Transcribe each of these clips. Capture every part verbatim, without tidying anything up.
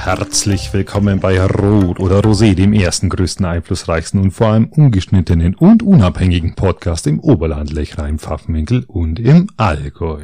Herzlich willkommen bei Rot oder Rosé, dem ersten, größten, einflussreichsten und vor allem ungeschnittenen und unabhängigen Podcast im Oberland, Lechrein, Pfaffenwinkel und im Allgäu.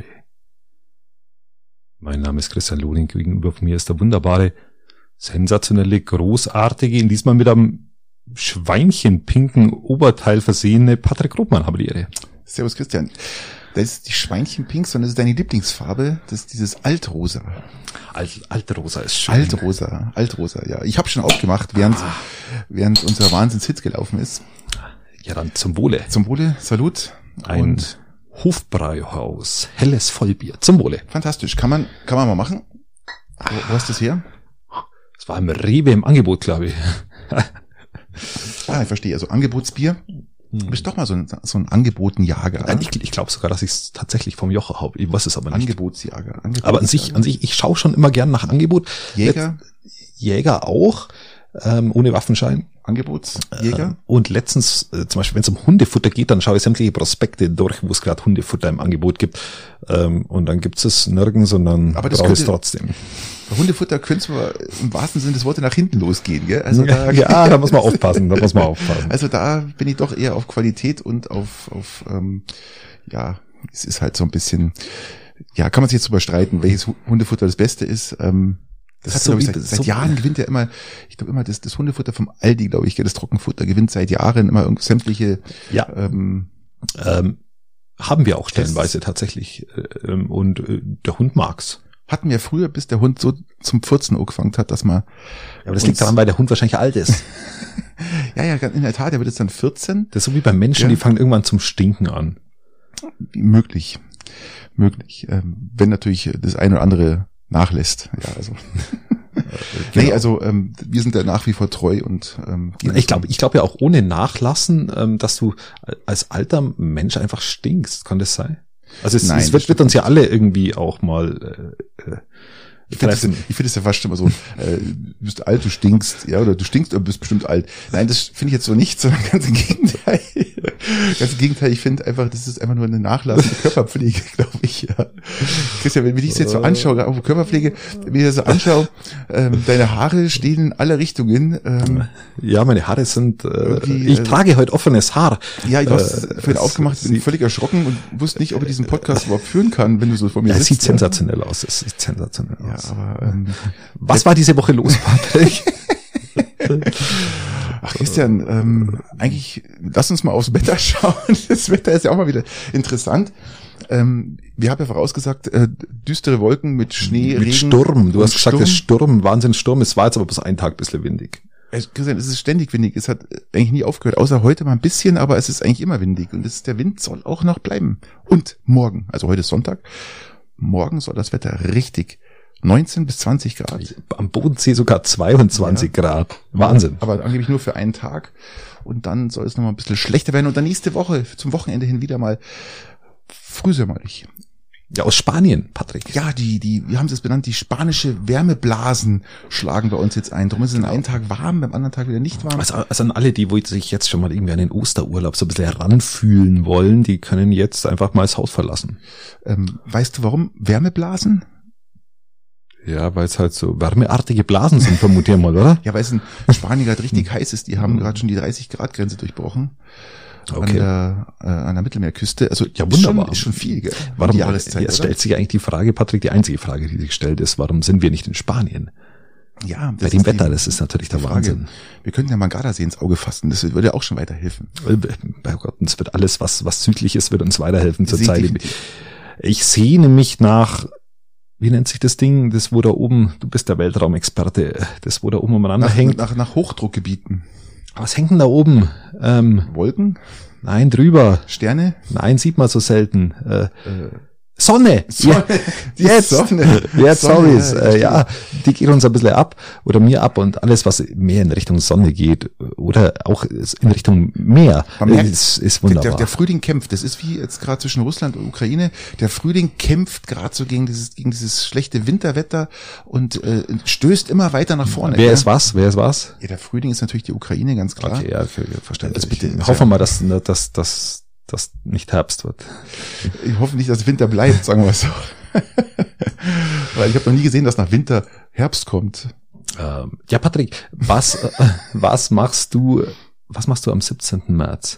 Mein Name ist Christian Lohning, gegenüber von mir ist der wunderbare, sensationelle, großartige, in diesmal mit einem schweinchenpinken Oberteil versehene Patrick Grobmann, habe die Ehre. Servus Christian. Das ist die Schweinchenpink, sondern das ist deine Lieblingsfarbe, das ist dieses Altrosa. Alt, Altrosa ist schön. Altrosa, Altrosa, ja. Ich habe schon aufgemacht, während ah. während unser Wahnsinnshit gelaufen ist. Ja, dann zum Wohle. Zum Wohle, Salut. Ein und Hofbräuhaus, helles Vollbier, zum Wohle. Fantastisch, kann man kann man mal machen. Wo, wo ist das her? Das war im Rewe im Angebot, glaube ich. Ah, ich verstehe, also Angebotsbier. Du bist doch mal so ein, so ein Angebotenjager. Nein, ich, ich glaube sogar, dass ich es tatsächlich vom Jocher habe. Ich weiß es aber nicht. Angebotsjager. Angebotsjager. Aber an sich, an sich, ich schaue schon immer gern nach Angebot. Jäger? Letz, Jäger auch, ähm, ohne Waffenschein. Angebotsjäger? Äh, und letztens, äh, zum Beispiel, wenn es um Hundefutter geht, dann schaue ich sämtliche Prospekte durch, wo es gerade Hundefutter im Angebot gibt. Ähm, und dann gibt es nirgends und dann brauche ich es trotzdem. Bei Hundefutter könnte es mal im wahrsten Sinne des Wortes nach hinten losgehen, gell? Also da, ja, da muss man aufpassen, da muss man aufpassen. Also da bin ich doch eher auf Qualität und auf, auf ähm, ja, es ist halt so ein bisschen, ja, kann man sich jetzt drüber streiten, welches Hundefutter das Beste ist. Ähm, das, das hat, so glaube ich, seit, seit so Jahren gewinnt ja immer, ich glaube immer, das, das Hundefutter vom Aldi, glaube ich, gell, das Trockenfutter gewinnt seit Jahren immer sämtliche, ja. ähm, ähm, haben wir auch stellenweise tatsächlich, äh, und äh, der Hund mag's. Hatten wir früher, bis der Hund so zum Furzen angefangen hat, dass man... Ja, aber das liegt daran, weil der Hund wahrscheinlich alt ist. ja, ja, in der Tat, der wird jetzt dann vierzehn. Das ist so wie bei Menschen, ja. Die fangen irgendwann zum Stinken an. Möglich, möglich. Ähm, wenn natürlich das eine oder andere nachlässt. Ja, also... Genau. Nee, also ähm, wir sind da nach wie vor treu und ähm, ich glaube, ich glaube ja auch ohne Nachlassen, ähm, dass du als alter Mensch einfach stinkst. Kann das sein? Also es, Nein, es wird, wird uns ja alle irgendwie auch mal äh, äh, ich finde es ich finde es ja fast immer so, äh, du bist alt, du stinkst, ja, oder du stinkst, aber bist bestimmt alt. Nein, das finde ich jetzt so nicht, sondern ganz im Gegenteil. Ganz im Gegenteil, ich finde einfach, das ist einfach nur eine nachlassende Körperpflege, glaube ich. Ja. Christian, wenn ich dich jetzt so anschaue, auf Körperpflege, wenn ich das so anschaue, ähm, deine Haare stehen in alle Richtungen. Ähm, ja, meine Haare sind, äh, ich äh, trage heute offenes Haar. Ja, du hast äh, vorhin aufgemacht, bin völlig erschrocken und wusste nicht, ob ich diesen Podcast überhaupt führen kann, wenn du so vor mir ja, sitzt. Es sieht sensationell aus, es sieht sensationell ja, aus. Aber, ähm, was war diese Woche los, Patrick? Ach Christian, ähm, eigentlich, lass uns mal aufs Wetter schauen. Das Wetter ist ja auch mal wieder interessant. Ähm, wir haben ja vorausgesagt, äh, düstere Wolken mit Schnee, mit Regen. Sturm. Du hast gesagt, Sturm. es ist Sturm, Wahnsinnssturm. Es war jetzt aber bis einen Tag ein bisschen windig. Christian, es ist ständig windig. Es hat eigentlich nie aufgehört, außer heute mal ein bisschen, aber es ist eigentlich immer windig. Und es, der Wind soll auch noch bleiben. Und morgen, also heute ist Sonntag, morgen soll das Wetter richtig neunzehn bis zwanzig Grad. Am Bodensee sogar zweiundzwanzig ja. Grad. Wahnsinn. Aber angeblich nur für einen Tag. Und dann soll es nochmal ein bisschen schlechter werden. Und dann nächste Woche, zum Wochenende hin wieder mal frühsommerlich. Ja, aus Spanien, Patrick. Ja, die, die, wir haben es benannt, die spanische Wärmeblasen schlagen bei uns jetzt ein. Darum ist es genau. einen Tag warm, beim anderen Tag wieder nicht warm. Also, also an alle, die, wo sich jetzt schon mal irgendwie an den Osterurlaub so ein bisschen heranfühlen wollen, die können jetzt einfach mal das Haus verlassen. Ähm, weißt du warum Wärmeblasen? Ja, weil es halt so wärmeartige Blasen sind, vermute ich mal, oder? Ja, weil es in Spanien gerade richtig heiß ist. Die haben gerade schon die dreißig Grad Grenze durchbrochen. Okay. An der, äh, an der Mittelmeerküste. Also ja, wunderbar. Ist schon, ist schon viel, gell? Warum, die Jahreszeit, jetzt stellt sich eigentlich die Frage, Patrick, die einzige Frage, die sich stellt, ist, warum sind wir nicht in Spanien? Ja, das bei dem Wetter, die, das ist natürlich der Frage. Wahnsinn. Wir könnten ja mal Gardasee ins Auge fassen, das würde ja auch schon weiterhelfen. Bei Gott, uns wird alles, was, was südlich ist, wird uns weiterhelfen zur Zeit. Ich sehe nämlich nach, wie nennt sich das Ding, das wo da oben, du bist der Weltraumexperte, das wo da oben umeinander nach, hängt. Nach, nach Hochdruckgebieten. Was hängt denn da oben? Ähm, Wolken? Nein, drüber. Sterne? Nein, sieht man so selten. Äh, äh. Sonne! Sonne. Ja, die jetzt! Sonne. Jetzt, Sonne, sorry. Ja, äh, ja, die geht uns ein bisschen ab oder mir ab und alles, was mehr in Richtung Sonne geht oder auch in Richtung Meer, merkt, ist, ist wunderbar. Der, der Frühling kämpft. Das ist wie jetzt gerade zwischen Russland und Ukraine. Der Frühling kämpft gerade so gegen dieses gegen dieses schlechte Winterwetter und äh, stößt immer weiter nach vorne. Wer ja? ist was? Wer ist was? Ja, der Frühling ist natürlich die Ukraine, ganz klar. Okay, ja, verständlich. Also bitte, hoffen wir mal, dass, dass, dass dass nicht Herbst wird. Ich hoffe nicht, dass Winter bleibt, sagen wir so. Weil ich habe noch nie gesehen, dass nach Winter Herbst kommt. Ähm, ja, Patrick, was, äh, was machst du, was machst du am siebzehnten März?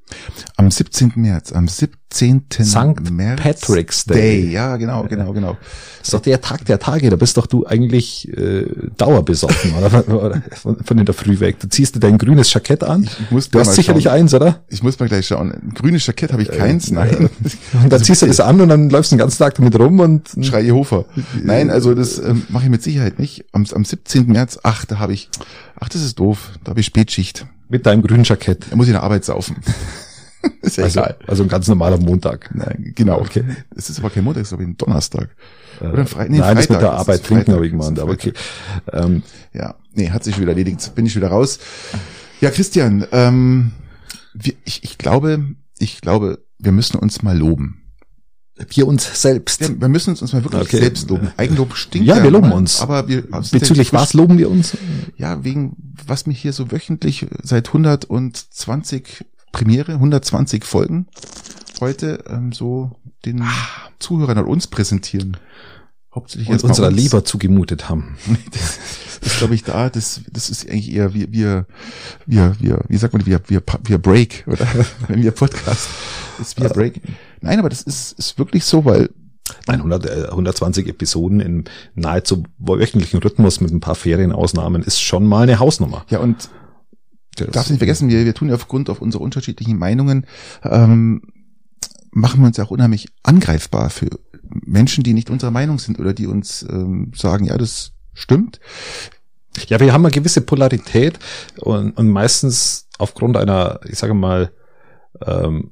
Am siebzehnten März, am siebzehnten Sankt März. Patrick's Day. Day. Ja, genau, genau, genau. Das ist doch der Tag der Tage, da bist doch du eigentlich äh, dauerbesoffen, oder? oder von, von in der Früh weg. Du ziehst dir dein grünes Jackett an. Ich, ich muss du hast sicherlich schauen. eins, oder? Ich muss mal gleich schauen. Ein grünes Jackett habe ich keins, äh, nein. Und dann ziehst du das an und dann läufst du den ganzen Tag damit rum und Schrei Jehover. Nein, also das ähm, mache ich mit Sicherheit nicht. Am, am siebzehnten März, ach, da habe ich, ach, das ist doof, da habe ich Spätschicht. Mit deinem grünen Jackett. Da muss ich in der Arbeit saufen. Ist ja also, egal. Also ein ganz normaler Montag. Nein, genau. Okay. Es ist aber kein Montag, es ist aber ein Donnerstag. Oder ein Fre- nee, Nein, Freitag. das mit der Arbeit trinken habe ich Freitag, gemeint, aber okay. Ähm, ja, nee, hat sich wieder erledigt. Bin ich wieder raus. Ja, Christian, ähm, wir, ich, ich glaube, ich glaube, wir müssen uns mal loben. Wir uns selbst. Ja, wir müssen uns mal wirklich Okay. selbst loben. Eigenlob stinkt Ja, ja, wir loben immer, uns. Aber wir Bezüglich was loben wir uns? Ja, wegen was mir hier so wöchentlich seit hundertzwanzig Premiere, hundertzwanzig Folgen heute ähm, so den ah. Zuhörern und uns präsentieren. Hauptsächlich und jetzt unserer uns. Leber zugemutet haben. das das glaube ich da, das das ist eigentlich eher wir wir wir wir wie sagt man wir wir wir Break oder wenn wir Podcast ist wir Break. Nein, aber das ist ist wirklich so, weil Nein, hundert, äh, hundertzwanzig Episoden in nahezu wöchentlichen Rhythmus mit ein paar Ferienausnahmen ist schon mal eine Hausnummer. Ja, und das darfst nicht vergessen, wir, wir tun ja aufgrund auf unsere unterschiedlichen Meinungen, ähm, machen wir uns ja auch unheimlich angreifbar für Menschen, die nicht unserer Meinung sind oder die uns ähm, sagen, ja, das stimmt. Ja, wir haben eine gewisse Polarität und, und meistens aufgrund einer, ich sage mal, ähm,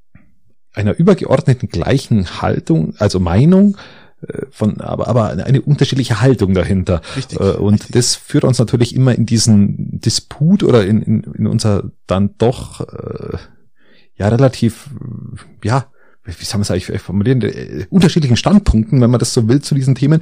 einer übergeordneten gleichen Haltung, also Meinung, von, aber, aber eine unterschiedliche Haltung dahinter. Richtig, und richtig. Das führt uns natürlich immer in diesen Disput oder in, in, in unser dann doch, äh, ja, relativ, ja, wie soll man es eigentlich formulieren, äh, unterschiedlichen Standpunkten, wenn man das so will, zu diesen Themen.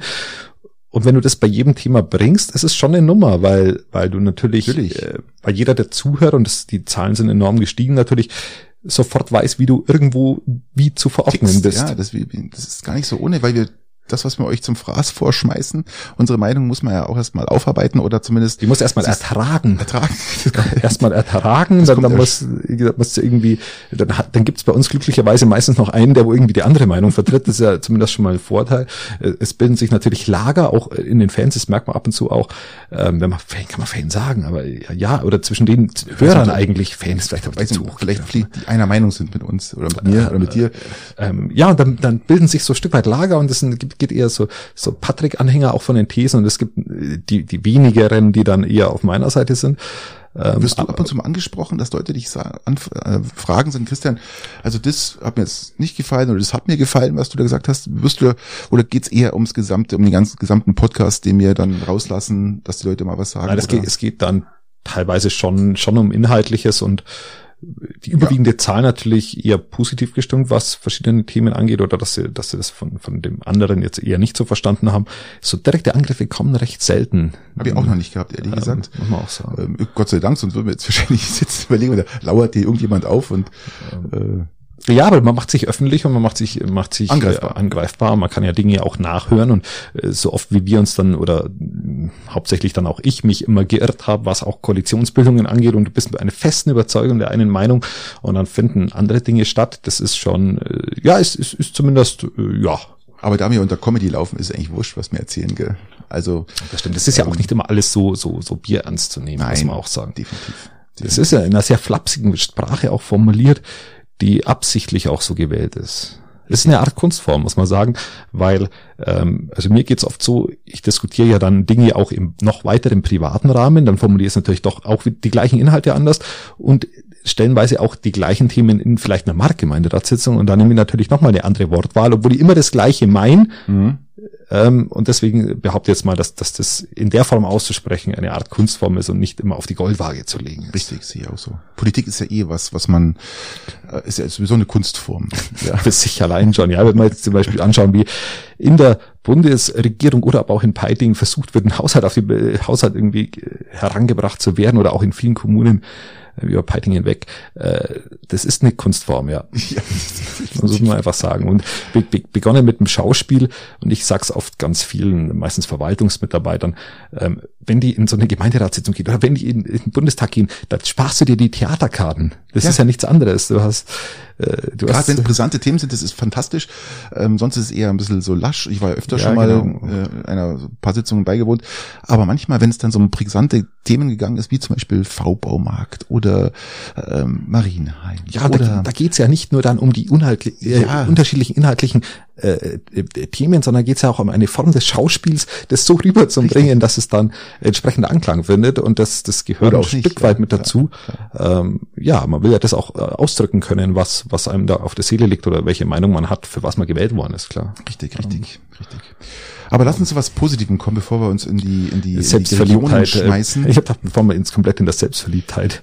Und wenn du das bei jedem Thema bringst, es ist schon eine Nummer, weil, weil du natürlich, natürlich. Äh, bei jeder der Zuhörer, und das, die Zahlen sind enorm gestiegen, natürlich sofort weiß, wie du irgendwo wie zu verordnen bist. Ja, das, das ist gar nicht so ohne, weil wir das, was wir euch zum Fraß vorschmeißen, unsere Meinung muss man ja auch erstmal aufarbeiten oder zumindest... Die muss erstmal ertragen. Ertragen. Erstmal ertragen, dann, dann muss, muss irgendwie, dann, dann gibt's bei uns glücklicherweise meistens noch einen, der wo irgendwie die andere Meinung vertritt. Das ist ja zumindest schon mal ein Vorteil. Es bilden sich natürlich Lager, auch in den Fans, das merkt man ab und zu auch, ähm, wenn man Fan, kann man Fan sagen, aber ja, ja oder zwischen den Hörern eigentlich, Fans vielleicht auch dazu. Vielleicht die einer Meinung sind mit uns oder mit mir äh, oder mit dir. Ähm, ja, und dann, dann bilden sich so ein Stück weit Lager und es gibt geht eher so so Patrick-Anhänger auch von den Thesen und es gibt die die wenigeren, die dann eher auf meiner Seite sind. Ähm, Wirst du ab und zu mal angesprochen, dass Leute dich anf- äh, fragen sind, Christian, also das hat mir jetzt nicht gefallen oder das hat mir gefallen, was du da gesagt hast. Wirst du oder geht's eher ums gesamte, um den ganzen gesamten Podcast, den wir dann rauslassen, dass die Leute mal was sagen? Nein, es geht, es geht dann teilweise schon schon um Inhaltliches und die überwiegende ja. Zahl natürlich eher positiv gestimmt, was verschiedene Themen angeht, oder dass sie, dass sie das von, von dem anderen jetzt eher nicht so verstanden haben. So direkte Angriffe kommen recht selten. Habe ich auch noch nicht gehabt, ehrlich ähm, gesagt. Muss man auch sagen. Ähm, Gott sei Dank, sonst würden wir jetzt wahrscheinlich sitzen überlegen, oder lauert dir irgendjemand auf und, ähm. äh, ja, aber man macht sich öffentlich und man macht sich macht sich angreifbar. Äh, angreifbar. Man kann ja Dinge auch nachhören und äh, so oft wie wir uns dann oder äh, hauptsächlich dann auch ich mich immer geirrt habe, was auch Koalitionsbildungen angeht und du bist mit einer festen Überzeugung der einen Meinung und dann finden andere Dinge statt. Das ist schon, äh, ja, es ist, ist zumindest, äh, ja. Aber da wir unter Comedy laufen, ist eigentlich wurscht, was wir erzählen, gell? Also. Das stimmt. Das ist ähm, ja auch nicht immer alles so so so bierernst zu nehmen, nein, muss man auch sagen. Definitiv. definitiv. Das ist ja in einer sehr flapsigen Sprache auch formuliert, die absichtlich auch so gewählt ist. Das ist eine Art Kunstform, muss man sagen, weil, ähm, also mir geht's oft so, ich diskutiere ja dann Dinge auch im noch weiteren privaten Rahmen, dann formuliere ich es natürlich doch auch die gleichen Inhalte anders und stellenweise auch die gleichen Themen in vielleicht einer Marktgemeinderatssitzung und dann nehme ich natürlich nochmal eine andere Wortwahl, obwohl ich immer das Gleiche meine. Mhm. Ähm, und deswegen behaupte ich jetzt mal, dass, dass das in der Form auszusprechen eine Art Kunstform ist und nicht immer auf die Goldwaage zu legen ist. Richtig, sehe ich auch so. Politik ist ja eh was, was man, äh, ist ja sowieso eine Kunstform. Ja, für sich allein schon. Ja, wenn wir jetzt zum Beispiel anschauen, wie in der Bundesregierung oder aber auch in Peiting versucht wird, ein Haushalt auf die Haushalt irgendwie herangebracht zu werden oder auch in vielen Kommunen über Peiting hinweg, äh, das ist eine Kunstform, ja. ja das muss man einfach sagen. Und be- be- begonnen mit dem Schauspiel, und ich sag's oft ganz vielen, meistens Verwaltungsmitarbeitern, ähm, wenn die in so eine Gemeinderatssitzung gehen oder wenn die in, in den Bundestag gehen, dann sparst du dir die Theaterkarten. Das ja. ist ja nichts anderes. Du hast, äh, du Gerade hast, wenn es brisante Themen sind, das ist fantastisch. Ähm, sonst ist es eher ein bisschen so lasch. Ich war ja öfter ja, schon mal genau. äh, einer so ein paar Sitzungen beigewohnt. Aber manchmal, wenn es dann so um brisante Themen gegangen ist, wie zum Beispiel V-Baumarkt oder ähm, Marienheim. Ja, oder da, da geht's ja nicht nur dann um die Inhaltli- äh, ja. unterschiedlichen inhaltlichen äh, äh, Themen, sondern geht's ja auch um eine Form des Schauspiels, das so rüberzubringen, dass es dann entsprechender Anklang findet, und das, das gehört auch ein Stück nicht, weit ja. mit dazu. Ja. Ähm, ja, man will ja das auch äh, ausdrücken können, was, was einem da auf der Seele liegt oder welche Meinung man hat, für was man gewählt worden ist, klar. Richtig, richtig, ähm, richtig. Aber lass uns zu was Positivem kommen, bevor wir uns in die, in die, Selbstverliebtheit schmeißen. Ich habe gedacht, bevor wir ins komplett in der Selbstverliebtheit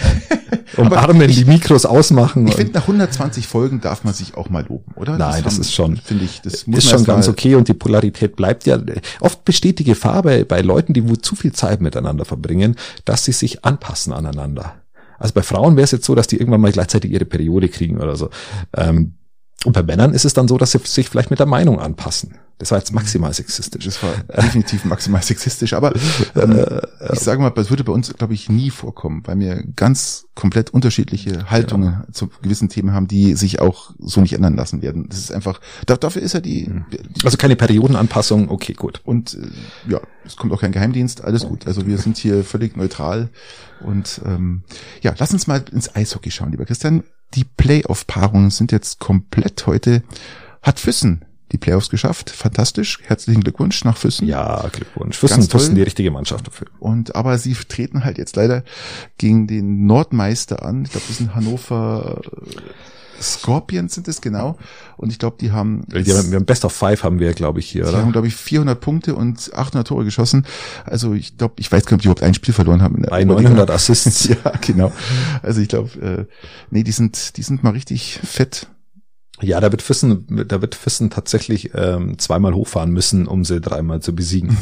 umarmen, die Mikros ausmachen. Ich finde, nach hundertzwanzig Folgen darf man sich auch mal loben, oder? Nein, das, das ist schon, finde ich, das muss ist schon ganz okay, und die Polarität bleibt ja. Oft besteht die Gefahr bei, bei Leuten, die wo zu viel Zeit miteinander verbringen, dass sie sich anpassen aneinander. Also bei Frauen wäre es jetzt so, dass die irgendwann mal gleichzeitig ihre Periode kriegen oder so. Ähm, Und bei Männern ist es dann so, dass sie sich vielleicht mit der Meinung anpassen. Das war jetzt maximal sexistisch. Das war definitiv maximal sexistisch. Aber ähm, ich sage mal, das würde bei uns, glaube ich, nie vorkommen, weil wir ganz komplett unterschiedliche Haltungen ja. zu gewissen Themen haben, die sich auch so nicht ändern lassen werden. Das ist einfach, dafür ist ja die... die also keine Periodenanpassung, okay, gut. Und äh, ja, es kommt auch kein Geheimdienst, alles gut. Also wir sind hier völlig neutral. Und ähm, ja, lass uns mal ins Eishockey schauen, lieber Christian. Die Playoff-Paarungen sind jetzt komplett heute. Hat Füssen die Playoffs geschafft. Fantastisch. Herzlichen Glückwunsch nach Füssen. Ja, Glückwunsch. Füssen, Füssen die richtige Mannschaft dafür. Und aber sie treten halt jetzt leider gegen den Nordmeister an. Ich glaube, das sind Hannover Scorpions sind es genau. Und ich glaube, die haben... Die haben wir haben Best of Five haben wir, glaube ich, hier, die oder? Die haben, glaube ich, vierhundert Punkte und achthundert Tore geschossen. Also ich glaube, ich weiß gar nicht, ob die überhaupt ein Spiel verloren haben. Bei neunhundert Assists. Ja, genau. Also ich glaube, äh, nee, die sind, die sind mal richtig fett. Ja, da wird Füssen, da wird Füssen tatsächlich ähm, zweimal hochfahren müssen, um sie dreimal zu besiegen.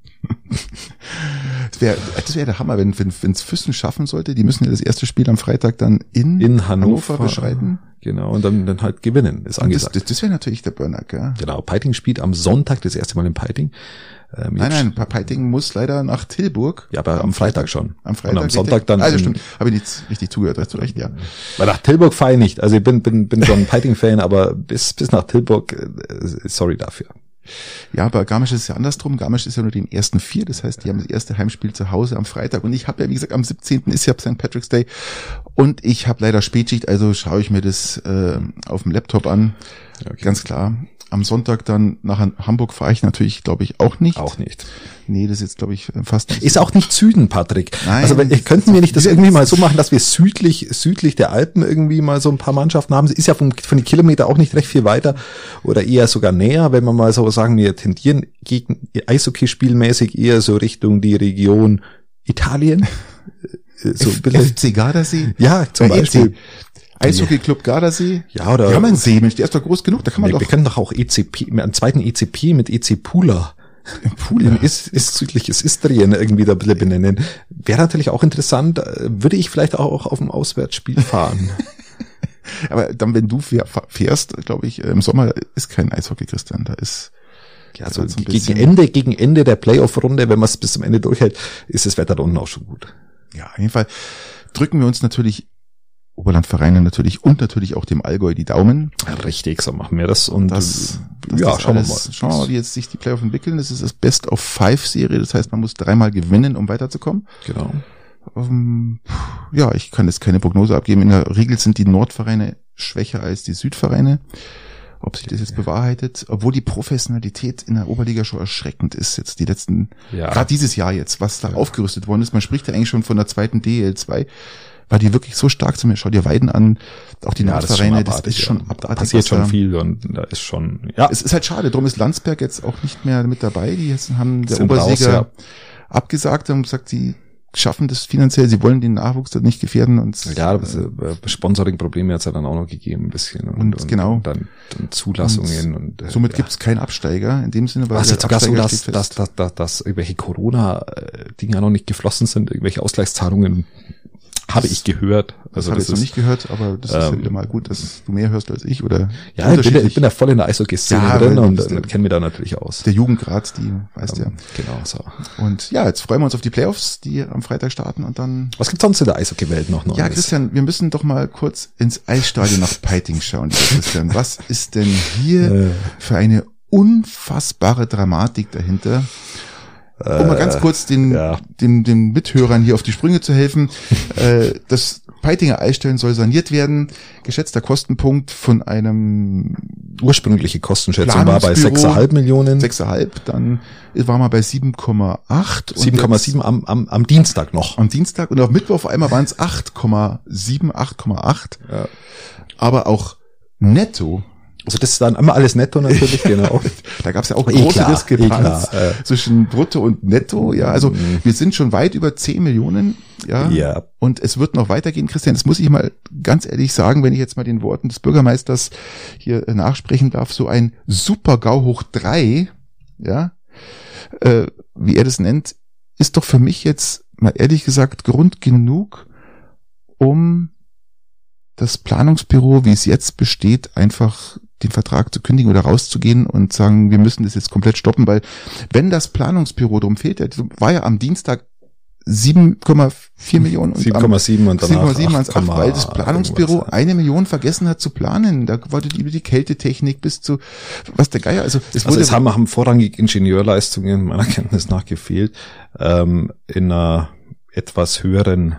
Das wäre das wäre der Hammer, wenn wenn wenn's Füssen schaffen sollte. Die müssen ja das erste Spiel am Freitag dann in, in Hannover, Hannover beschreiten. Genau, und dann dann halt gewinnen, ist angesagt. Das, das, das wäre natürlich der Burner, gell? Genau, Peiting spielt am Sonntag das erste Mal in Peiting. Ähm, nein, nein, Peiting muss leider nach Tilburg. Ja, aber am, am Freitag, Freitag schon. Am Freitag. Und am Sonntag dann. Also stimmt, habe ich nicht richtig zugehört, hast du recht, ja. Weil nach Tilburg fahre ich nicht. Also ich bin bin bin schon ein Peiting-Fan, aber bis bis nach Tilburg, äh, sorry dafür. Ja, aber Garmisch ist ja andersrum. Garmisch ist ja nur den ersten vier. Das heißt, die haben das erste Heimspiel zu Hause am Freitag. Und ich habe ja, wie gesagt, am siebzehnten ist ja Sankt Patrick's Day. Und ich habe leider Spätschicht, also schaue ich mir das äh, auf dem Laptop an. Okay. Ganz klar. Am Sonntag dann nach Hamburg fahre ich natürlich, glaube ich, auch nicht. Auch nicht. Nee, das ist jetzt, glaube ich, fast nicht. Ist auch nicht Süden, Patrick. Nein. Also wenn, könnten wir nicht das irgendwie mal so machen, dass wir südlich, südlich der Alpen irgendwie mal so ein paar Mannschaften haben? Ist ja von, von den Kilometer auch nicht recht viel weiter oder eher sogar näher, wenn wir mal so sagen, wir tendieren gegen Eishockey-spielmäßig eher so Richtung die Region Italien. So F C Gardasee? Ja, zum Bei Beispiel. Eishockey-Club Gardasee? Ja, oder? Wir haben einen See, Mensch, der ist doch groß genug, da kann man wir, doch... Wir können doch auch E C P, einen zweiten E C P mit E C Pula. Pula? Ist, ist südliches Istrien irgendwie da benennen. Wäre natürlich auch interessant, würde ich vielleicht auch auf dem Auswärtsspiel fahren. Aber dann, wenn du fährst, glaube ich, im Sommer ist kein Eishockey, Christian, da ist... Ja, also so gegen Ende, gegen Ende der Playoff-Runde, wenn man es bis zum Ende durchhält, ist das Wetter da unten auch schon gut. Ja, auf jeden Fall drücken wir uns natürlich Oberlandvereine natürlich und natürlich auch dem Allgäu die Daumen. Ja, richtig, so machen wir das. Und das, das ja, das schauen alles, wir mal. Schauen wir mal, wie jetzt sich die Playoff entwickeln. Das ist das Best-of-Five-Serie. Das heißt, man muss dreimal gewinnen, um weiterzukommen. Genau. Um, ja, ich kann jetzt keine Prognose abgeben. In der Regel sind die Nordvereine schwächer als die Südvereine. Ob sich das jetzt bewahrheitet, obwohl die Professionalität in der Oberliga schon erschreckend ist, jetzt die letzten, ja. gerade dieses Jahr jetzt, was da ja. aufgerüstet worden ist. Man spricht ja eigentlich schon von der zweiten D L zwei. War die wirklich so stark zu mir? Schau dir Weiden an, auch die ja, Nordvereine, das, das ist schon abartig. Da passiert schon viel und da ist schon, ja. Es ist halt schade, darum ist Landsberg jetzt auch nicht mehr mit dabei. Die haben der Sind Obersieger raus, ja. abgesagt und gesagt, die schaffen das finanziell, sie wollen den Nachwuchs da nicht gefährden und ja, das, äh, Sponsoring-Probleme hat es ja dann auch noch gegeben ein bisschen und, und genau und dann, dann Zulassungen und, und äh, somit ja. gibt es keinen Absteiger in dem Sinne, weil was der jetzt sogar so, dass, steht dass, dass, dass, dass irgendwelche Corona-Dinge noch nicht geflossen sind, irgendwelche Ausgleichszahlungen habe ich gehört. Also das habe ich noch nicht gehört, aber das ähm, ist ja wieder mal gut, dass du mehr hörst als ich oder ja, ich bin, ich bin da voll in der Eishockey-Szene ja, drin und, und kenne mich da natürlich aus. Der Jugendgrad, die weißt ähm, ja. Genau so. Und ja, jetzt freuen wir uns auf die Playoffs, die am Freitag starten und dann. Was gibt's sonst in der Eishockey-Welt noch Neues? Ja, Christian, wir müssen doch mal kurz ins Eisstadion nach Peiting schauen, lieber Christian. Was ist denn hier für eine unfassbare Dramatik dahinter? Um mal ganz kurz den, ja. den, den Mithörern hier auf die Sprünge zu helfen. äh, das Peitinger Eisstadion soll saniert werden. Geschätzter Kostenpunkt von einem ursprüngliche Kostenschätzung war bei sechs Komma fünf Millionen. sechs Komma fünf, dann war mal bei sieben Komma acht. sieben Komma sieben am, am, am Dienstag noch. Am Dienstag und auf Mittwoch auf einmal waren es acht Komma sieben, acht Komma acht. Ja. Aber auch netto. Also das ist dann immer alles netto natürlich, genau. Da gab es ja auch große eh Diskrepanz eh zwischen Brutto und Netto. Ja, also mhm. wir sind schon weit über zehn Millionen. Ja, ja. Und es wird noch weitergehen, Christian. Das muss ich mal ganz ehrlich sagen, wenn ich jetzt mal den Worten des Bürgermeisters hier nachsprechen darf. So ein Super-GAU hoch drei, ja, äh, wie er das nennt, ist doch für mich jetzt mal ehrlich gesagt Grund genug, um das Planungsbüro, wie es jetzt besteht, einfach den Vertrag zu kündigen oder rauszugehen und sagen, wir müssen das jetzt komplett stoppen, weil wenn das Planungsbüro drum fehlt, war ja am Dienstag sieben Komma vier Millionen und sieben Komma sieben und sieben Komma sieben acht, weil das Planungsbüro eine Million vergessen hat zu planen. Da wurde über die Kältetechnik bis zu was der Geier. Also es, also wurde es haben, haben vorrangig Ingenieurleistungen meiner Kenntnis nach gefehlt, ähm, in einer etwas höheren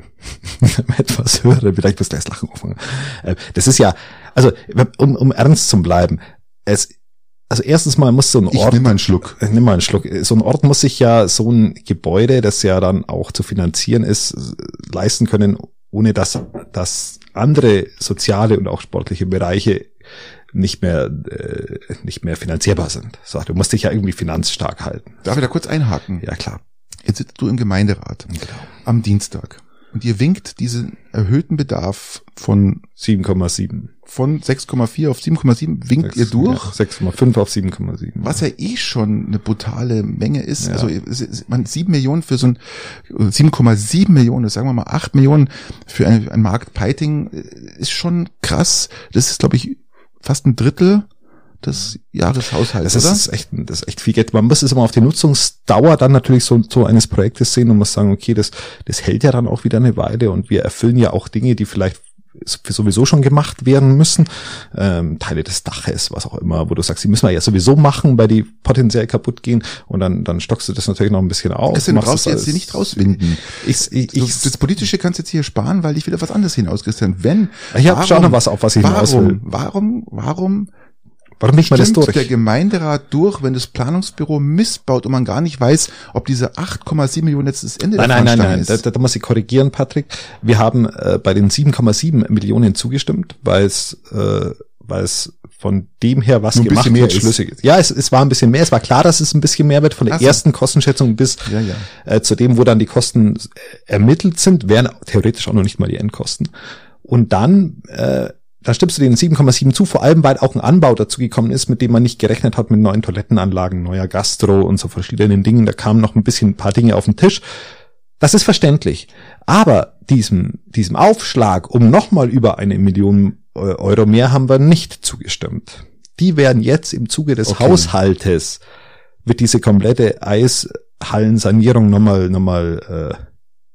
etwas höhere, vielleicht muss gleich lachen anfangen. Das ist ja, also um, um ernst zu bleiben, es, also erstens mal muss so ein Ort, ich nimm mal einen Schluck, nimm mal einen Schluck, so ein Ort muss sich ja so ein Gebäude, das ja dann auch zu finanzieren ist, leisten können, ohne dass, dass andere soziale und auch sportliche Bereiche nicht mehr äh, nicht mehr finanzierbar sind. So, du musst dich ja irgendwie finanzstark halten. Darf ich da kurz einhaken? Ja, klar. Jetzt sitzt du im Gemeinderat genau. am Dienstag. Und ihr winkt diesen erhöhten Bedarf von sieben Komma sieben. Von sechs Komma vier auf sieben Komma sieben winkt sechs, ihr durch. Ja, sechs Komma fünf auf sieben Komma sieben. Was ja eh schon eine brutale Menge ist. Ja. Also man sieben Millionen für so ein sieben Komma sieben Millionen, sagen wir mal acht Millionen für ein, ein Markt Peiting ist schon krass. Das ist, glaube ich, fast ein Drittel des Jahreshaushalts, das ist, oder? Das ist echt, das ist echt viel Geld. Man muss es immer auf die Nutzungsdauer dann natürlich so, so eines Projektes sehen und muss sagen, okay, das, das hält ja dann auch wieder eine Weile und wir erfüllen ja auch Dinge, die vielleicht sowieso schon gemacht werden müssen. Ähm, Teile des Daches, was auch immer, wo du sagst, die müssen wir ja sowieso machen, weil die potenziell kaputt gehen und dann, dann stockst du das natürlich noch ein bisschen auf. Das brauchst du jetzt hier nicht rauswinden. Ich, ich, ich, das, das Politische kannst du jetzt hier sparen, weil ich will auf was anderes hinaus, Christian. Wenn, ich habe schon noch was auf was ich hinaus will. Warum, warum, Warum nicht mal das durch? Der Gemeinderat durch, wenn das Planungsbüro missbaut und man gar nicht weiß, ob diese acht Komma sieben Millionen jetzt das Ende nein, der Nein, nein, nein, ist. da, da muss ich korrigieren, Patrick. Wir haben äh, bei den sieben Komma sieben Millionen zugestimmt, weil es, äh, weil es von dem her, was gemacht wird, schlüssig ist. Ja, es, es war ein bisschen mehr. Es war klar, dass es ein bisschen mehr wird von der Ach ersten so. Kostenschätzung bis ja, ja. Äh, zu dem, wo dann die Kosten ermittelt sind, wären theoretisch auch noch nicht mal die Endkosten. Und dann äh, Da stimmst du den sieben Komma sieben zu, vor allem, weil auch ein Anbau dazugekommen ist, mit dem man nicht gerechnet hat, mit neuen Toilettenanlagen, neuer Gastro und so verschiedenen Dingen. Da kamen noch ein bisschen ein paar Dinge auf den Tisch. Das ist verständlich. Aber diesem, diesem Aufschlag um nochmal über eine Million Euro mehr haben wir nicht zugestimmt. Die werden jetzt im Zuge des okay. Haushaltes, wird diese komplette Eishallensanierung nochmal, nochmal, äh,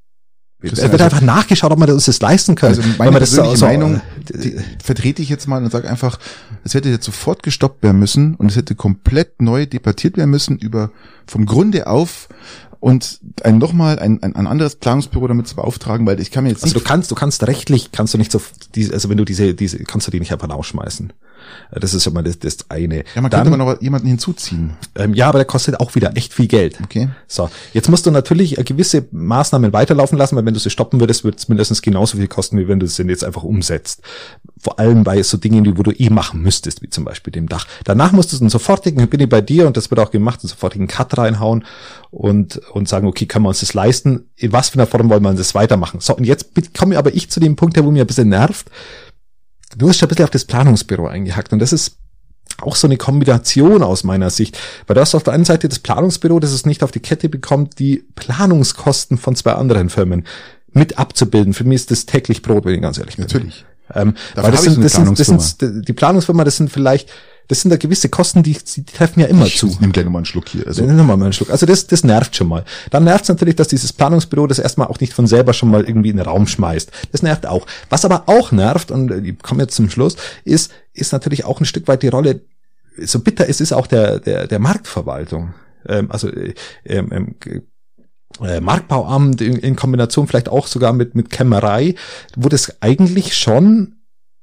Es wird also einfach nachgeschaut, ob man das leisten kann. Also meine persönliche so, Meinung die vertrete ich jetzt mal und sage einfach, es hätte jetzt sofort gestoppt werden müssen und es hätte komplett neu debattiert werden müssen über vom Grunde auf und ein nochmal ein, ein, ein anderes Planungsbüro damit zu beauftragen, weil ich kann mir jetzt nicht... Also du kannst, du kannst rechtlich, kannst du nicht so, also wenn du diese, diese, kannst du die nicht einfach rausschmeißen. Das ist schon mal das, das eine. Ja, man Dann, könnte aber noch jemanden hinzuziehen. Ähm, ja, aber der kostet auch wieder echt viel Geld. Okay. So, jetzt musst du natürlich gewisse Maßnahmen weiterlaufen lassen, weil wenn du sie stoppen würdest, wird es mindestens genauso viel kosten, wie wenn du sie jetzt einfach umsetzt. Vor allem bei so Dingen, die wo du eh machen müsstest, wie zum Beispiel dem Dach. Danach musst du einen sofortigen, bin ich bei dir und das wird auch gemacht, einen sofortigen Cut reinhauen und und sagen, okay, können wir uns das leisten? In was für einer Form wollen wir das weitermachen? So, und jetzt komme aber ich zu dem Punkt, der wo mir ein bisschen nervt. Du hast schon ein bisschen auf das Planungsbüro eingehackt und das ist auch so eine Kombination aus meiner Sicht. Weil du hast auf der einen Seite das Planungsbüro, das es nicht auf die Kette bekommt, die Planungskosten von zwei anderen Firmen mit abzubilden. Für mich ist das täglich Brot, wenn ich ganz ehrlich bin. Natürlich. Ähm, weil das sind, das, sind, das sind, die Planungsfirma, das sind vielleicht, das sind da gewisse Kosten, die, die treffen ja immer ich zu. Ich nehme gleich nochmal einen Schluck hier. Also. Nimm nochmal einen Schluck. Also das, das nervt schon mal. Dann nervt es natürlich, dass dieses Planungsbüro das erstmal auch nicht von selber schon mal irgendwie in den Raum schmeißt. Das nervt auch. Was aber auch nervt, und ich komme jetzt zum Schluss, ist, ist natürlich auch ein Stück weit die Rolle, so bitter es ist, auch der, der, der Marktverwaltung. Ähm, also, ähm, ähm, Äh, Marktbauamt in, in Kombination vielleicht auch sogar mit mit Kämmerei, wo das eigentlich schon,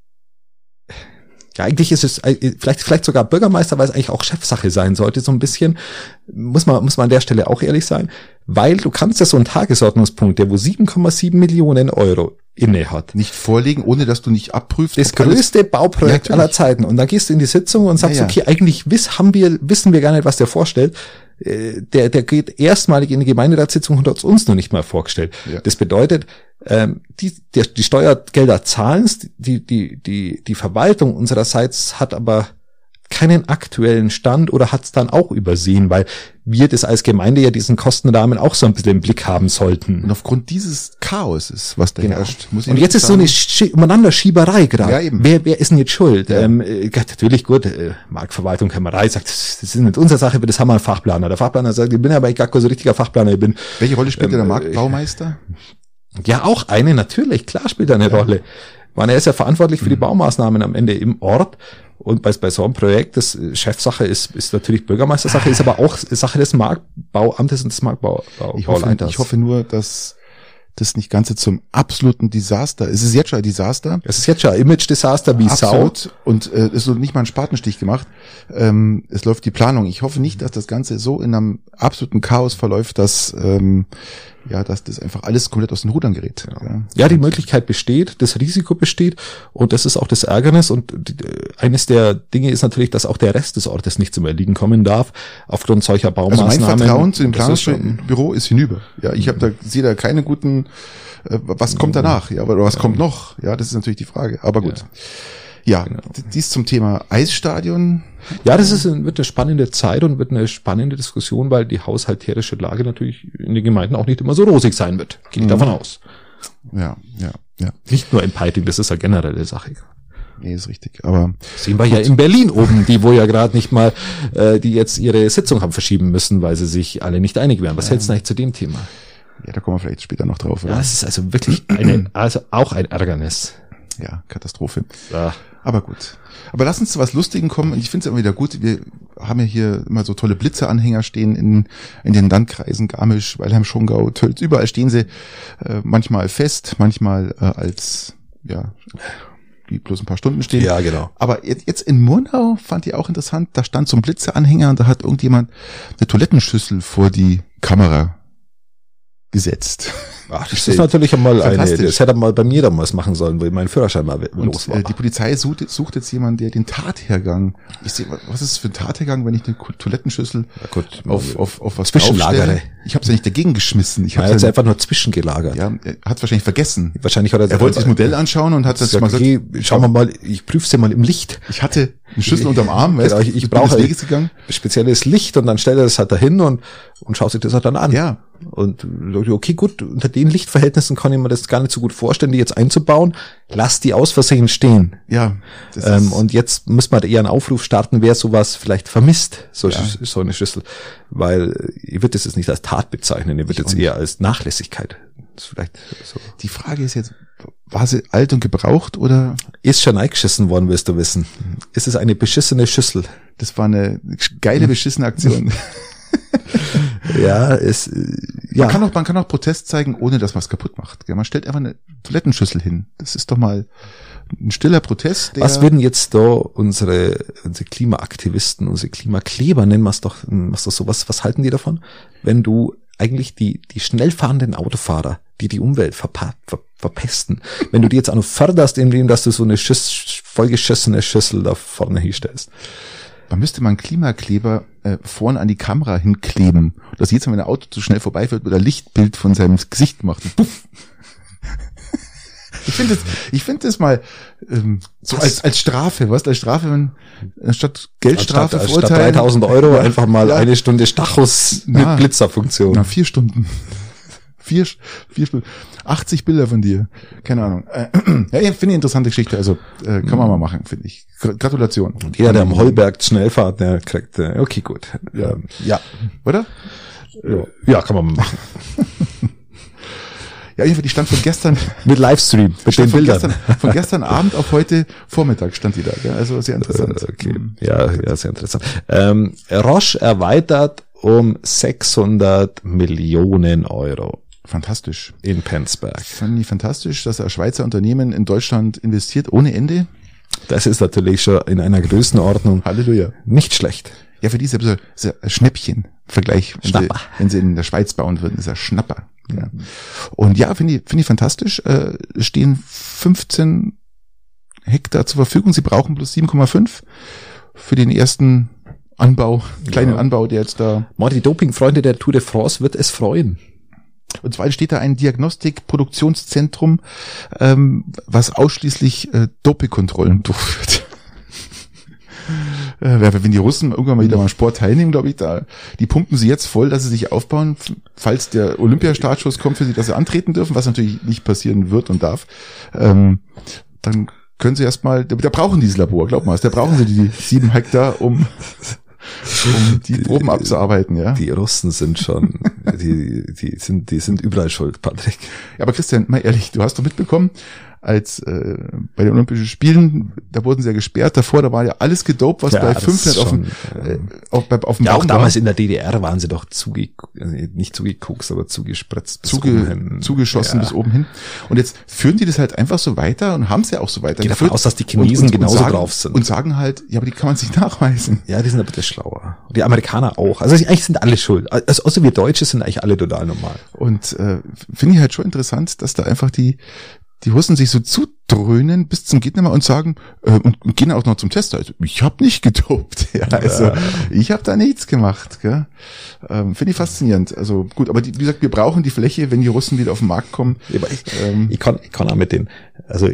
ja eigentlich ist es vielleicht vielleicht sogar Bürgermeister, weil es eigentlich auch Chefsache sein sollte, so ein bisschen, muss man muss man an der Stelle auch ehrlich sein, weil du kannst ja so einen Tagesordnungspunkt, der wo sieben Komma sieben Millionen Euro inne hat, nicht vorlegen, ohne dass du nicht abprüfst. Das größte Bauprojekt ja, aller Zeiten. Und dann gehst du in die Sitzung und sagst, ja, ja. okay, eigentlich wiss, haben wir, wissen wir gar nicht, was der vorstellt. Der, der geht erstmalig in die Gemeinderatssitzung und hat es uns noch nicht mal vorgestellt. Ja. Das bedeutet, ähm, die, der, die Steuergelder zahlen, die, die, die, die Verwaltung unsererseits hat aber keinen aktuellen Stand oder hat es dann auch übersehen, weil wir das als Gemeinde ja diesen Kostenrahmen auch so ein bisschen im Blick haben sollten. Und aufgrund dieses Chaoses, was da genau. herrscht, muss ich Und jetzt ist sagen, so eine Umeinanderschieberei gerade. Ja, eben. Wer, wer ist denn jetzt schuld? Ja. Ähm, natürlich gut, äh, Marktverwaltung, Kämmerei sagt, das ist nicht unsere Sache, das haben wir einen Fachplaner. Der Fachplaner sagt, ich bin aber gar kein so richtiger Fachplaner. Ich bin. Welche Rolle spielt ähm, der Marktbaumeister? Ja, auch eine, natürlich, klar spielt er eine ja. Rolle. Man, er ist ja verantwortlich für die Baumaßnahmen am Ende im Ort. Und bei, bei so einem Projekt, das Chefsache ist, ist natürlich Bürgermeistersache, ist aber auch Sache des Marktbauamtes und des Marktbauleiters. Ich hoffe, ich hoffe nur, dass das nicht Ganze zum absoluten Desaster. Es ist jetzt schon ein Desaster. Es ist jetzt schon ein Image-Desaster wie Absolut. Sau. Und äh, es ist nicht mal ein Spatenstich gemacht. Ähm, es läuft die Planung. Ich hoffe nicht, dass das Ganze so in einem absoluten Chaos verläuft, dass ähm, ja, dass das einfach alles komplett aus den Rudern gerät. Ja. ja, die Möglichkeit besteht, das Risiko besteht und das ist auch das Ärgernis und die, eines der Dinge ist natürlich, dass auch der Rest des Ortes nicht zum Erliegen kommen darf aufgrund solcher Baumaßnahmen. Also mein Vertrauen zu dem Planungsbüro ist hinüber. Ja, ich habe da sehe da keine guten äh, was kommt danach? Ja, aber was kommt noch? Ja, das ist natürlich die Frage, aber gut. Ja. Ja, genau. Dies zum Thema Eisstadion. Ja, das ist, wird eine spannende Zeit und wird eine spannende Diskussion, weil die haushalterische Lage natürlich in den Gemeinden auch nicht immer so rosig sein wird. Gehe ich mhm. davon aus. Ja, ja, ja. Nicht nur in Peiting, das ist eine generelle Sache. Nee, ist richtig. Aber sehen wir ja in Berlin oben, die wo ja gerade nicht mal, äh, die jetzt ihre Sitzung haben verschieben müssen, weil sie sich alle nicht einig wären. Was ja. hältst du eigentlich zu dem Thema? Ja, da kommen wir vielleicht später noch drauf. Oder? Ja, es ist also wirklich eine, also auch ein Ärgernis. Ja, Katastrophe. Ja. Aber gut. Aber lass uns zu was Lustigem kommen. Und ich finde es immer wieder gut. Wir haben ja hier immer so tolle Blitzeanhänger stehen in in den Landkreisen Garmisch, Weilheim, Schongau, Tölz. Überall stehen sie äh, manchmal fest, manchmal äh, als ja die bloß ein paar Stunden stehen. Ja, genau. Aber jetzt, jetzt in Murnau fand ich auch interessant. Da stand so ein Blitzeanhänger und da hat irgendjemand eine Toilettenschüssel vor die Kamera gesetzt. Ach, das ist natürlich einmal eine, das hätte mal bei mir damals machen sollen, weil mein Führerschein mal los war. Und, äh, die Polizei sucht, sucht jetzt jemanden, der den Tathergang, ich sehe, was ist das für ein Tathergang, wenn ich eine Toilettenschüssel ja, gut, auf, auf, auf was zwischenlagere. Ich habe es ja nicht dagegen geschmissen. Ich habe es einfach nur zwischengelagert. Ja, er hat wahrscheinlich vergessen. Wahrscheinlich hat er, er wollte sich das Modell anschauen und hat das mal gesagt, okay, schauen wir mal, ich prüfe es ja mal im Licht. Ich hatte eine Schüssel unterm Arm, weißt du, ich, ich brauche ein spezielles Licht und dann stellt er das halt dahin und, und schaut sich das halt dann an. Ja. Und okay, gut, unter den Lichtverhältnissen kann ich mir das gar nicht so gut vorstellen, die jetzt einzubauen. Lass die aus Versehen stehen. Ja. Das ähm, ist und jetzt müssen wir eher einen Aufruf starten, wer sowas vielleicht vermisst, so, ja. so eine Schüssel. Weil ich würde das jetzt nicht als Tat bezeichnen, ich würde jetzt eher als Nachlässigkeit. Das ist vielleicht so. Die Frage ist jetzt, war sie alt und gebraucht oder? Ist schon eingeschissen worden, wirst du wissen. Ist es eine beschissene Schüssel? Das war eine geile, beschissene Aktion. Ja, es, ja. Man kann auch, man kann auch Protest zeigen, ohne dass man es kaputt macht. Man stellt einfach eine Toilettenschüssel hin. Das ist doch mal ein stiller Protest. Der was würden jetzt da unsere, unsere Klimaaktivisten, unsere Klimakleber, nennen wir es doch, was doch sowas, was halten die davon? Wenn du eigentlich die, die schnell fahrenden Autofahrer, die die Umwelt verpa- ver- verpesten, wenn du die jetzt auch noch förderst, indem, dass du so eine Schüss, vollgeschissene Schüssel da vorne hinstellst. Man müsste mal einen Klimakleber äh, vorne an die Kamera hinkleben, dass jedes Mal, wenn ein Auto zu schnell vorbeifährt, wird ein Lichtbild von seinem Gesicht gemacht. Puff. Ich finde das, ich finde das mal ähm, so als als Strafe, was als Strafe, wenn anstatt Geldstrafe anstatt, anstatt dreitausend Euro ja, einfach mal ja. eine Stunde Stachus mit na, Blitzerfunktion. Na, vier Stunden. Vier, vier Stunden. achtzig Bilder von dir. Keine Ahnung. Äh, ja, ich finde eine interessante Geschichte. Also äh, kann man mal machen, finde ich. Gratulation. Und jeder, der am Holberg schnell fährt, der kriegt, äh, okay, gut. Ja. Ähm, ja. Oder? Ja. Ja, kann man mal machen. Ja, jedenfalls, die stand von gestern. Mit Livestream, mit den von Bildern. Gestern, von gestern Abend auf heute Vormittag stand die da. Gell? Also sehr interessant. Äh, okay. Ja, ja, sehr interessant. Ähm, Roche erweitert um sechshundert Millionen Euro. Fantastisch. In Penzberg. Fand ich fantastisch, dass ein Schweizer Unternehmen in Deutschland investiert ohne Ende. Das ist natürlich schon in einer Größenordnung. Halleluja. Nicht schlecht. Ja, für die ist ja so ein Schnäppchen. Vergleich. Wenn sie, wenn sie in der Schweiz bauen würden, ist er Schnapper. Ja. Und ja, finde ich, finde ich fantastisch. Äh, stehen fünfzehn Hektar zur Verfügung. Sie brauchen plus sieben Komma fünf für den ersten Anbau, kleinen ja. Anbau, der jetzt da. Mal die Dopingfreunde der Tour de France wird es freuen. Und zwar steht da ein Diagnostik-Produktionszentrum, ähm, was ausschließlich äh, Dopingkontrollen durchführt. äh, wenn die Russen irgendwann mal wieder beim Sport teilnehmen, glaube ich, da die pumpen sie jetzt voll, dass sie sich aufbauen, falls der Olympiastartschuss kommt für sie, dass sie antreten dürfen, was natürlich nicht passieren wird und darf. Ähm, dann können sie erstmal, da, da brauchen die dieses Labor, glaub mal, da brauchen sie die sieben Hektar, um um die Proben abzuarbeiten, ja. Die Russen sind schon, die, die sind, die sind überall schuld, Patrick. Ja, aber Christian, mal ehrlich, du hast doch mitbekommen, als äh, bei den Olympischen Spielen, da wurden sie ja gesperrt, davor, da war ja alles gedopt, was ja, bei fünfhundert auf dem, äh, auf, auf dem ja, Baum auch damals war. In der D D R waren sie doch zuge, nicht zugekokst, aber zugespritzt bis Zuge, oben hin. Zugeschossen ja. bis oben hin. Und jetzt führen die das halt einfach so weiter und haben es ja auch so weiter. Geht davon aus, dass die Chinesen und, und, genauso und sagen, drauf sind. Und sagen halt, ja, aber die kann man sich nachweisen. Ja, die sind ein bisschen schlauer. Und die Amerikaner auch. Also eigentlich sind alle schuld. Also außer wir Deutsche sind eigentlich alle total normal. Und äh, finde ich halt schon interessant, dass da einfach die die Russen sich so zudröhnen bis zum geht nicht mehr und sagen äh, und, und gehen auch noch zum Tester. Also ich habe nicht gedopt. Ja, also ja. ich habe da nichts gemacht. Gell? Ähm, finde ich faszinierend. Also gut, aber die, wie gesagt, wir brauchen die Fläche, wenn die Russen wieder auf den Markt kommen. Ja, aber ich, ähm, ich kann, ich kann auch mit den. Also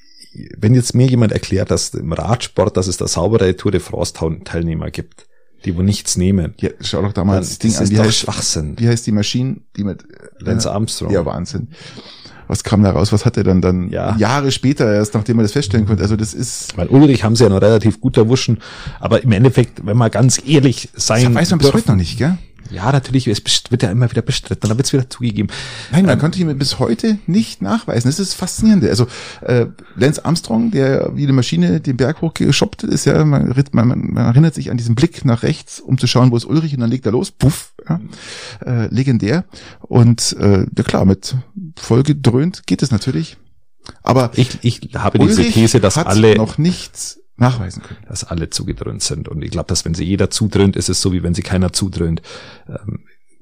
wenn jetzt mir jemand erklärt, dass im Radsport, dass es da saubere Tour de France Teilnehmer gibt, die wo nichts nehmen. Ja, schau doch da mal das Ding an. Das wie ist doch heißt, Schwachsinn. Wie heißt die Maschine, die mit Lance Armstrong? Ja, Wahnsinn. Was kam da raus? Was hat er dann dann ja. Jahre später erst, nachdem er das feststellen konnte? Also das ist... Weil Ulrich haben sie ja noch relativ gut erwuschen, aber im Endeffekt, wenn man ganz ehrlich sein das weiß man bis heute noch nicht, gell? Ja, natürlich, es wird ja immer wieder bestritten, dann wird es wieder zugegeben. Nein, man ähm, konnte ihn bis heute nicht nachweisen. Das ist das Faszinierende. Also äh, Lance Armstrong, der wie eine Maschine den Berg hochgeschoppt ist, ja, man, man, man erinnert sich an diesen Blick nach rechts, um zu schauen, wo ist Ulrich, und dann legt er los, puff, ja, äh, legendär. Und äh, ja klar, mit voll gedröhnt geht es natürlich. Aber ich, ich habe diese These, dass alle noch nichts nachweisen können. Dass alle zugedröhnt sind. Und ich glaube, dass wenn sie jeder zudröhnt, ist es so, wie wenn sie keiner zudröhnt. Ähm,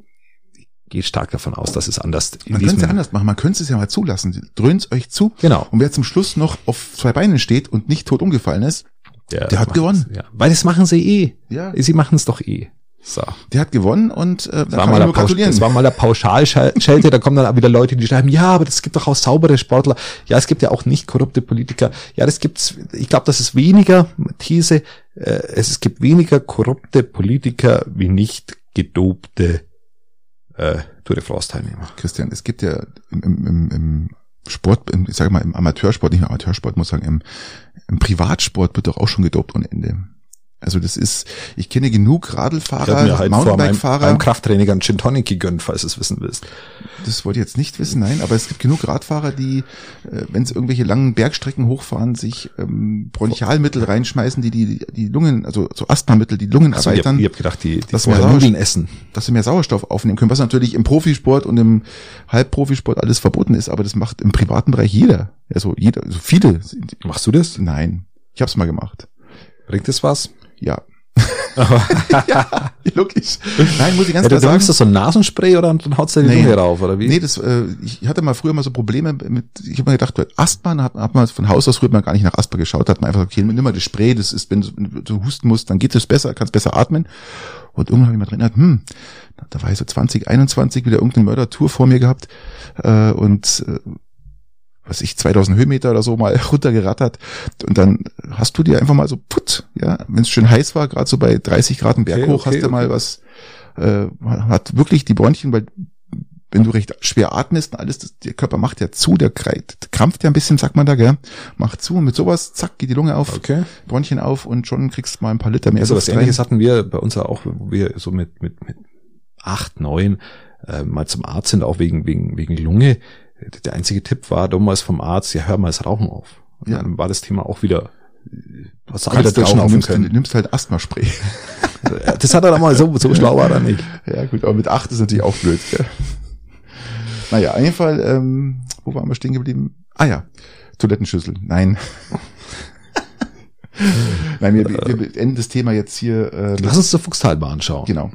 ich gehe stark davon aus, dass es anders ist. Man könnte es ja anders machen. Man könnte es ja mal zulassen. Dröhnt euch zu. Genau. Und wer zum Schluss noch auf zwei Beinen steht und nicht tot umgefallen ist, der, der hat gewonnen. Ja. Weil das machen sie eh. Ja. Sie machen es doch eh. So. Der hat gewonnen und äh, da kann ich nur gratulieren. Das war mal der Pauschalschelte, da kommen dann wieder Leute, die schreiben, ja, aber es gibt doch auch saubere Sportler. Ja, es gibt ja auch nicht korrupte Politiker. Ja, das gibt's, ich glaube, das ist weniger, These, äh, es gibt weniger korrupte Politiker wie nicht gedopte äh, Tour de France Teilnehmer. Christian, es gibt ja im, im, im Sport, im, ich sage mal im Amateursport, nicht im Amateursport, muss ich sagen, im, im Privatsport wird doch auch schon gedopt ohne Ende. Also das ist, ich kenne genug Radlfahrer, halt Mountainbike-Fahrer. Ich habe Krafttraining einen Gin Tonic gegönnt, falls du es wissen willst. Das wollte ich jetzt nicht wissen, nein, aber es gibt genug Radfahrer, die, äh, wenn sie irgendwelche langen Bergstrecken hochfahren, sich ähm, Bronchialmittel reinschmeißen, die die die Lungen, also so Asthmamittel, die Lungen also erweitern. Ich habe hab gedacht, die, die dass mehr Nudeln essen, dass sie mehr Sauerstoff aufnehmen können, was natürlich im Profisport und im Halbprofisport alles verboten ist, aber das macht im privaten Bereich jeder. Also jeder, also viele. Machst du das? Nein, ich habe es mal gemacht. Bringt das was? Ja. Ja, logisch. Nein, muss ich ganz ja, klar du sagen. du so ein Nasenspray oder dann haut's dir die Nee. Lunge rauf, oder wie? Nee, das, äh, ich hatte mal früher mal so Probleme mit, ich habe mir gedacht, bei Asthma, hat, hat man von Haus aus früher mal gar nicht nach Asthma geschaut, hat man einfach gesagt, okay, nimm mal das Spray, das ist, wenn du, wenn du husten musst, dann geht es besser, kannst besser atmen. Und irgendwann habe ich mal drin gedacht, hm, da war ich so zwanzig einundzwanzig wieder irgendeine Mördertour vor mir gehabt, äh, und, äh, was ich, zweitausend Höhenmeter oder so mal runtergerattert. Und dann hast du dir einfach mal so, put, ja, wenn es schön heiß war, gerade so bei dreißig Grad einen Berg Okay, hoch, okay, hast du okay. mal was, äh, hat wirklich die Bronchien, weil wenn du recht schwer atmest und alles, das, der Körper macht ja zu, der kreit, krampft ja ein bisschen, sagt man da, gell, macht zu und mit sowas, zack, geht die Lunge auf, Okay. Bronchien auf und schon kriegst du mal ein paar Liter mehr. Also was Luft rein. Ähnliches hatten wir bei uns auch, wo wir so mit, mit, mit acht, neun, äh, mal zum Arzt sind, auch wegen, wegen, wegen Lunge. Der einzige Tipp war damals vom Arzt, ja, hör mal das Rauchen auf. Und Ja. dann war das Thema auch wieder, was Du alle da kannst rauchen, durchschnaufen nimmst, können. nimmst halt Asthmaspray. Das hat er dann mal so, so schlau war er nicht. Ja gut, aber mit acht ist natürlich auch blöd, gell? Naja, auf jeden Fall, ähm, wo waren wir stehen geblieben? Ah ja, Toilettenschüssel. Nein. Nein, wir, wir beenden das Thema jetzt hier. Äh, Lass uns zur Fuchstalbahn schauen. Genau.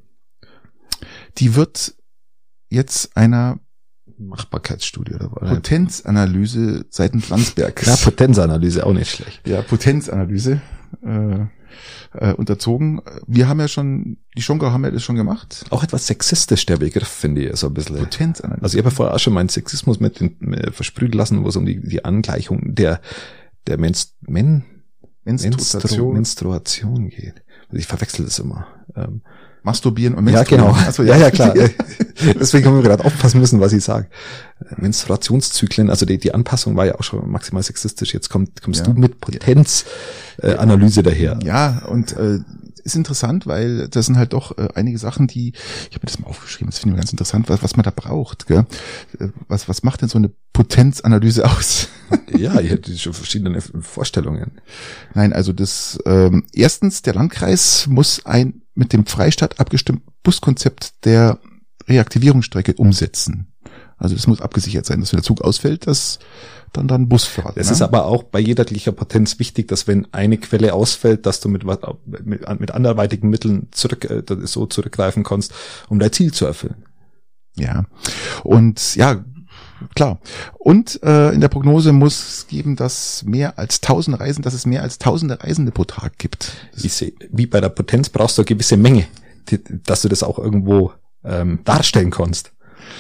Die wird jetzt einer Machbarkeitsstudie oder was? Potenzanalyse seitens Landsbergs. Ja, Potenzanalyse, auch nicht schlecht. Ja, Potenzanalyse äh, äh, unterzogen. Wir haben ja schon, die Schongau haben ja das schon gemacht. Auch etwas sexistisch, der Begriff, finde ich, so ein bisschen. Potenzanalyse. Also ich habe ja vorher auch schon meinen Sexismus mit den, äh, versprühen lassen, wo es um die, die Angleichung der, der Menst, Men, Menstru, Menstruation geht. Also ich verwechsel das immer. Ähm, Masturbieren und ja, Menstruieren. genau. Achso, ja, ja, klar. Deswegen haben wir gerade aufpassen müssen, was ich sage. Menstruationszyklen, also die, die Anpassung war ja auch schon maximal sexistisch. Jetzt kommt, kommst Ja. du mit Potenzanalyse äh, Analyse daher. Ja, und äh, ist interessant, weil das sind halt doch äh, einige Sachen, die, ich habe mir das mal aufgeschrieben, das finde ich ganz interessant, was, was man da braucht. Gell? Äh, Was, was macht denn so eine Potenzanalyse aus? Ja, ich hätte schon verschiedene Vorstellungen. Nein, also das ähm, erstens, der Landkreis muss ein mit dem Freistaat abgestimmtes Buskonzept der Reaktivierungsstrecke umsetzen. Also das muss abgesichert sein, dass wenn der Zug ausfällt, dass dann dann Bus fährt. Es ne? ist aber auch bei jeglicher Potenz wichtig, dass wenn eine Quelle ausfällt, dass du mit, mit, mit anderweitigen Mitteln zurück, äh, so zurückgreifen kannst, um dein Ziel zu erfüllen. Ja, und ja, klar. Und äh, in der Prognose muss es geben, dass mehr als tausend Reisen, dass es mehr als tausende Reisende pro Tag gibt. Ich sehe, wie bei der Potenz brauchst du eine gewisse Menge, die, dass du das auch irgendwo ähm, darstellen kannst.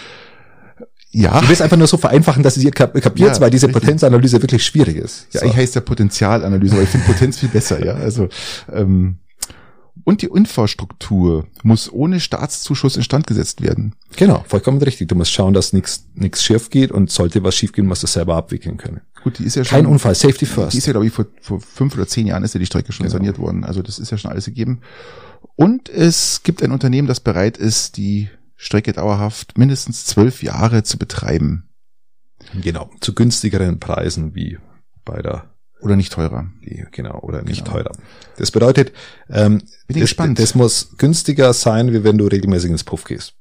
Ja, Ich will es einfach nur so vereinfachen, dass es ihr kap kapiert, Ja, weil diese richtig. Potenzanalyse wirklich schwierig ist. ja, So. ich heiße ja Potenzialanalyse, aber ich finde Potenz viel besser, ja. Also ähm, und die Infrastruktur muss ohne Staatszuschuss instand gesetzt werden. Genau, vollkommen richtig. Du musst schauen, dass nichts nichts schief geht und sollte was schief gehen, musst du es selber abwickeln können. Gut, die ist ja schon Kein Unfall, Safety Die first. ist ja, glaube ich, vor, vor fünf oder zehn Jahren ist ja die Strecke schon Genau. saniert worden. Also das ist ja schon alles gegeben. Und es gibt ein Unternehmen, das bereit ist, die Strecke dauerhaft mindestens zwölf Jahre zu betreiben. Genau, zu günstigeren Preisen wie bei der, Oder nicht teurer. die, genau, oder nicht Genau. teurer. Das bedeutet, ähm, Bin ich das, gespannt. das muss günstiger sein, wie wenn du regelmäßig ins Puff gehst.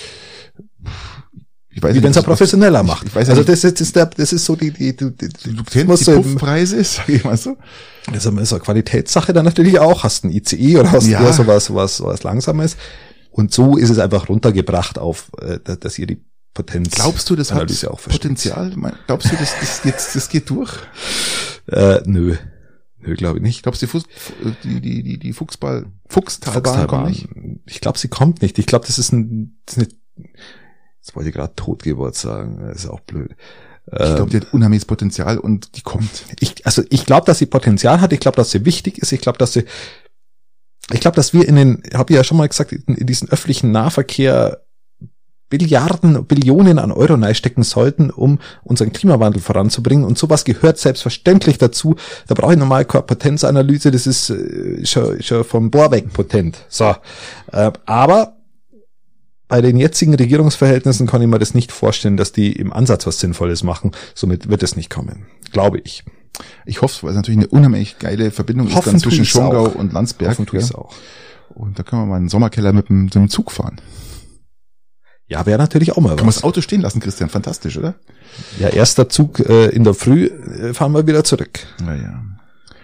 Ich weiß Wie wenn es ein was- Professioneller ich- macht. Ich weiß ja also nicht, das ist, das ist der, das ist so die, die, die, die, du das kennst musst die du im- Puffpreise, sag ich mal so. Das ist eine so eine Qualitätssache dann natürlich auch. Hast ein I C E oder hast Ja. du eher sowas, sowas, sowas Langsames. Und so ist es einfach runtergebracht auf, äh, dass ihr die Potenz. Glaubst du, das hat Analyse auch versteht. Potenzial? Glaubst du, das, das, jetzt, das geht durch? Äh, nö. Nö, glaube ich nicht. Glaubst du, die, Fuß, die, die, die, die Fuchsball, Fuchstalbahn kommt nicht? Ich glaube, sie kommt nicht. Ich glaube, das ist ein, das ist eine, jetzt wollte ich gerade Totgeburt sagen. Das ist auch blöd. Ich glaube, die hat unheimliches Potenzial und die kommt. Ich, also ich glaube, dass sie Potenzial hat. Ich glaube, dass sie wichtig ist. Ich glaube, dass sie, ich glaube, dass wir in den, habe ich ja schon mal gesagt, in, in diesen öffentlichen Nahverkehr Milliarden, Billionen an Euro reinstecken sollten, um unseren Klimawandel voranzubringen. Und sowas gehört selbstverständlich dazu. Da brauche ich normal keine Potenzanalyse. Das ist äh, schon, schon vom Bohr weg potent. So, äh, aber bei den jetzigen Regierungsverhältnissen kann ich mir das nicht vorstellen, dass die im Ansatz was Sinnvolles machen. Somit wird es nicht kommen, glaube ich. Ich hoffe, weil es natürlich eine unheimlich geile Verbindung ist Hoffen dann tu zwischen ich's Schongau auch. und Landsberg. Hoffen tue ja. ich's auch. Und da können wir mal in den Sommerkeller mit dem, mit dem Zug fahren. Ja, wäre natürlich auch mal Kann man was. das Auto stehen lassen, Christian? Fantastisch, oder? Ja, erster Zug äh, in der Früh, äh, fahren wir wieder zurück. Naja.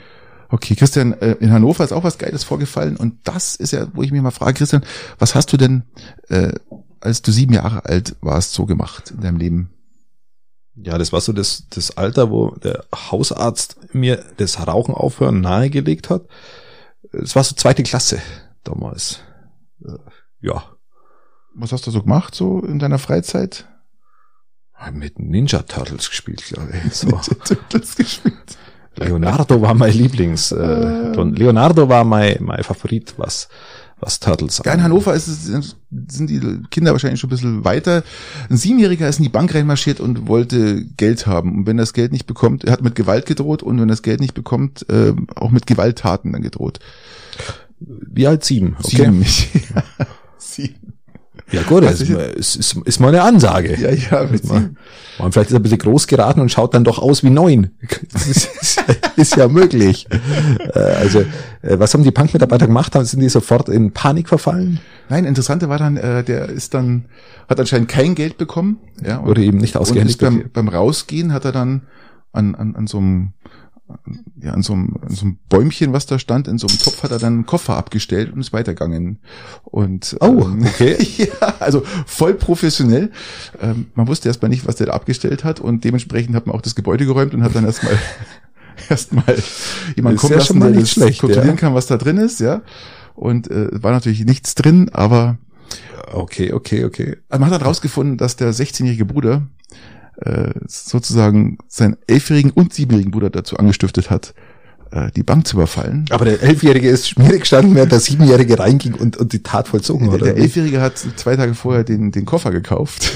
Okay, Christian, in Hannover ist auch was Geiles vorgefallen und das ist ja, wo ich mich mal frage, Christian, was hast du denn, äh, als du sieben Jahre alt warst, so gemacht in deinem Leben? Ja, das war so das, das Alter, wo der Hausarzt mir das Rauchen aufhören nahegelegt hat. Das war so zweite Klasse damals. Ja. Was hast du so gemacht, so in deiner Freizeit? Mit Ninja Turtles gespielt, glaube ich. So. Ninja Turtles gespielt. Leonardo war mein Lieblings, äh, Leonardo war mein, mein Favorit, was, was Turtles angeht. In Hannover ist es, sind die Kinder wahrscheinlich schon ein bisschen weiter. Ein Siebenjähriger ist in die Bank reinmarschiert und wollte Geld haben. Und wenn das Geld nicht bekommt, er hat mit Gewalt gedroht und wenn das Geld nicht bekommt, äh, auch mit Gewalttaten dann gedroht. Wie alt? Sieben? Okay. Sieben. Ja, sieben. Ja gut, das ist, ist, ist, ist mal eine Ansage. Ja, ja, mit man, man vielleicht ist er ein bisschen groß geraten und schaut dann doch aus wie neun. Das ist, ist, ist ja möglich. Also, was haben die Punk-Mitarbeiter gemacht? Sind die sofort in Panik verfallen? Nein, Interessante war dann, der ist dann, hat anscheinend kein Geld bekommen. Ja, oder eben nicht ausgehändigt. Und ist beim, beim Rausgehen hat er dann an, an, an so einem ja, an so einem, an so einem Bäumchen, was da stand, in so einem Topf hat er dann einen Koffer abgestellt und ist weitergegangen. Und, oh, ähm, okay. Ja, also voll professionell. Ähm, man wusste erstmal nicht, was der da abgestellt hat und dementsprechend hat man auch das Gebäude geräumt und hat dann erstmal erstmal jemanden kommen lassen, der das schlecht, kontrollieren ja. kann, was da drin ist, ja. Und äh, war natürlich nichts drin, aber okay, okay, okay. Also man hat dann rausgefunden, dass der sechzehnjährige Bruder äh, sozusagen seinen elfjährigen und siebenjährigen Bruder dazu angestiftet hat, äh, die Bank zu überfallen. Aber der Elfjährige ist schwierig gestanden, während der Siebenjährige reinging und, und die Tat vollzogen hat. Der, der Elfjährige hat zwei Tage vorher den, den Koffer gekauft.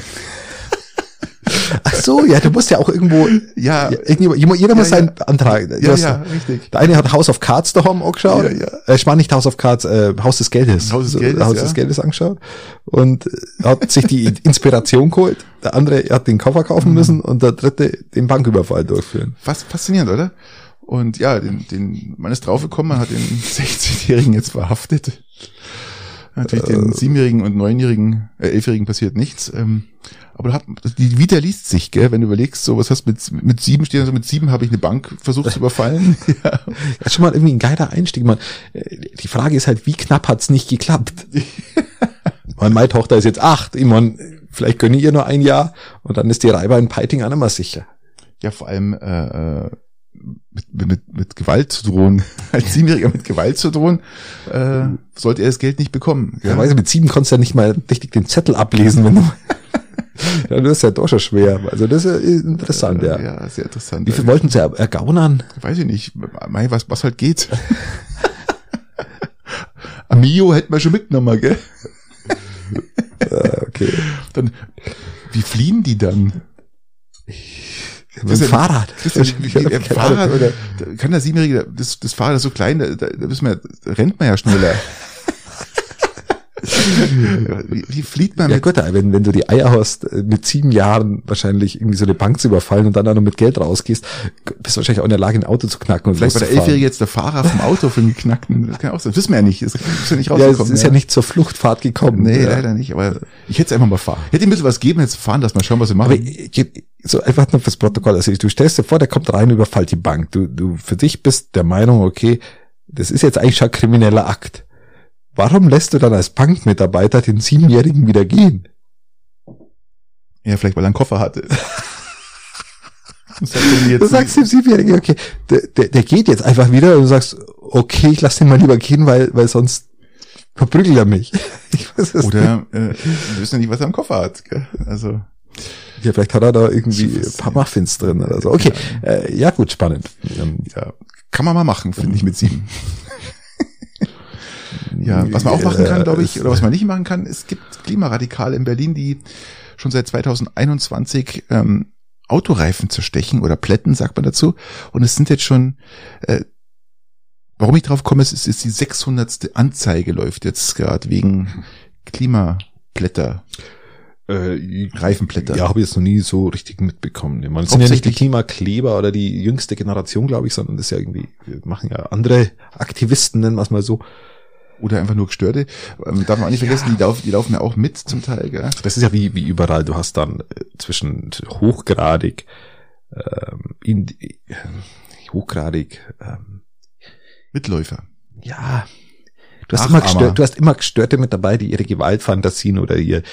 Ach so, ja, du musst ja auch irgendwo, ja, ja jeder, jeder muss ja, seinen ja. Antrag. Du ja, hast, ja, richtig. Der eine hat House of Cards daheim angeschaut. Ja, ja. Äh, ich meine nicht House of Cards, äh, Haus des Geldes. Haus des Geldes, Haus ja. des Geldes angeschaut. Und hat sich die Inspiration geholt. Der andere hat den Koffer kaufen mhm. müssen und der dritte den Banküberfall durchführen. Was faszinierend, oder? Und ja, den, den, man ist draufgekommen, man hat den sechzehnjährigen jetzt verhaftet. Natürlich äh, den siebenjährigen und neunjährigen, äh, elfjährigen passiert nichts. Ähm, aber hat, die Vita liest sich, gell, wenn du überlegst, so was hast mit mit sieben stehen, also mit sieben habe ich eine Bank versucht zu überfallen. Ja. Das ist schon mal irgendwie ein geiler Einstieg, man. Die Frage ist halt, wie knapp hat's nicht geklappt? Meine Tochter ist jetzt acht, ich mein, vielleicht gönne ich ihr nur ein Jahr und dann ist die Reiber in Peiting auch nicht mehr sicher. Ja, vor allem äh, mit, mit, mit Gewalt zu drohen, als Siebenjähriger mit Gewalt zu drohen, äh, sollte er das Geld nicht bekommen. Ja, weiß ich, mit sieben konntest du ja nicht mal richtig den Zettel ablesen, wenn du ja, das ist ja doch schon schwer. Also das ist interessant, ja. Ja, sehr interessant. Wie viel wollten sie ergaunern? Weiß ich nicht. Mei, was, was halt geht. Amio hätten wir schon mitgenommen, gell? Ja, okay. Dann, wie fliehen die dann? Mit dem Fahrrad. Christian, wie, wie, wie, Fahrrad oder kann der Siebenjährige, das, das Fahrrad ist so klein, da, da, da, wissen wir, da rennt man ja schneller. wie, wie flieht man ja mit? Gut, wenn, wenn du die Eier hast, mit sieben Jahren wahrscheinlich irgendwie so eine Bank zu überfallen und dann auch noch mit Geld rausgehst, bist du wahrscheinlich auch in der Lage, ein Auto zu knacken. Und vielleicht war der Elfjährige jetzt der Fahrer vom Auto für den geknackten. Das kann auch sein. Das wissen wir ja nicht. Das ist ja nicht rausgekommen. Ja, es ist ja. ja nicht zur Fluchtfahrt gekommen. Nee, ja. leider nicht. Aber ich hätte es einfach mal fahren. Ich hätte ihm ein bisschen was geben, jetzt fahren, dass mal schauen, was wir machen. Aber ich, so einfach nur fürs Protokoll. Also du stellst dir vor, der kommt rein und überfällt die Bank. Du, du für dich bist der Meinung, okay, das ist jetzt eigentlich schon ein krimineller Akt. Warum lässt du dann als Bankmitarbeiter den Siebenjährigen wieder gehen? Ja, vielleicht weil er einen Koffer hatte. Du sagst dem Siebenjährigen, okay, der, der, der geht jetzt einfach wieder und du sagst, okay, ich lass den mal lieber gehen, weil, weil sonst verprügelt er mich. Ich weiß es Oder äh, wir wissen ja nicht, was er im Koffer hat. Gell? Also ja, vielleicht hat er da irgendwie ein paar Muffins drin oder so. Okay, ja, äh, ja gut, spannend. Ja, kann man mal machen, finde ich, mit sieben. Ja, was man auch machen kann, glaube ich, oder was man nicht machen kann, es gibt Klimaradikale in Berlin, die schon seit zweitausendeinundzwanzig ähm, Autoreifen zerstechen oder plätten, sagt man dazu. Und es sind jetzt schon, äh, warum ich drauf komme, es ist, ist die sechshundertste Anzeige läuft jetzt gerade wegen Klimaplätter. Äh, Reifenblätter. Ja, habe ich jetzt noch nie so richtig mitbekommen. Man sind ja nicht die Klimakleber oder die jüngste Generation, glaube ich, sondern das ist ja irgendwie, wir machen ja andere Aktivisten, nennen wir es mal so. Oder einfach nur Gestörte. Ähm, darf man auch nicht vergessen, ja. die, laufen, die laufen ja auch mit zum Teil. Gell? Das ist ja wie, wie überall. Du hast dann äh, zwischen hochgradig, ähm, in, äh, hochgradig, ähm, Mitläufer. Ja. Du hast, immer gestört, du hast immer Gestörte mit dabei, die ihre Gewaltfantasien oder ihr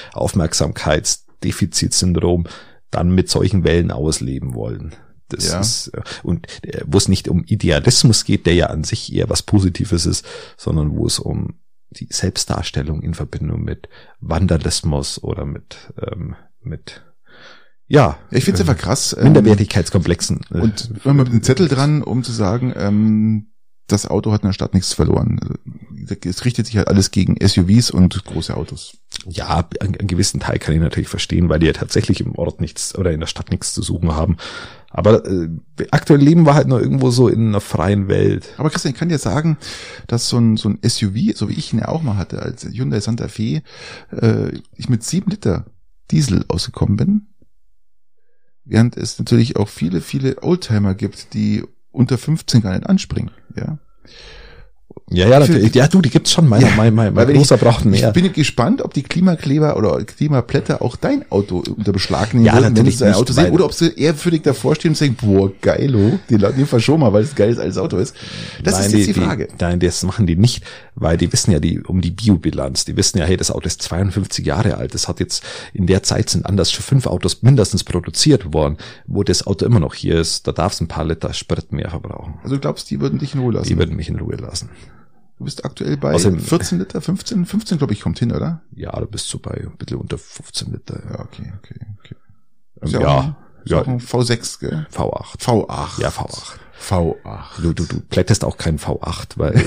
Aufmerksamkeitsdefizitsyndrom dann mit solchen Wellen ausleben wollen. Das ja. ist, und wo es nicht um Idealismus geht, der ja an sich eher was Positives ist, sondern wo es um die Selbstdarstellung in Verbindung mit Vandalismus oder mit, ähm, mit, ja. Ich finde es ähm, einfach krass. Minderwertigkeitskomplexen. Ähm, und immer mit einem Zettel dran, um zu sagen, ähm, das Auto hat in der Stadt nichts verloren. Es richtet sich halt alles gegen S U Vs und große Autos. Ja, einen, einen gewissen Teil kann ich natürlich verstehen, weil die ja tatsächlich im Ort nichts oder in der Stadt nichts zu suchen haben. Aber äh, aktuell leben wir halt nur irgendwo so in einer freien Welt. Aber Christian, ich kann dir sagen, dass so ein so ein S U V, so wie ich ihn ja auch mal hatte, als Hyundai Santa Fe, äh, ich mit sieben Liter Diesel ausgekommen bin. Während es natürlich auch viele, viele Oldtimer gibt, die unter fünfzehn gar nicht anspringen, ja. Ja, ja, natürlich. Ja, du, die gibt's schon. Mein, ja, mein, mein, mein großer ich, braucht mehr. Ich bin gespannt, ob die Klimakleber oder Klimaplätter auch dein Auto unter Beschlag nehmen ja, würden, wenn sie dein Auto sehen, oder ob sie ehrfürchtig davor stehen und sagen, boah, geilo, den nehmen wir schon mal, weil es geil ist als Auto ist. Das nein, ist jetzt die, die Frage. Die, nein, das machen die nicht, weil die wissen ja die um die Biobilanz. Die wissen ja, hey, das Auto ist zweiundfünfzig Jahre alt. Das hat jetzt, in der Zeit sind anders schon fünf Autos mindestens produziert worden, wo das Auto immer noch hier ist. Da darf es ein paar Liter Sprit mehr verbrauchen. Also du glaubst, die würden dich in Ruhe lassen? Die würden mich in Ruhe lassen. Du bist aktuell bei Außerdem, vierzehn Liter, fünfzehn, fünfzehn glaube ich kommt hin, oder? Ja, du bist so bei ein bisschen unter fünfzehn Liter. Ja, okay, okay, okay. Ist ja, ja, ein, ist ja. Auch ein V sechs, gell? V acht. V acht. Ja, V acht. V acht. Du, du, du plättest auch keinen V acht, weil...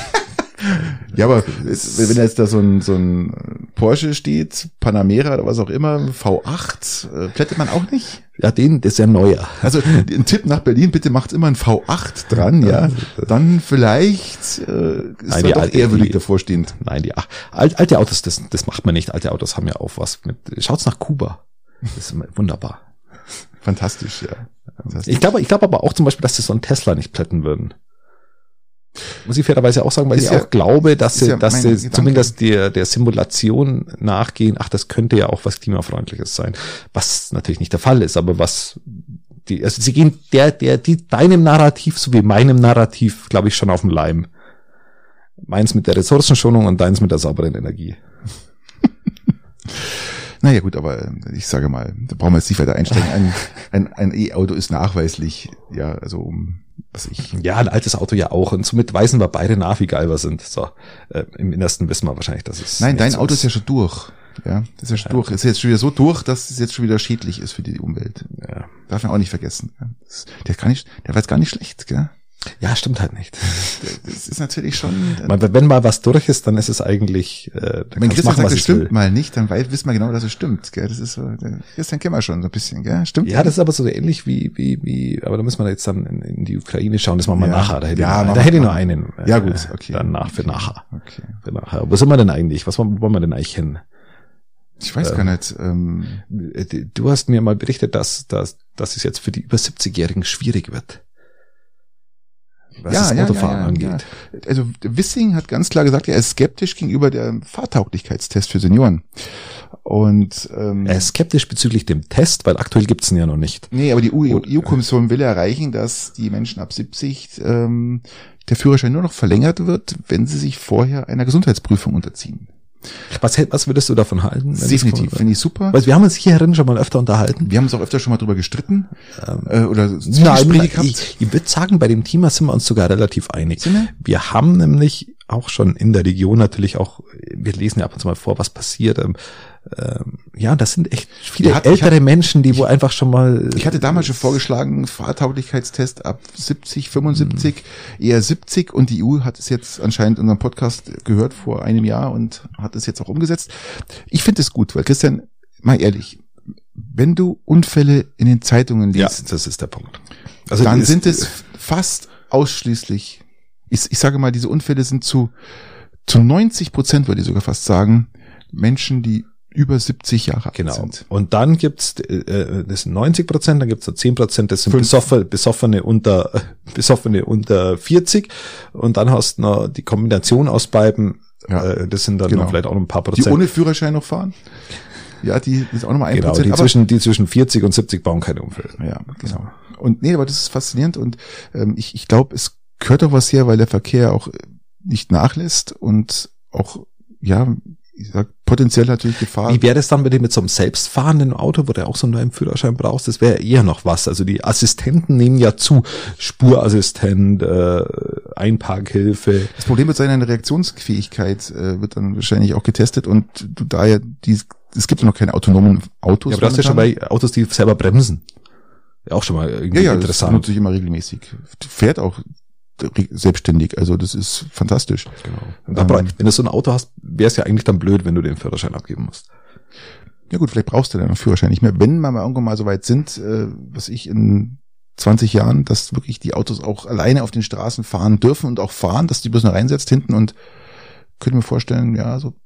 Ja, aber es, wenn jetzt da so ein, so ein Porsche steht, Panamera oder was auch immer, V acht, äh, plättet man auch nicht? Ja, den, das ist ja neuer. Also ein Tipp nach Berlin, bitte macht immer ein V acht dran, ja. Dann vielleicht äh, ist Nein, da doch ehrwürdig davor stehend. Nein, die ach, alte Autos, das, das macht man nicht. Alte Autos haben ja auch was mit. Schaut's nach Kuba. Das ist wunderbar. Fantastisch, ja. Fantastisch. Ich glaube, ich glaube aber auch zum Beispiel, dass sie so einen Tesla nicht plätten würden. Muss ich fairerweise auch sagen, weil ist ich ja, auch glaube, dass sie, ja dass sie Gedanke. zumindest der, der Simulation nachgehen, ach, das könnte ja auch was Klimafreundliches sein. Was natürlich nicht der Fall ist, aber was die, also sie gehen der, der, die, deinem Narrativ sowie meinem Narrativ, glaube ich, schon auf den Leim. Meins mit der Ressourcenschonung und deins mit der sauberen Energie. Naja gut, aber ich sage mal, da brauchen wir jetzt nicht weiter einsteigen. Ein, ein, ein E-Auto ist nachweislich, ja, also um was ich. Ja, ein altes Auto ja auch. Und somit weisen wir beide nach, wie geil wir sind. So, äh, im Innersten wissen wir wahrscheinlich, dass es. Nein, dein so Auto ist ja schon durch. Ja, das ist ja schon ja. durch. Es ist jetzt schon wieder so durch, dass es jetzt schon wieder schädlich ist für die Umwelt. Ja. Darf man auch nicht vergessen. Das, der kann nicht, der war jetzt gar nicht schlecht, gell? Ja, stimmt halt nicht. Das ist natürlich schon... Wenn mal was durch ist, dann ist es eigentlich... Äh, wenn Christian sagt, es stimmt mal nicht, dann weiß, wissen wir genau, dass es stimmt. Gell? Das ist so, Christian kennen wir schon so ein bisschen, gell? Stimmt? Ja, das ist aber so ähnlich wie... wie, wie aber da müssen wir jetzt dann in, in die Ukraine schauen, das machen wir ja. nachher. Da hätte ja, ich, da hätte ich nur einen. Äh, ja gut, okay. Dann nach für okay. nachher. Okay. Für nachher. Wo sind wir denn eigentlich? Was wollen wir denn eigentlich hin? Ich weiß ähm, gar nicht. Ähm, du hast mir mal berichtet, dass, dass, dass es jetzt für die über siebzigjährigen schwierig wird. Was ja, das Autofahren ja, ja, angeht. Ja. Also Wissing hat ganz klar gesagt, er ist skeptisch gegenüber der Fahrtauglichkeitstest für Senioren. Und ähm, er ist skeptisch bezüglich dem Test, weil aktuell gibt's ihn ja noch nicht. Nee, aber die E U-Kommission will erreichen, dass die Menschen ab siebzig ähm, der Führerschein nur noch verlängert wird, wenn sie sich vorher einer Gesundheitsprüfung unterziehen. Was, was würdest du davon halten? Definitiv, finde ich super. Weil wir haben uns hierhin schon mal öfter unterhalten. Wir haben uns auch öfter schon mal drüber gestritten. Ähm, äh, oder nein, gehabt. Ich, ich würde sagen, bei dem Thema sind wir uns sogar relativ einig. Wir? wir haben nämlich auch schon in der Region natürlich auch, wir lesen ja ab und zu mal vor, was passiert. Ähm, ähm, ja, das sind echt viele hat, ältere hatte, Menschen, die wo ich, einfach schon mal... Ich hatte damals schon vorgeschlagen, Fahrtauglichkeitstest ab siebzig, fünfundsiebzig, mhm. eher siebzig, und die E U hat es jetzt anscheinend in unserem Podcast gehört vor einem Jahr und hat es jetzt auch umgesetzt. Ich finde es gut, weil Christian, mal ehrlich, wenn du Unfälle in den Zeitungen liest... Ja, das ist der Punkt. Also dann ist, sind es fast ausschließlich, ich, ich sage mal, diese Unfälle sind zu, zu neunzig Prozent, würde ich sogar fast sagen, Menschen, die über siebzig Jahre alt genau. sind. Und dann gibt's, äh, das sind neunzig Prozent, dann gibt's so zehn Prozent, das sind Besoffene, Besoffene unter, Besoffene unter vierzig, und dann hast du noch die Kombination aus beiden, ja, äh, das sind dann genau. noch vielleicht auch noch ein paar Prozent. Die ohne Führerschein noch fahren? Ja, die ist auch nochmal ein genau, Prozent. Die zwischen, die zwischen vierzig und siebzig bauen keine Unfälle. Ja, genau. Und nee, aber das ist faszinierend, und ähm, ich, ich glaube, es gehört auch was her, weil der Verkehr auch nicht nachlässt und auch, ja, ich sag, potenziell natürlich Gefahr. Wie wäre das dann bei dir mit so einem selbstfahrenden Auto, wo du auch so einen neuen Führerschein brauchst? Das wäre eher noch was. Also die Assistenten nehmen ja zu. Spurassistent, äh, Einparkhilfe. Das Problem wird sein, eine Reaktionsfähigkeit äh, wird dann wahrscheinlich auch getestet und du da ja, die, es gibt ja noch keine autonomen Autos. Ja, aber du hast ja schon bei Autos, die selber bremsen. Ja, auch schon mal irgendwie ja, ja, interessant. Das nutze ich immer regelmäßig. Fährt auch selbstständig, also das ist fantastisch. Genau. Und da, ähm, wenn du so ein Auto hast, wäre es ja eigentlich dann blöd, wenn du den Führerschein abgeben musst. Ja gut, vielleicht brauchst du dann einen Führerschein nicht mehr, wenn wir mal irgendwann mal so weit sind, äh, was ich in zwanzig Jahren, dass wirklich die Autos auch alleine auf den Straßen fahren dürfen und auch fahren, dass die bloß noch reinsetzt hinten und könnte mir vorstellen, ja, so.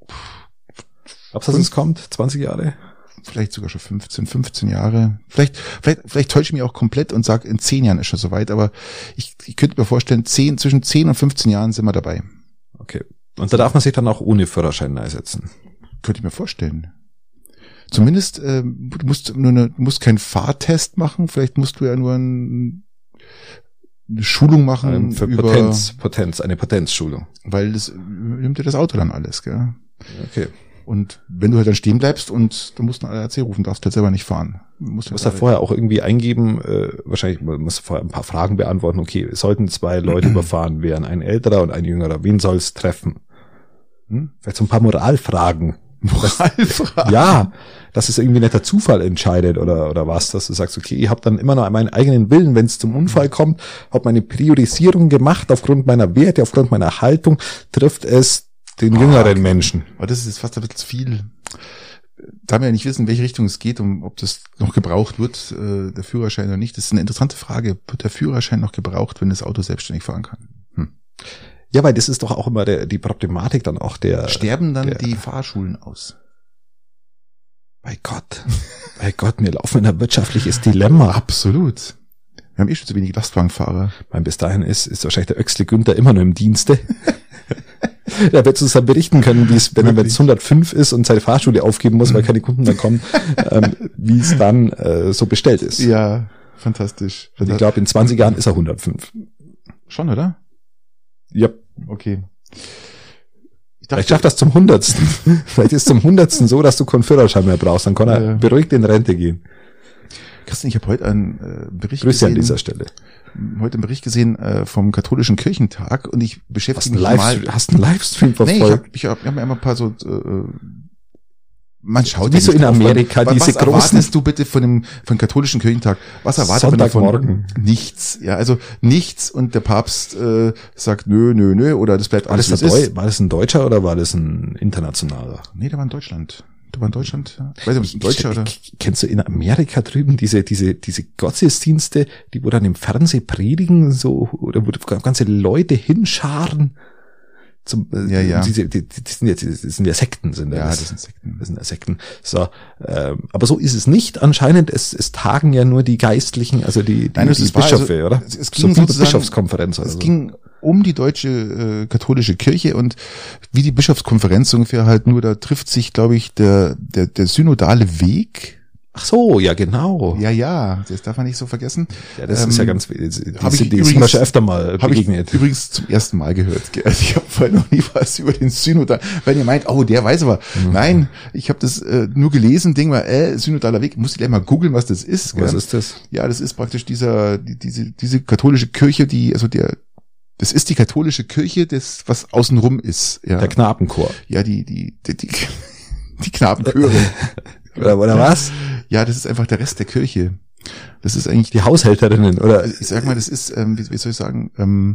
Ob das uns kommt, zwanzig Jahre? Vielleicht sogar schon fünfzehn, fünfzehn Jahre. Vielleicht, vielleicht, vielleicht täusche ich mich auch komplett und sage, in zehn Jahren ist schon soweit, aber ich, ich könnte mir vorstellen, zehn, zwischen zehn und fünfzehn Jahren sind wir dabei. Okay. Und da darf man sich dann auch ohne Führerschein einsetzen. Könnte ich mir vorstellen. Zumindest, äh, du musst nur eine, du musst keinen Fahrtest machen, vielleicht musst du ja nur ein, eine Schulung machen. Ähm, für über, Potenz, Potenz, eine Potenzschulung. Weil das nimmt dir das Auto dann alles, gell? Okay. Und wenn du halt dann stehen bleibst und du musst einen A D A C rufen, darfst du halt selber nicht fahren. Du musst, du musst da vorher auch irgendwie eingeben, äh, wahrscheinlich musst du vorher ein paar Fragen beantworten. Okay, sollten zwei Leute überfahren werden, ein älterer und ein jüngerer, wen soll es treffen? Hm? Vielleicht so ein paar Moralfragen. Moralfragen? Ja, dass es irgendwie nicht der Zufall entscheidet oder oder was, dass du sagst, okay, ich habe dann immer noch meinen eigenen Willen, wenn es zum Unfall kommt, habe meine Priorisierung gemacht aufgrund meiner Werte, aufgrund meiner Haltung, trifft es den oh, jüngeren okay. Menschen. Aber das ist jetzt fast ein bisschen zu viel. Da wir ja nicht wissen, in welche Richtung es geht, um ob das noch gebraucht wird, äh, der Führerschein oder nicht. Das ist eine interessante Frage. Wird der Führerschein noch gebraucht, wenn das Auto selbstständig fahren kann? Hm. Ja, weil das ist doch auch immer der, die Problematik dann auch der... Sterben dann der, die Fahrschulen aus? Bei Gott. Bei Gott, wir laufen in ein wirtschaftliches Dilemma. Absolut. Wir haben eh schon zu wenig Lastwagenfahrer. Mein, bis dahin ist, ist wahrscheinlich der Öxle Günther immer noch im Dienste. Da wird uns dann berichten können, wie es, wenn er jetzt hundertfünf ist und seine Fahrschule aufgeben muss, weil keine Kunden mehr kommen, ähm, wie es dann äh, so bestellt ist. Ja, fantastisch. Und ich glaube, in zwanzig Jahren ist er hundertfünf. Schon, oder? Ja. Okay. Ich dachte, Vielleicht schafft das zum hundertsten. Vielleicht ist zum hundertsten so, dass du keinen Führerschein mehr brauchst. Dann kann er ja. beruhigt in Rente gehen. Christian, ich habe heute einen äh, Bericht Grüße gesehen. an dieser Stelle. Heute einen Bericht gesehen äh, vom katholischen Kirchentag und ich beschäftige mich mal. Hast du einen Livestream verfolgt? Nee, ich habe ich hab, ich hab mir immer ein paar so äh, man schaut wie so in Amerika was, diese was großen. Was erwartest du bitte von dem von katholischen Kirchentag? Was erwartet man davon? Nichts. Ja, also nichts und der Papst äh, sagt nö, nö, nö oder das bleibt alles war das, ist. War das ein Deutscher oder war das ein internationaler? Nee, der war in Deutschland. Du war in Deutschland? Ich weiß nicht, ob es ein Deutscher oder? Kennst du in Amerika drüben diese, diese, diese Gottesdienste, die wo dann im Fernsehen predigen, so, oder wo ganze Leute hinscharen? Zum, ja, ja. Diese, die, die, die sind ja, das sind ja Sekten, sind ja, das. das sind Sekten. Das sind ja Sekten. So, ähm, aber so ist es nicht. Anscheinend, es, es tagen ja nur die Geistlichen, also die, die, Nein, die Bischöfe, also, oder? Es, es ging so Bischofskonferenz oder es so. ging um die deutsche äh, katholische Kirche und wie die Bischofskonferenz ungefähr halt nur, da trifft sich, glaube ich, der, der, der synodale Weg. Ach so, ja genau. Ja, ja, das darf man nicht so vergessen. Ja, das ähm, ist ja ganz, die, hab ich die übrigens, sind wir schon öfter mal begegnet. Ich übrigens zum ersten Mal gehört. Also ich habe vorher noch nie was über den Synodal. Wenn ihr meint, oh, der weiß aber. Mhm. Nein, ich habe das äh, nur gelesen, Ding war, äh, synodaler Weg. Muss ich gleich mal googeln, was das ist. Was gell? ist das? Ja, das ist praktisch dieser, die, diese, diese katholische Kirche, die, also der, das ist die katholische Kirche, das, was außenrum ist. Ja. Der Knabenchor. Ja, die, die, die, die, die Knabenchöre. Oder, oder was? Ja, das ist einfach der Rest der Kirche. Das ist eigentlich die Haushälterinnen, oder? Ich sag mal, das ist, ähm, wie, wie soll ich sagen, ähm,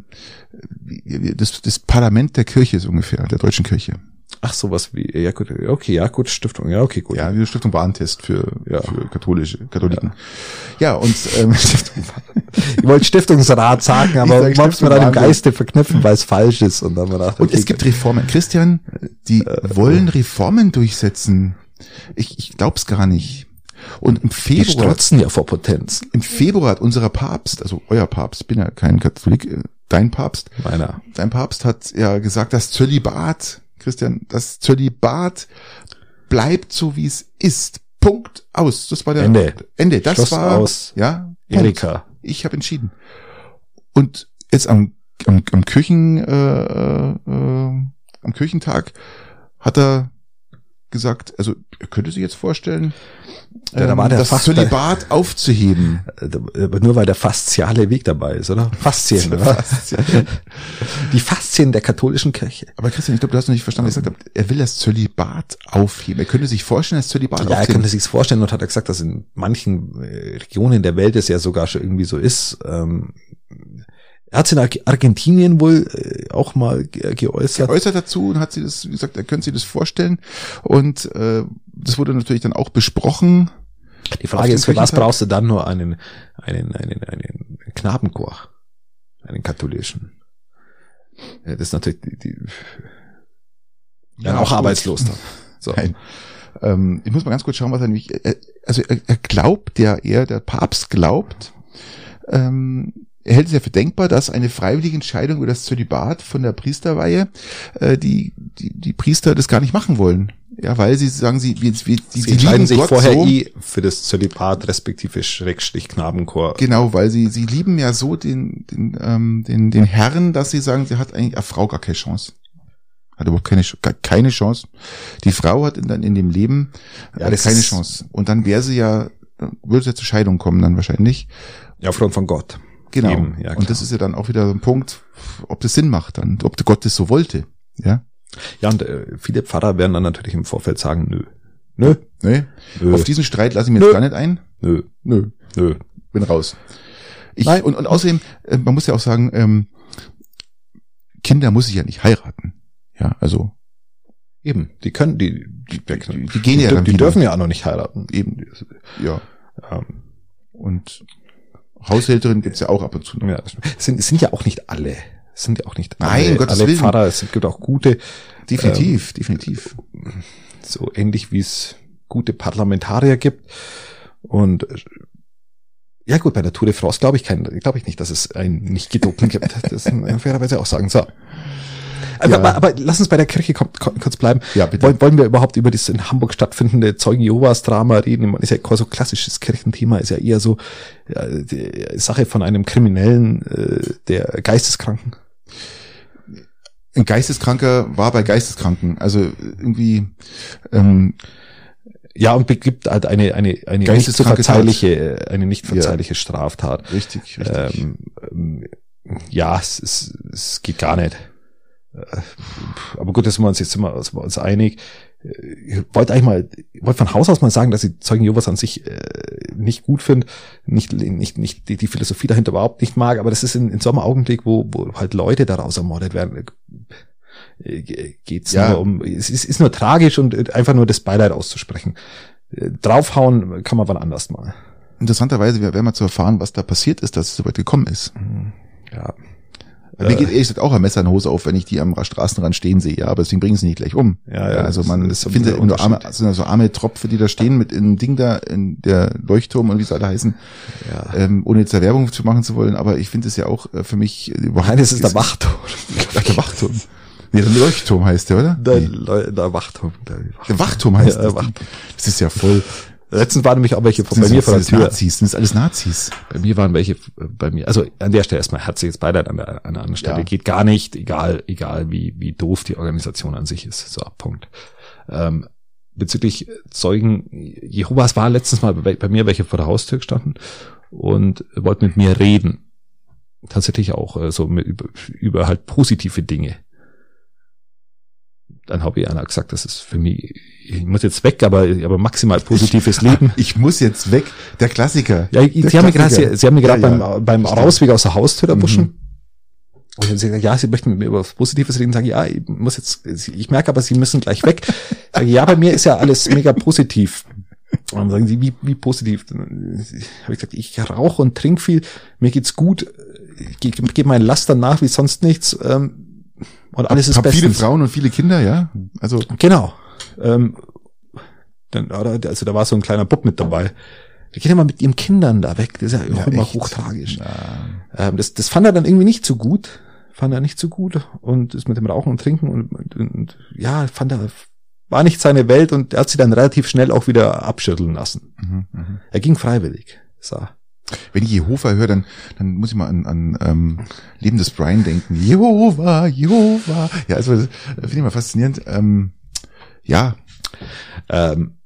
das, das Parlament der Kirche ist ungefähr, der deutschen Kirche. Ach, sowas wie, ja gut, okay, ja gut, Stiftung, ja okay, gut. Ja, wie eine Stiftung Warentest für, ja. für katholische, Katholiken. Ja, ja und ähm, Stiftung ich wollte Stiftungsrat sagen, aber ich hab's mir dann im Geiste verknüpfen, weil es falsch ist. Und dann gedacht, und okay, es gibt Reformen. Christian, die äh, wollen Reformen durchsetzen. Ich, ich glaub's gar nicht. Und im Februar. Die strotzen ja vor Potenz. Im Februar hat unserer Papst, also euer Papst, bin ja kein Katholik, dein Papst. Meiner. Dein Papst hat ja gesagt, das Zölibat, Christian, das Zölibat bleibt so wie es ist. Punkt aus. Das war der Ende. Ende. Das Schluss war aus. Ja. Erika. Ich habe entschieden. Und jetzt am am, am Kirchen, äh, äh, am Kirchentag hat er gesagt, also er könnte sich jetzt vorstellen, ja, da war der das Fast Zölibat bei, aufzuheben. Aber nur weil der fasziale Weg dabei ist, oder? Faszien, oder? Faszien. Die Faszien der katholischen Kirche. Aber Christian, ich glaube, du hast noch nicht verstanden, was ich gesagt habe. Er will das Zölibat aufheben. Er könnte sich vorstellen, das Zölibat ja, aufheben. Ja, er könnte sich vorstellen und hat er gesagt, dass in manchen Regionen der Welt es ja sogar schon irgendwie so ist. Ähm, Er hat es in Argentinien wohl auch mal geäußert. Geäußert dazu und hat sie das, wie gesagt, er könnte sich das vorstellen. Und äh, das wurde natürlich dann auch besprochen. Die Frage ist, für was brauchst du dann nur einen, einen, einen, einen Knabenchor? Einen katholischen. Ja, das ist natürlich die, die ja, ja auch gut. Arbeitslos dann. So. Nein. Ähm, ich muss mal ganz kurz schauen, was er nämlich, er, also er, er glaubt ja eher, der Papst glaubt, ähm, er hält es ja für denkbar, dass eine freiwillige Entscheidung über das Zölibat von der Priesterweihe, äh, die, die, die Priester das gar nicht machen wollen. Ja, weil sie sagen, sie, wie, wie, sie, sie entscheiden sich Gott vorher so, eh für das Zölibat respektive Schrägstrich Knabenchor. Genau, weil sie, sie lieben ja so den, den, ähm, den, den Herrn, dass sie sagen, sie hat eigentlich eine Frau gar keine Chance. Hat überhaupt keine, gar keine Chance. Die Frau hat in, dann in dem Leben ja, äh, keine Chance. Und dann wäre sie ja, würde sie ja zur Scheidung kommen dann wahrscheinlich. Ja, aufgrund von Gott. Genau. Eben, ja, und das ist ja dann auch wieder so ein Punkt, ob das Sinn macht dann, ob Gott das so wollte. Ja. Ja, und äh, viele Pfarrer werden dann natürlich im Vorfeld sagen, nö. Nö. Nö. nö. Auf diesen Streit lasse ich mir nö. jetzt gar nicht ein. Nö. Nö. Nö. Bin raus. Ich, Nein. Und, und außerdem, äh, man muss ja auch sagen, ähm, Kinder muss ich ja nicht heiraten. Ja, also. Eben. Die können, die, die, die, die, die gehen ja die, dann die dürfen ja auch noch nicht heiraten. Eben. Ja. Ähm, und Haushälterin gibt's ja auch ab und zu noch. Ja, es sind, es sind ja auch nicht alle. Es sind ja auch nicht alle, Nein, Gottes alle Willen. Pfarrer. Es gibt auch gute. Definitiv, ähm, definitiv. So ähnlich wie es gute Parlamentarier gibt. Und ja gut, bei der Tour de France glaube ich kein, glaube ich nicht, dass es einen nicht gedopten gibt. Das muss man fairerweise auch sagen. So. Aber, ja. aber, aber lass uns bei der Kirche kurz bleiben. Ja, bitte. Wollen, wollen wir überhaupt über das in Hamburg stattfindende Zeugen Jehovas Drama reden? Man ist ja so klassisches Kirchenthema, ist ja eher so ja, die Sache von einem Kriminellen, äh, der Geisteskranken. Ein Geisteskranker war bei Geisteskranken, also irgendwie ähm, ja und begibt halt eine eine eine nicht zu verzeihliche eine nicht verzeihliche ja. Straftat. Richtig, richtig. Ähm, ja, es, es, es geht gar nicht. Aber gut, das sind wir uns jetzt sind wir uns einig. Ich wollte eigentlich mal, ich wollte von Haus aus mal sagen, dass ich Zeugen Jehovas an sich äh, nicht gut finde, nicht nicht nicht die, die Philosophie dahinter überhaupt nicht mag, aber das ist in, in so einem Augenblick, wo, wo halt Leute daraus ermordet werden, äh, geht's ja. nur um, es ist, ist nur tragisch und einfach nur das Beileid auszusprechen. Äh, draufhauen kann man wann anders mal. Interessanterweise wäre mal zu erfahren, was da passiert ist, dass es so weit gekommen ist. Ja. Mir geht ehrlich gesagt auch ein Messer in die Hose auf, wenn ich die am Straßenrand stehen sehe, ja, aber deswegen bringen sie nicht gleich um. Ja, ja, also man das findet nur arme, sind so arme Tropfe, die da stehen mit in Ding da, in der Leuchtturm und wie sie alle heißen, ja. ähm, ohne jetzt eine Werbung zu machen zu wollen, aber ich finde es ja auch äh, für mich überhaupt. Nein, das ist der Wachturm. Der Wachturm. Nee, der Leuchtturm heißt der, oder? Der, Le- der Wachturm. Der Wachturm, der Wachturm heißt ja, das. Wachturm. Das ist ja voll. Letztens waren nämlich auch welche von bei mir vor der Tür. Nazis, das sind alles Nazis. Bei mir waren welche bei mir. Also an der Stelle erstmal herzliches Beileid, an der, an der anderen Stelle. Ja. Geht gar nicht, egal, egal wie, wie doof die Organisation an sich ist. So, Punkt. Ähm, bezüglich Zeugen Jehovas war letztens mal bei, bei mir welche vor der Haustür gestanden und wollten mit mir reden. Tatsächlich auch äh, so mit, über, über halt positive Dinge. Dann habe ich einer gesagt, das ist für mich, ich muss jetzt weg, aber aber maximal positives ich, Leben. Ich muss jetzt weg, der Klassiker. Ja, sie Klassiker. haben mir gerade, sie, sie haben mir gerade ja, beim ja. beim Rausweg aus der Haustür erbuschen. Mhm. Und dann gesagt, ja, sie möchten mit mir über was Positives reden. Sage ich, ja, ich muss jetzt, ich merke aber, sie müssen gleich weg. Sage ich, ja, bei mir ist ja alles mega positiv. Und dann sagen sie, wie wie positiv? Dann habe ich gesagt, ich rauche und trinke viel, mir geht's gut, ich gebe geb meinen Lastern nach wie sonst nichts. Ähm, Und alles ist bestens. Viele Frauen und viele Kinder, ja. Also genau. Ähm, dann, also da war so ein kleiner Bub mit dabei. Der geht ja mal mit ihren Kindern da weg. Das ist ja, ja immer echt hochtragisch. Ja. Ähm, das, das fand er dann irgendwie nicht so gut. Fand er nicht so gut. Und das mit dem Rauchen und Trinken und, und, und ja, fand er, war nicht seine Welt und er hat sie dann relativ schnell auch wieder abschütteln lassen. Mhm, mh. Er ging freiwillig. So. Wenn ich Jehova höre, dann, dann muss ich mal an, an ähm, Leben des Brian denken. Jehova, Jehova. Ja, also das finde ich mal faszinierend. Ähm, ja. Ähm.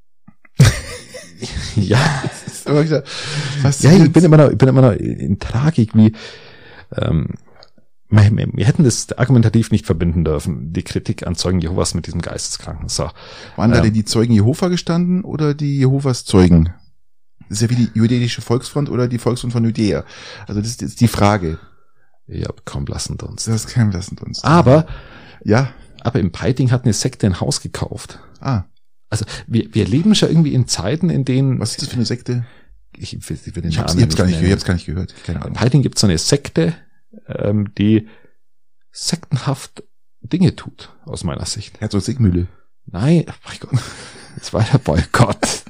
ja. Das ist aber wieder faszinierend. Ja, ich bin immer noch, ich bin immer noch in Tragik, wie ähm, wir, wir hätten das argumentativ nicht verbinden dürfen, die Kritik an Zeugen Jehovas mit diesem Geisteskranken. So. Waren da ähm, denn die Zeugen Jehova gestanden oder die Jehovas Zeugen? Das ist ja wie die jüdische Volksfront oder die Volksfront von Judäa. Also das ist jetzt die Frage. Ja, komm, lassen uns. Das kann lassen uns. Aber, ja. Aber im Peiting hat eine Sekte ein Haus gekauft. Ah. Also wir, wir leben schon irgendwie in Zeiten, in denen... Was ist das für eine Sekte? Ich, ich, ich, ich, ich hab's, ich hab's gar nicht gehört. Ich hab's gar nicht gehört. Keine Ahnung. In Peiting gibt es so eine Sekte, ähm, die sektenhaft Dinge tut, aus meiner Sicht. Herzog Sigmühle. Nein, oh mein Gott. Das war der Boykott.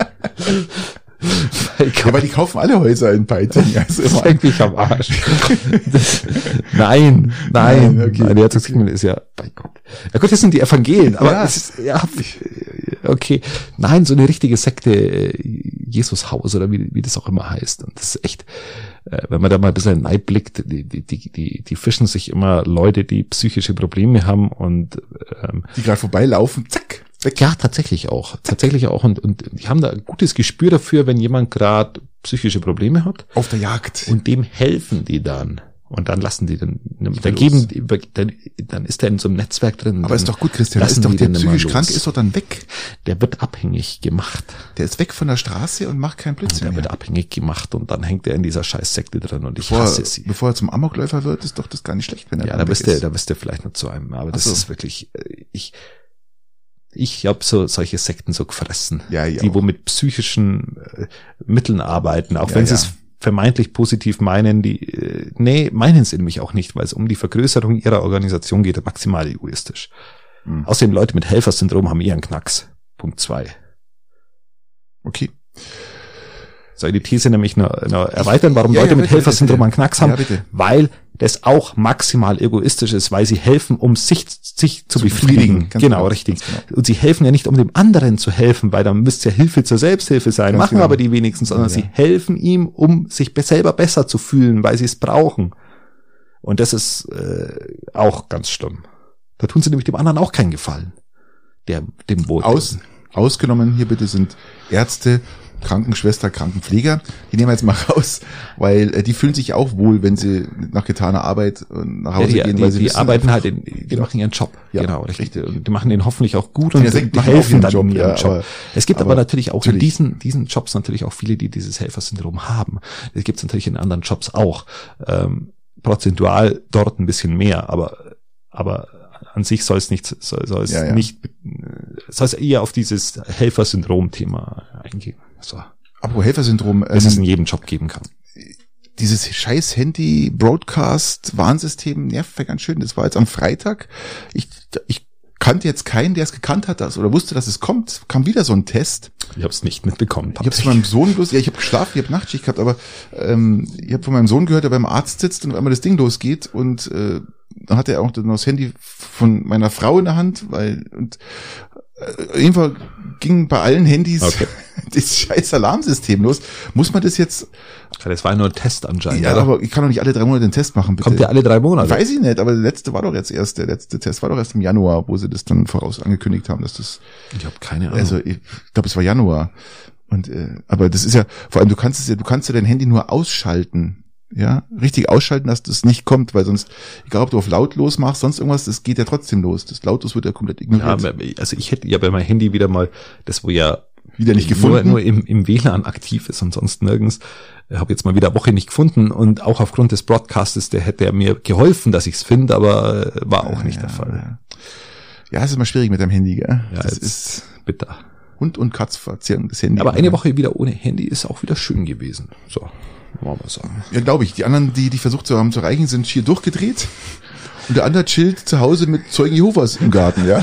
Ja, weil die kaufen alle Häuser in Peiting. Also das ist eigentlich am Arsch. Das, nein, nein, nein, okay. Nein, der Herzog Sigmühle ist ja, bei Gott. Ja gut, das sind die Evangelien, aber ja. Es ist, ja, okay. Nein, so eine richtige Sekte, Jesushaus oder wie, wie das auch immer heißt. Und das ist echt, wenn man da mal ein bisschen reinblickt, die, die, die, die, die fischen sich immer Leute, die psychische Probleme haben und ähm, die gerade vorbeilaufen, zack. Weg. Ja, tatsächlich auch. Tatsächlich auch. Und, und die haben da ein gutes Gespür dafür, wenn jemand gerade psychische Probleme hat. Auf der Jagd. Und dem helfen die dann. Und dann lassen die dann, dann geben, dann, dann ist der in so einem Netzwerk drin. Aber ist doch gut, Christian. Ist doch der psychisch krank, ist doch dann weg. Der wird abhängig gemacht. Der ist weg von der Straße und macht keinen Blödsinn mehr. Der wird abhängig gemacht und dann hängt er in dieser Scheißsekte drin und ich hasse sie. Bevor er zum Amokläufer wird, ist doch das gar nicht schlecht, wenn er ja, da bist du, da bist du vielleicht noch zu einem. Aber das so. ist wirklich, ich, Ich habe so solche Sekten so gefressen, ja, die auch. wo mit psychischen äh, Mitteln arbeiten, auch ja, wenn ja. sie es vermeintlich positiv meinen, die äh, nee, meinen es nämlich auch nicht, weil es um die Vergrößerung ihrer Organisation geht, maximal egoistisch. Mhm. Außerdem Leute mit Helfersyndrom haben eher einen Knacks. Punkt zwei. Okay. Soll ich die These nämlich noch, noch erweitern, warum ja, Leute ja, mit bitte, Helfersyndrom bitte. einen Knacks haben? Ja, bitte. Weil das auch maximal egoistisch ist, weil sie helfen, um sich, sich zu, zu befriedigen. befriedigen. Genau, genau, richtig. Genau. Und sie helfen ja nicht, um dem anderen zu helfen, weil dann müsste ja Hilfe zur Selbsthilfe sein. Ganz Machen genau. aber die wenigsten, sondern ja, ja. sie helfen ihm, um sich selber besser zu fühlen, weil sie es brauchen. Und das ist äh, auch ganz schlimm. Da tun sie nämlich dem anderen auch keinen Gefallen. Der, dem Boot. Aus, ausgenommen hier bitte sind Ärzte, Krankenschwester, Krankenpfleger, die nehmen wir jetzt mal raus, weil äh, die fühlen sich auch wohl, wenn sie nach getaner Arbeit nach Hause ja, die, gehen, die, weil sie die wissen, arbeiten einfach, halt, in, die genau. machen ihren Job, ja, genau, richtig. richtig. Und die machen den hoffentlich auch gut und ja, die, die helfen dann in ihrem ja, Job. Aber, es gibt aber, aber natürlich auch natürlich. in diesen diesen Jobs natürlich auch viele, die dieses Helfersyndrom haben. Es gibt es natürlich in anderen Jobs auch, ähm, prozentual dort ein bisschen mehr, aber aber an sich soll es nicht soll, soll es ja, ja. nicht soll es eher auf dieses Helfersyndrom-Thema eingehen. So. Apropos Helfersyndrom, dass ähm, es in jedem Job geben kann. Dieses scheiß Handy-Broadcast-Warnsystem nervt ja ganz schön. Das war jetzt am Freitag. Ich, ich kannte jetzt keinen, der es gekannt hat, das oder wusste, dass es kommt. Kam wieder so ein Test. Ich habe es nicht mitbekommen. Ich habe es von meinem Sohn bloß, ja, ich habe geschlafen, ich habe Nachtschicht gehabt, aber ähm, ich habe von meinem Sohn gehört, der beim Arzt sitzt und auf einmal das Ding losgeht und äh, dann hat er auch noch das Handy von meiner Frau in der Hand, weil und äh, auf jeden Fall ging bei allen Handys okay. das scheiß Alarmsystem los. Muss man das jetzt... Das war nur ein Test anscheinend. Ja, oder? Aber ich kann doch nicht alle drei Monate den Test machen, bitte. Kommt der alle drei Monate? Weiß ich nicht, aber der letzte war doch jetzt erst, der letzte Test war doch erst im Januar, wo sie das dann voraus angekündigt haben, dass das... Ich habe keine Ahnung. Also ich glaube, es war Januar. Und äh, aber das ist ja, vor allem du kannst es ja, du kannst ja dein Handy nur ausschalten. Ja, richtig ausschalten, dass das nicht kommt, weil sonst, egal ob du auf lautlos machst, sonst irgendwas, das geht ja trotzdem los. Das lautlos wird ja komplett ignoriert. Ja, also ich hätte ja bei meinem Handy wieder mal, das wo ja wieder nicht gefunden, nur, nur im, im W L A N aktiv ist und sonst nirgends. Ich habe jetzt mal wieder eine Woche nicht gefunden und auch aufgrund des Broadcastes, der hätte er mir geholfen, dass ich es finde, aber war auch nicht ja, der Fall. Ja, es ist immer schwierig mit deinem Handy, gell? Ja, das ist bitter. Hund und Katz verzehren das Handy. Aber eine Woche wieder ohne Handy ist auch wieder schön gewesen. So, wollen wir mal sagen. Ja, glaube ich. Die anderen, die die versucht zu haben zu erreichen, sind schier durchgedreht. Und der andere chillt zu Hause mit Zeugen Jehovas im Garten, ja.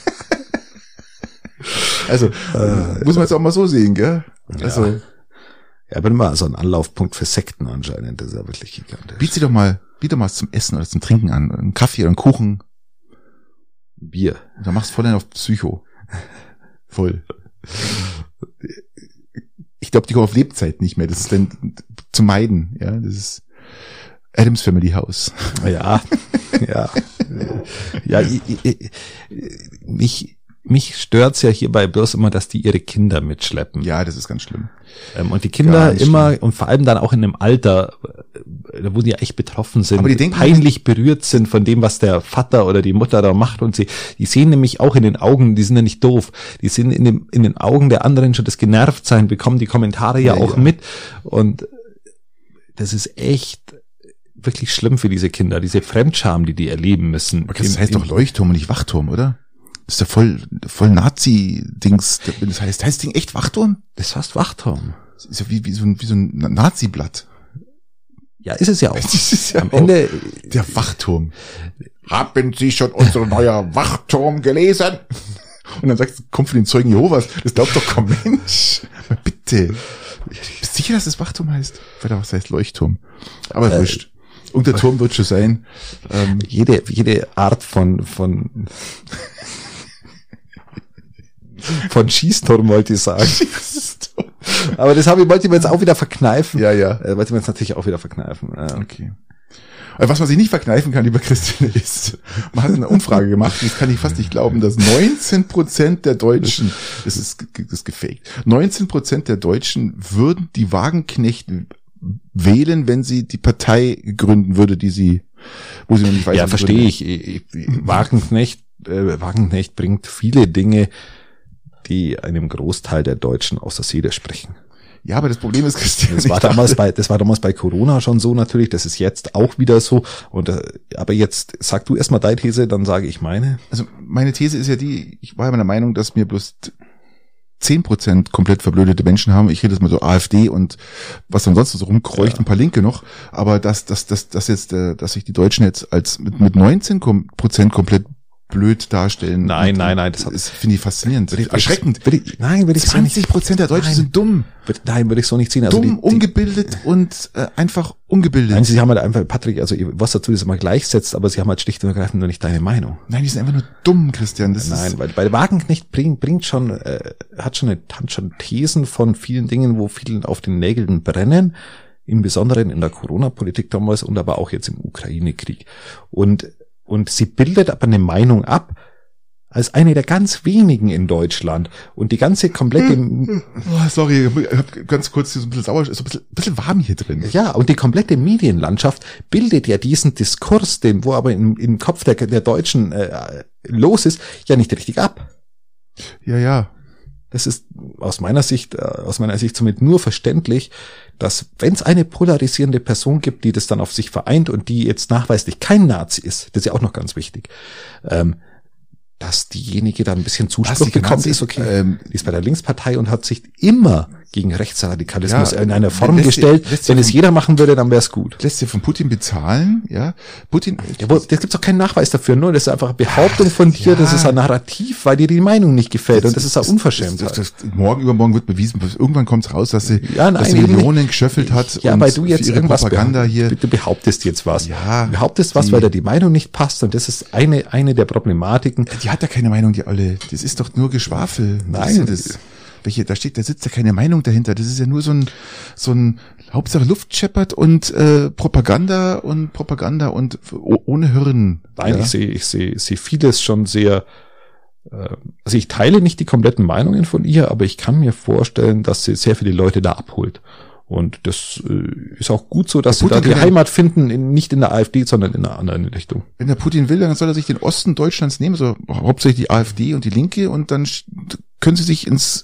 Also, äh, muss man jetzt auch mal so sehen, gell? Also. Ja, ja bin mal so ein Anlaufpunkt für Sekten anscheinend. Das ist ja wirklich gigantisch. Biet sie doch mal, biet doch mal was zum Essen oder zum Trinken an. Einen Kaffee oder einen Kuchen. Bier. Und dann machst du voll auf Psycho. Voll. ich glaube, die kommen auf Lebzeit nicht mehr. Das ist dann zu meiden, ja, das ist Adams Family House. Ja, ja, ja, ich, ich, mich, mich stört's ja hierbei bloß immer, dass die ihre Kinder mitschleppen. Ja, das ist ganz schlimm. Ähm, und die Kinder Ganz immer, schlimm. und vor allem dann auch in einem Alter, äh, wo die ja echt betroffen sind, Aber die denken, peinlich berührt sind von dem, was der Vater oder die Mutter da macht, und sie, die sehen nämlich auch in den Augen, die sind ja nicht doof, die sehen in dem, in den Augen der anderen schon das Genervtsein, bekommen die Kommentare ja, Ja, auch ja. mit, und das ist echt wirklich schlimm für diese Kinder, diese Fremdscham, die die erleben müssen. Okay, das Im- heißt im- doch Leuchtturm und nicht Wachturm, oder? Das ist ja voll, voll Nazi-Dings. Das heißt, heißt das Ding echt Wachturm? Das ist fast Wachturm. Das ist ja wie, wie so ein, wie so ein Nazi-Blatt. Ja, ist es ja auch. Das ist ja Am auch Ende, der Wachturm. Haben Sie schon unser neuer Wachturm gelesen? Und dann sagst du, kommt von den Zeugen Jehovas. Das glaubt doch kein Mensch. Mal bitte. Bist du sicher, dass das Wachturm heißt? Weil da was heißt Leuchtturm. Aber Äh, wurscht. Und der Turm wird schon sein. Ähm, jede, jede Art von, von, von Schießturm wollte ich sagen. Aber das habe ich, wollte ich mir jetzt auch wieder verkneifen. ja, ja. Äh, wollte ich mir jetzt natürlich auch wieder verkneifen. Ja. Okay. Aber was man sich nicht verkneifen kann, lieber Christian, ist, man hat eine Umfrage gemacht, das kann ich fast nicht glauben, dass neunzehn Prozent der Deutschen, das ist, das ist gefaked, neunzehn Prozent der Deutschen würden die Wagenknecht wählen, wenn sie die Partei gründen würde, die sie, wo sie noch nicht weiß. Ja, was verstehe gründet. ich. Ich- ich- Wagenknecht, äh, Wagenknecht bringt viele Dinge, die einem Großteil der Deutschen aus der Seele sprechen. Ja, aber das Problem ist, Christian, Das war ich dachte- damals bei, das war damals bei Corona schon so natürlich, das ist jetzt auch wieder so. Und, äh, aber jetzt sag du erstmal deine These, dann sage ich meine. also meine These ist ja die, ich war ja meiner Meinung, dass mir bloß zehn Prozent komplett verblödete Menschen haben. Ich rede jetzt mal so AfD und was dann sonst so rumkreucht, Ja. ein paar Linke noch. Aber dass, dass, dass, dass jetzt, äh, dass sich die Deutschen jetzt als mit, mit neunzehn Prozent komplett blöd darstellen. Nein, und, nein, nein, das das hat- ist, finde ich faszinierend. Würde ich- Erschreckend. Würde ich, nein, würde ich so nicht, zwanzig Prozent der Deutschen Nein. sind dumm. würde, nein, würde ich so nicht sehen. Also dumm, die, die, ungebildet und äh, einfach ungebildet. Nein, sie haben halt einfach, Patrick, also was dazu das immer gleichsetzt, aber sie haben halt schlicht und ergreifend nur nicht deine Meinung. Nein, die sind einfach nur dumm, Christian. Das Nein, ist, weil bei Wagenknecht bringt, bringt schon, äh, hat schon eine, hat schon Thesen von vielen Dingen, wo vielen auf den Nägeln brennen, im Besonderen in der Corona-Politik damals und aber auch jetzt im Ukraine-Krieg. Und, und sie bildet aber eine Meinung ab, als eine der ganz wenigen in Deutschland. Und die ganze komplette, oh, sorry, ich hab ganz kurz hier so ein bisschen sauer, ist so ein bisschen, ein bisschen warm hier drin. ja, und die komplette Medienlandschaft bildet ja diesen Diskurs, den, wo aber im, im Kopf der, der Deutschen äh, los ist, ja nicht richtig ab. Ja, ja. Das ist aus meiner Sicht, äh, aus meiner Sicht somit nur verständlich, dass wenn es eine polarisierende Person gibt, die das dann auf sich vereint und die jetzt nachweislich kein Nazi ist, das ist ja auch noch ganz wichtig, ähm, dass diejenige dann ein bisschen Zuspruch die bekommt, Nazi- ist okay. ähm, die ist bei der Linkspartei und hat sich immer gegen Rechtsradikalismus Ja, in einer Form lässt sie- gestellt. lässt sie Wenn es vom- jeder machen würde, dann wäre es gut. Lässt sich von Putin bezahlen, ja. Putin, Ja, wo, das gibt's auch keinen Nachweis dafür, nur das ist einfach eine Behauptung von dir, Ja. das ist ein Narrativ, weil dir die Meinung nicht gefällt und das ist eine das, Unverschämtheit. das, das, morgen übermorgen wird bewiesen, irgendwann kommt raus, dass sie, Ja, nein, dass sie eben Millionen nicht. geschöffelt hat Ja, und weil du jetzt für ihre irgendwas Propaganda behaupt- hier. Du behauptest jetzt was. Ja, Du behauptest was, die- weil dir die Meinung nicht passt und das ist eine, eine der Problematiken. Die hat ja keine Meinung, die alle. Das ist doch nur Geschwafel. Das Nein. ist ja das. Welche, da steht, da sitzt ja keine Meinung dahinter. Das ist ja nur so ein, so ein Hauptsache Luft scheppert und äh, Propaganda und Propaganda und oh, ohne Hirn. Nein, ja. ich sehe, ich sehe, ich sehe vieles schon sehr, äh, also ich teile nicht die kompletten Meinungen von ihr, aber ich kann mir vorstellen, dass sie sehr viele Leute da abholt. Und das äh, ist auch gut so, dass Der sie da Putin die kann ja- Heimat finden, in, nicht in der AfD, sondern in einer anderen Richtung. Wenn der Putin will, dann soll er sich den Osten Deutschlands nehmen, so hauptsächlich die AfD und die Linke, und dann sch- können sie sich ins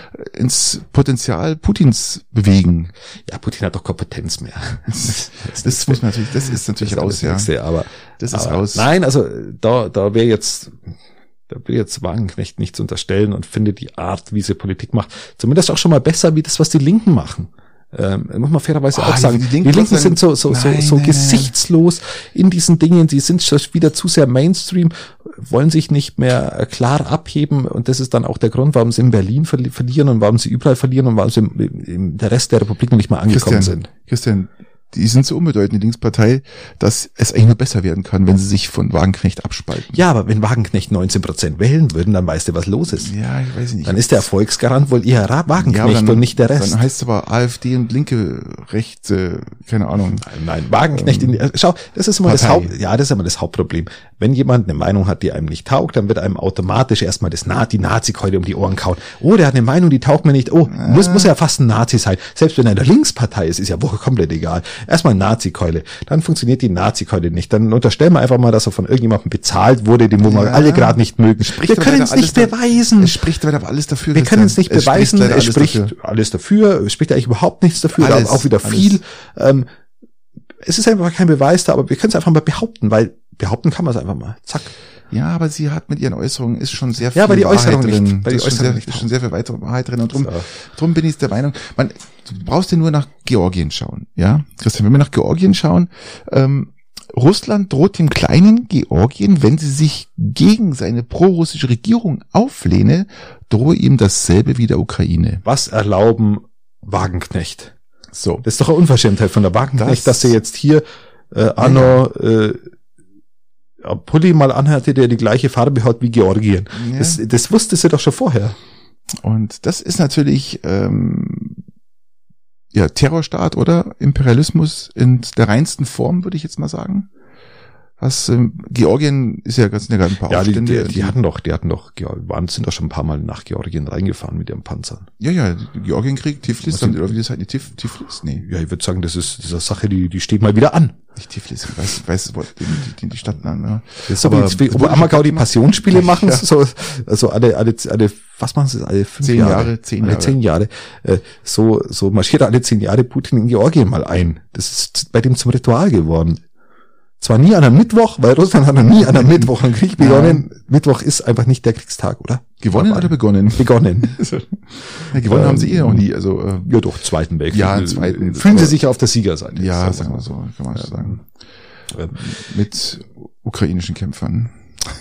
ins Potenzial Putins bewegen. Ja, Putin hat doch Kompetenz mehr. Das, das muss man natürlich, das ist natürlich Das raus, das ja. Nächste, aber, Das ist aber raus. Nein, also da, da wäre jetzt, da will jetzt Wagenknecht nichts unterstellen und finde die Art, wie sie Politik macht, zumindest auch schon mal besser, wie das, was die Linken machen. Ähm, muss man fairerweise Oh, auch die- sagen. die Die Linken Linken, sagen- sind so, so, Nein, so, so nein, gesichtslos in diesen Dingen. Die sind schon wieder zu sehr Mainstream, wollen sich nicht mehr klar abheben. Und das ist dann auch der Grund, warum sie in Berlin verli- verlieren und warum sie überall verlieren und warum sie im, im, der Rest der Republik noch nicht mal angekommen Christian, sind. Christian, die sind so unbedeutend, die Linkspartei, dass es eigentlich nur besser werden kann, wenn sie sich von Wagenknecht abspalten. Ja, aber wenn Wagenknecht neunzehn Prozent wählen würden, dann weißt du, was los ist. Ja, ich weiß nicht. Dann ist der Erfolgsgarant wohl eher Wagenknecht ja, dann, und nicht der Rest. Dann heißt es aber AfD und linke, rechte, keine Ahnung. Nein, nein Wagenknecht, ähm, in, schau, das ist immer Partei. das Haupt, ja, das ist immer das Hauptproblem. Wenn jemand eine Meinung hat, die einem nicht taugt, dann wird einem automatisch erstmal das Na- die Nazi-Keule um die Ohren kauen. Oh, der hat eine Meinung, die taugt mir nicht. Oh, ah. muss, muss ja fast ein Nazi sein. Selbst wenn er in der Linkspartei ist, ist ja wohl komplett egal. Erstmal Nazi-Keule. Dann funktioniert die Nazi-Keule nicht. Dann unterstellen wir einfach mal, dass er von irgendjemandem bezahlt wurde, den wo wir ja. alle gerade nicht mögen. Wir können es nicht beweisen. Es spricht aber alles dafür. Wir können es nicht es beweisen. Spricht es spricht dafür. alles dafür. Es spricht eigentlich überhaupt nichts dafür. Alles, auch wieder alles. viel. Ähm, es ist einfach kein Beweis da, aber wir können es einfach mal behaupten, weil behaupten kann man es einfach mal. Zack. Ja, aber sie hat mit ihren Äußerungen ist schon sehr viel ja, bei die Äußerung Wahrheit drin. Nicht. Bei die ist, schon sehr, ist schon sehr viel weitere Wahrheit drin. Und drum, so. drum bin ich der Meinung, man, du brauchst ja nur nach Georgien schauen. Ja, Christian, wenn wir nach Georgien schauen, ähm, Russland droht dem kleinen Georgien, wenn sie sich gegen seine prorussische Regierung auflehne, drohe ihm dasselbe wie der Ukraine. Was erlauben Wagenknecht? So. Das ist doch eine Unverschämtheit von der Wagenknecht, das, dass sie jetzt hier äh, Anno ja. äh, Pulli mal anhatte, der die gleiche Farbe hat wie Georgien. Ja. Das, das wusste sie doch schon vorher. Und das ist natürlich ähm, ja Terrorstaat oder Imperialismus in der reinsten Form, würde ich jetzt mal sagen. Was ähm, Georgien ist ja ganz, ja ein paar ja, Aufstände. Die, die, die hatten doch, die hatten doch, waren sind doch schon ein paar Mal nach Georgien reingefahren mit ihren Panzern. Ja, ja, Georgienkrieg, Tiflis, dann, oder wie das heißt, Tif, Tiflis? Nee. Ja, ich würde sagen, das ist, das ist eine Sache, die, die steht mal wieder an. Nicht Tiflis, ich weiß, weiß, die, die, die Stadtnamen, ja. Das ist aber, wie, ob wir Ammergau die Passionsspiele machen, ja. so, also alle, alle, alle, was machen sie, alle fünf zehn Jahre? Jahre, zehn alle Jahre. zehn Jahre. Äh, so, so marschiert alle zehn Jahre Putin in Georgien mal ein. Das ist bei dem zum Ritual geworden. Zwar nie an einem Mittwoch, weil Russland hat noch nie an einem Mittwoch einen Krieg begonnen. Ja. Mittwoch ist einfach nicht der Kriegstag, oder? Gewonnen oder begonnen? Begonnen. Ja, gewonnen ähm, haben sie eh noch nie. Also äh, ja, doch, Zweiten Weltkrieg. Ja, zweiten. Fühlen sie sich auf der Siegerseite. Ja, sagen wir so, kann man ja. sagen. Ähm, Mit ukrainischen Kämpfern.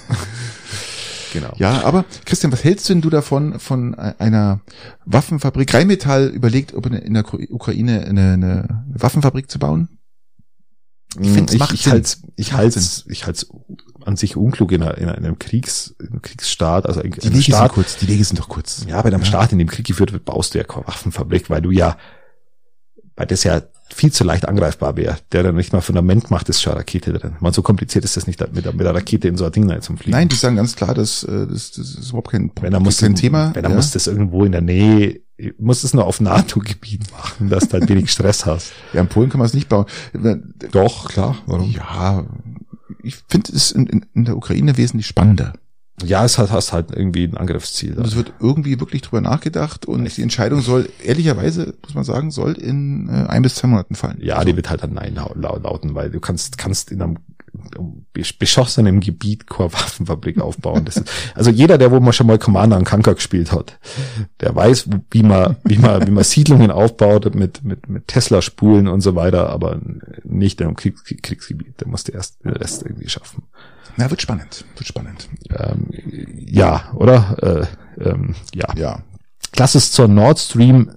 Genau. Ja, aber Christian, was hältst denn du davon, von einer Waffenfabrik? Rheinmetall überlegt, ob in der Ukraine eine, eine Waffenfabrik zu bauen? Ich finde, es macht ich, ich halte ich halte ich halte an sich unklug in, einer, in einem Kriegs in einem Kriegsstaat, also in, die Wege Staat, sind kurz, die Wege sind doch kurz. Ja, bei einem ja. Staat, in dem Krieg geführt wird, baust du ja keine Waffenfabrik, weil du ja, weil das ja viel zu leicht angreifbar wäre. Der dann nicht mal Fundament macht, ist schon eine Rakete drin. Man, so kompliziert ist das nicht, mit, mit der Rakete in so ein Ding rein zum Fliegen. Nein, die sagen ganz klar, dass das, das ist überhaupt kein, wenn er muss kein Thema. Wenn er ja. muss das irgendwo in der Nähe, muss es nur auf NATO-Gebiet machen, dass du halt wenig Stress hast. Ja, in Polen kann man es nicht bauen. Doch, klar. Warum? Ja, ich finde es in, in, in der Ukraine wesentlich spannender. Ja, es hat, hast halt irgendwie ein Angriffsziel. Und es wird irgendwie wirklich drüber nachgedacht und die Entscheidung soll, ehrlicherweise, muss man sagen, soll in äh, ein bis zwei Monaten fallen. Ja, also, die wird halt dann Nein lauten, weil du kannst, kannst in einem beschossenen Gebiet keine Waffenfabrik aufbauen. Das ist, also jeder, der wo man schon mal Commander and Conquer gespielt hat, der weiß, wie man, wie man, wie man Siedlungen aufbaut mit, mit, mit Tesla-Spulen und so weiter, aber nicht in einem Kriegs Kriegsgebiet. Der muss der erst den Rest irgendwie schaffen. Na, wird spannend, wird spannend. Ähm, ja, oder? Äh, ähm, ja. Ja. Lass es zur Nord Stream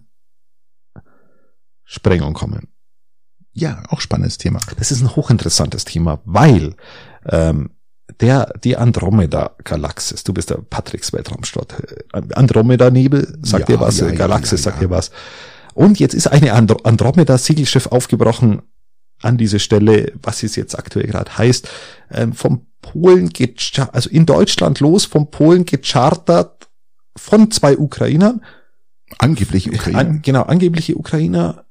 Sprengung kommen. Ja, auch spannendes Thema. Das ist ein hochinteressantes Thema, weil ähm, der die Andromeda-Galaxis, du bist der Patricks Weltraumstadt, Andromeda-Nebel, sagt ja, dir was, ja, Galaxis, ja, ja, sagt ja. dir was. Und jetzt ist eine Andro- Andromeda-Segelschiff aufgebrochen an diese Stelle, was es jetzt aktuell gerade heißt, ähm, vom Polen geht, also in Deutschland los, vom Polen gechartert von zwei Ukrainern. Angebliche Ukrainer. An, genau, angebliche Ukrainer.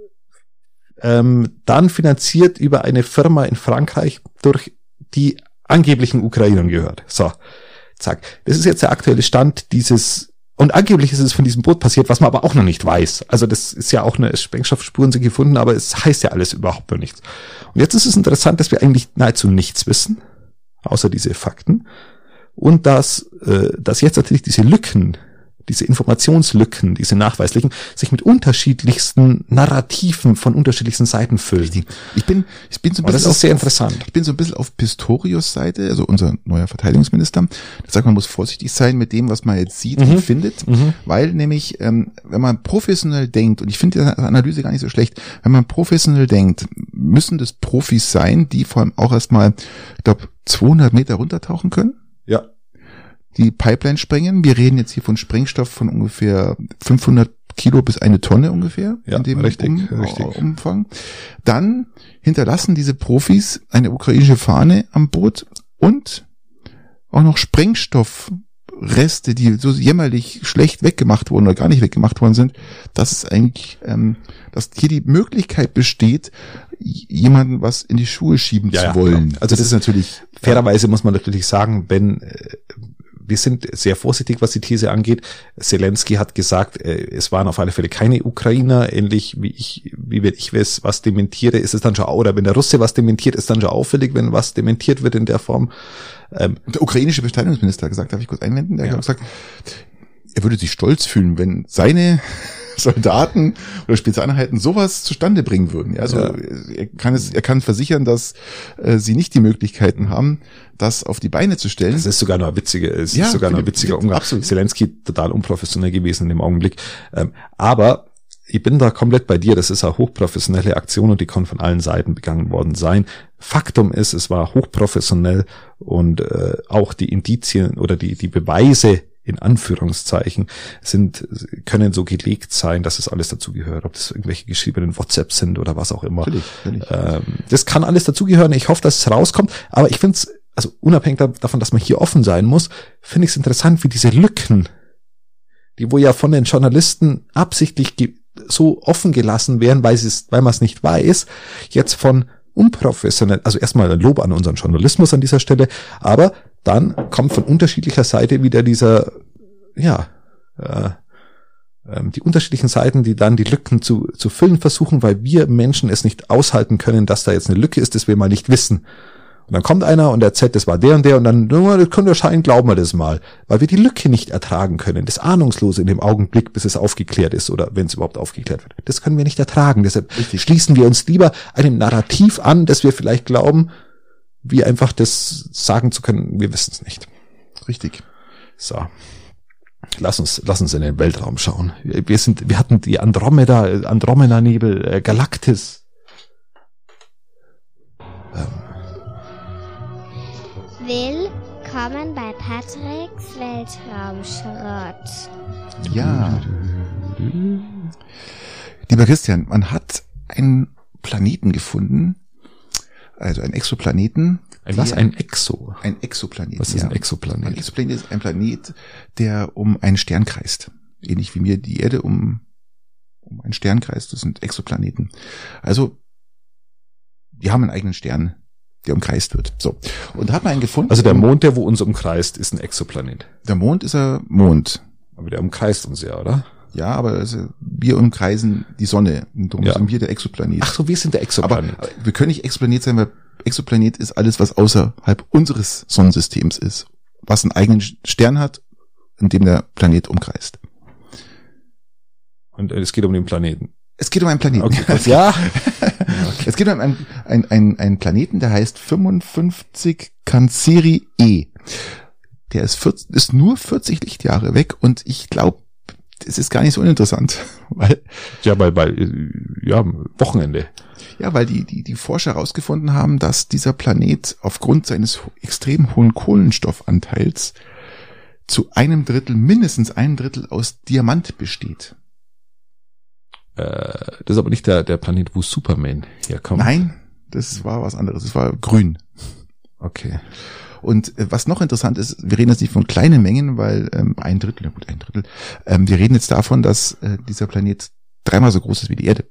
Ähm, dann finanziert über eine Firma in Frankreich durch die angeblichen Ukrainern gehört. So, zack. Das ist jetzt der aktuelle Stand dieses, und angeblich ist es von diesem Boot passiert, was man aber auch noch nicht weiß. Also das ist ja auch eine Sprengstoffspuren sind gefunden, aber es heißt ja alles überhaupt noch nichts. Und jetzt ist es interessant, dass wir eigentlich nahezu nichts wissen, außer diese Fakten. Und dass, äh, dass jetzt natürlich diese Lücken, diese Informationslücken, diese nachweislichen, sich mit unterschiedlichsten Narrativen von unterschiedlichsten Seiten füllen. Ich bin, ich bin so ein bisschen, das ist auf, sehr interessant. Ich bin so ein bisschen auf Pistorius Seite, also unser neuer Verteidigungsminister. Der sagt, man muss vorsichtig sein mit dem, was man jetzt sieht mhm. und findet, mhm. weil nämlich, ähm, wenn man professionell denkt, und ich finde die Analyse gar nicht so schlecht, wenn man professionell denkt, müssen das Profis sein, die vor allem auch erstmal, ich glaube, zweihundert Meter runtertauchen können. Ja. Die Pipeline sprengen. Wir reden jetzt hier von Sprengstoff von ungefähr fünfhundert Kilo bis eine Tonne ungefähr. Ja, in dem richtig, um, richtig. Umfang. Dann hinterlassen diese Profis eine ukrainische Fahne am Boot und auch noch Sprengstoffreste, die so jämmerlich schlecht weggemacht wurden oder gar nicht weggemacht worden sind, dass es eigentlich, ähm, dass hier die Möglichkeit besteht, jemanden was in die Schuhe schieben ja, zu wollen. Ja. Also das, das ist natürlich, fairerweise muss man natürlich sagen, wenn äh, wir sind sehr vorsichtig, was die These angeht. Zelensky hat gesagt, es waren auf alle Fälle keine Ukrainer, ähnlich wie ich, wie wenn ich weiß, was dementiere, ist es dann schon, oder wenn der Russe was dementiert, ist dann schon auffällig, wenn was dementiert wird in der Form. Ähm, der ukrainische Verteidigungsminister hat gesagt, darf ich kurz einwenden? Der ja. hat gesagt, er würde sich stolz fühlen, wenn seine Soldaten oder Spezialeinheiten sowas zustande bringen würden. Ja, also ja. er kann es, er kann versichern, dass äh, sie nicht die Möglichkeiten haben, das auf die Beine zu stellen. Das ist sogar noch ein witziger, es ja, ist sogar noch ein witziger Umgang. Absolut. Zelensky total unprofessionell gewesen in dem Augenblick. Ähm, aber ich bin da komplett bei dir. Das ist eine hochprofessionelle Aktion und die kann von allen Seiten begangen worden sein. Faktum ist, es war hochprofessionell und äh, auch die Indizien oder die die Beweise in Anführungszeichen, sind, können so gelegt sein, dass es alles dazugehört, ob das irgendwelche geschriebenen WhatsApps sind oder was auch immer. Natürlich, natürlich. Ähm, das kann alles dazugehören. Ich hoffe, dass es rauskommt, aber ich finde es, also unabhängig davon, dass man hier offen sein muss, finde ich es interessant, wie diese Lücken, die wo ja von den Journalisten absichtlich ge- so offen gelassen werden, weil es, weil man es nicht weiß, jetzt von unprofessionell, also erstmal ein Lob an unseren Journalismus an dieser Stelle, aber dann kommt von unterschiedlicher Seite wieder dieser, ja, äh, äh, die unterschiedlichen Seiten, die dann die Lücken zu, zu füllen versuchen, weil wir Menschen es nicht aushalten können, dass da jetzt eine Lücke ist, das wir mal nicht wissen. Und dann kommt einer und erzählt, das war der und der und dann, no, das könnte erscheinen, glauben wir das mal. Weil wir die Lücke nicht ertragen können, das Ahnungslose in dem Augenblick, bis es aufgeklärt ist oder wenn es überhaupt aufgeklärt wird. Das können wir nicht ertragen. Deshalb Richtig. Schließen wir uns lieber einem Narrativ an, dass wir vielleicht glauben, wie einfach das sagen zu können, wir wissen es nicht. Richtig. So. Lass uns, lass uns in den Weltraum schauen. Wir sind, wir hatten die Andromeda, Andromeda-Nebel, äh, Galaktis. Ähm. Willkommen bei Patricks Weltraumschrott. Ja. Lieber Christian, man hat einen Planeten gefunden, also einen Exoplaneten. Ein was? Ein Exo? Ein Exoplanet. Was ist ja. ein Exoplanet? Ein Exoplanet ist ein Planet, der um einen Stern kreist. Ähnlich wie mir die Erde um, um einen Stern kreist. Das sind Exoplaneten. Also, wir haben einen eigenen Stern, der umkreist wird. So. Und da hat man einen gefunden. Also der Mond, der wo uns umkreist, ist ein Exoplanet. Der Mond ist ein Mond. Aber der umkreist uns ja, oder? Ja, aber also wir umkreisen die Sonne. Und darum ja. sind wir der Exoplanet. Ach so, wir sind der Exoplanet. Aber wir können nicht Exoplanet sein, weil Exoplanet ist alles, was außerhalb unseres Sonnensystems ist. Was einen eigenen Stern hat, in dem der Planet umkreist. Und es geht um den Planeten. Es geht um einen Planeten. Okay. Ja. Okay. Es geht um einen, einen, einen, einen Planeten, der heißt fünfundfünfzig Canceri E. Der ist, vierzig, ist nur vierzig Lichtjahre weg und ich glaube, es ist gar nicht so uninteressant, weil ja, weil bei ja Wochenende. Ja, weil die die die Forscher herausgefunden haben, dass dieser Planet aufgrund seines extrem hohen Kohlenstoffanteils zu einem Drittel, mindestens ein Drittel aus Diamant besteht. Äh, das ist aber nicht der der Planet, wo Superman herkommt. Nein, das war was anderes. Es war grün. Okay. Und äh, was noch interessant ist, wir reden jetzt nicht von kleinen Mengen, weil ähm, ein Drittel, ja gut, ein Drittel, ähm, wir reden jetzt davon, dass äh, dieser Planet dreimal so groß ist wie die Erde.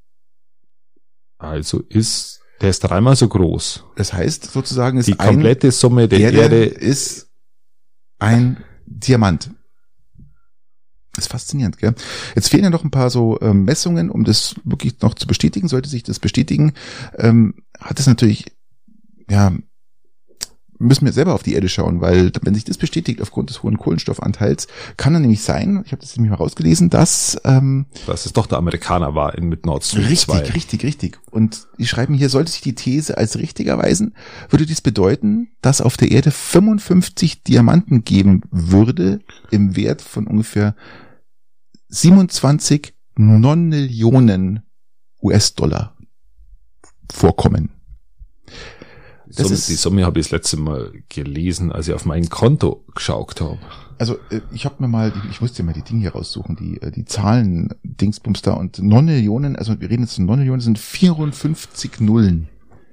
Also ist, der ist dreimal so groß. Das heißt sozusagen, ist die komplette ein, Summe der Erde, Erde ist ein Diamant. Das ist faszinierend, gell? Jetzt fehlen ja noch ein paar so ähm, Messungen, um das wirklich noch zu bestätigen. Sollte sich das bestätigen, ähm, hat es natürlich, ja, müssen wir selber auf die Erde schauen, weil wenn sich das bestätigt aufgrund des hohen Kohlenstoffanteils, kann dann nämlich sein, ich habe das nämlich mal rausgelesen, dass ähm, dass es doch der Amerikaner war in mit Nord Stream richtig, zwei. Richtig, richtig. Und die schreiben hier, sollte sich die These als richtig erweisen, würde dies bedeuten, dass auf der Erde fünfundfünfzig Diamanten geben würde im Wert von ungefähr siebenundzwanzig Nonillionen U S-Dollar vorkommen. Das Summe, ist, die Summe habe ich das letzte Mal gelesen, als ich auf mein Konto geschaut habe. Also ich habe mir mal, ich musste mir die Dinge hier raussuchen, die die Zahlen Dingsbums da und Nonillionen, also wir reden jetzt von Nonillionen, sind vierundfünfzig Nullen.